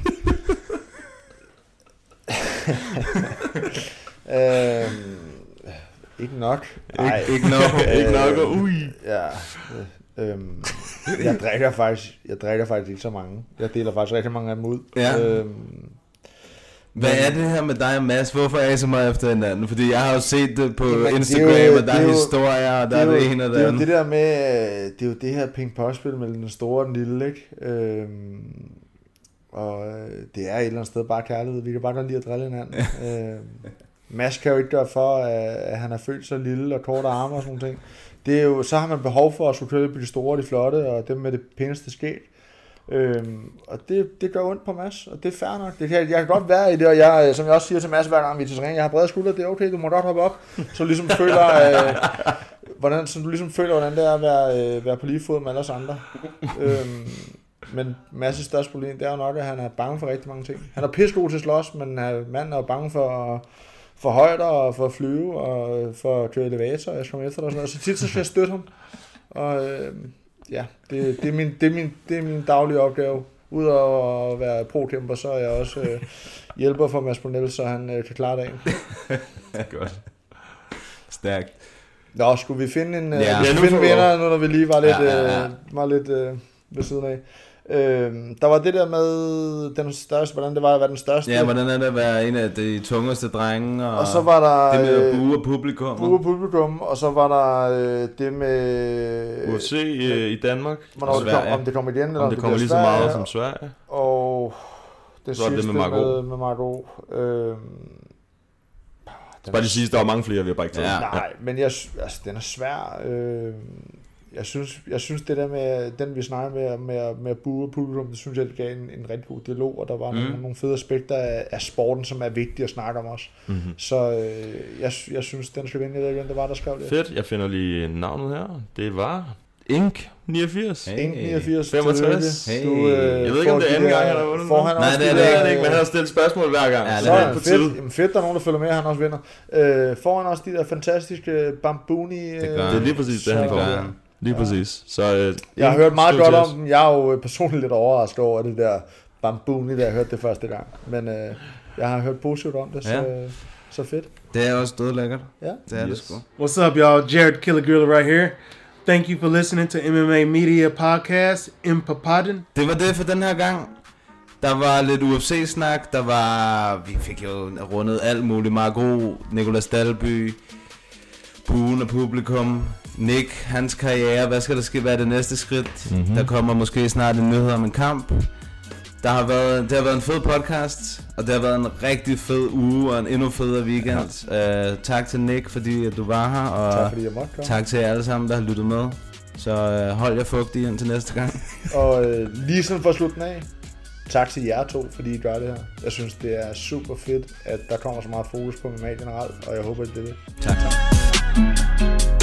S8: øh, ikke nok.
S1: Nej. Ikke, ikke nok. Ikke nok. Ui.
S8: Ja. Øh, øhm, jeg drikker faktisk jeg drikker faktisk ikke så mange. Jeg deler faktisk rigtig mange af dem ud.
S7: Ja. Øhm, Hvad er det her med dig og Mads? Hvorfor er I så meget efter hinanden? Fordi jeg har jo set det på jamen, Instagram, det jo, og der er, er historier, og der er det, det ene og det andet.
S8: Det er jo det der med, det er jo det her ping-pong-spil mellem den store og den lille, ikke? Øhm, og det er et eller andet sted bare kærlighed. Vi kan bare godt lide at drille hinanden. øhm, Mads kan jo ikke gøre for, at han er født så lille og korte arme og sådan ting. Det er jo, så har man behov for at skulle køre på de store og de flotte, og dem med det pæneste skæg. Øhm, og det, det gør ondt på Mads, og det er fair nok. Det kan, jeg kan godt være i det, og jeg, som jeg også siger til Mads hver gang vi er til træning, jeg har brede skuldre, det er okay, du må godt hoppe op. Så du ligesom føler, øh, hvordan, så du ligesom føler, hvordan det er at være, øh, være på lige fod med alle os andre. Øhm, men Mads' største problem, det er jo nok, at han er bange for rigtig mange ting. Han er pissegod til at slås, men uh, manden er jo bange for, for højder, og for at flyve, og for at køre elevator, og jeg kommer efter og sådan noget. Så tit så skal jeg støtte ham. Og øh, ja, det, det, er min, det, er min, det er min daglige opgave. Udover at være pro-kæmper, så er jeg også øh, hjælper for Mads Brunel, så han øh, kan klare dagen.
S7: Godt. Stærkt.
S8: Nå, skulle vi finde en, øh,
S7: Ja.
S8: vi
S1: Ja, nu
S8: finde
S1: får-
S8: en vinder, nu når vi lige var lidt,
S7: Ja, ja, ja.
S8: øh, var lidt øh, ved siden af. Øh, der var det der med den største, hvordan det var at være den største.
S7: Ja, hvordan er det at være en af de tungeste drenge? Og,
S8: og så var der
S7: det med at
S8: øh,
S7: bue og publikum.
S8: Bue publikum, og så var der øh, det med...
S1: U F C øh, i Danmark.
S8: Hvornår
S7: og
S8: det kom,
S7: Sverige.
S8: om det kommer igen, eller
S1: Om det kommer lige så meget som Sverige.
S8: Og det
S1: Så var det
S8: sidste
S1: med Margot.
S8: med, med Margot. Øh,
S1: Bare de sidste, der var mange flere, vi har bare ikke taget.
S7: Ja.
S8: Nej, men jeg, sy- altså, den er svær. Øh, jeg, synes, jeg synes, det der med, den vi snakker med, med, med at bue publikum, det synes jeg, det gav en, en rigtig god dialog, og der var mm. nogle, nogle fede aspekter af, af sporten, som er vigtige at snakke om også.
S1: Mm-hmm.
S8: Så øh, jeg, jeg synes, den skal vinde. Jeg ved ikke, hvem det var, der skrev det.
S1: Fedt, jeg finder lige navnet her. Det var Ink niogfirs.
S7: Hey.
S8: Ink niogfirs.
S1: femogtres.
S8: tillykke.
S7: Hey.
S8: Du, øh,
S1: Jeg ved ikke, om
S8: får
S1: det er
S8: de
S1: anden gang,
S8: der-
S1: han har vundet
S8: får
S1: nu.
S8: han
S7: Nej,
S8: også
S7: det er
S8: de
S7: det
S8: der-
S1: Det er ikke, men han har stillet spørgsmål hver gang.
S7: Ja,
S1: så
S7: det
S1: det
S7: er
S1: er på
S8: fedt,
S1: tide.
S8: jamen fedt, der er nogen, der følger med, han også vinder. Øh, får han også de der fantastiske bambuni... Øh,
S7: Det gør
S1: Det er
S7: han.
S1: lige præcis det,
S8: Så-
S1: han får.
S7: gør han.
S1: Lige præcis. Så, øh,
S8: Jeg har
S1: Ink,
S8: hørt meget
S1: stod
S8: godt
S1: til
S8: om
S1: os.
S8: dem. Jeg er jo personligt lidt overrasket over det der bambuni, da jeg hørte det første gang. Men øh, jeg har hørt positivt om det, så,
S7: Ja.
S8: så fedt.
S7: Det er også død lækkert.
S8: Ja.
S7: Det er det
S1: Yes.
S7: sgu.
S2: What's up, y'all? Jared Killigreeler right here. Thank you for listening to M M A Media Podcast, Impapaden.
S7: Det var det for den her gang. Der var lidt U F C-snak, der var... Vi fik jo rundet alt muligt. Margot, Nicolas Dalby, Buen og publikum, Nick, hans karriere. Hvad skal der ske? Hvad er det næste skridt? Mm-hmm. Der kommer måske snart en nyhed om en kamp. Der har været, det har været en fed podcast, og det har været en rigtig fed uge og en endnu federe weekend. Ja. Uh, tak til Nick, fordi at du var her, og
S8: Tak fordi jeg måtte komme.
S7: tak til jer alle sammen, der har lyttet med. Så uh, hold jer fugtige indtil næste gang.
S8: Og øh, lige sådan for at slutte den af, tak til jer to, fordi I gør det her. Jeg synes, det er super fedt, at der kommer så meget fokus på M M A generelt, og jeg håber, at det er det.
S7: Tak.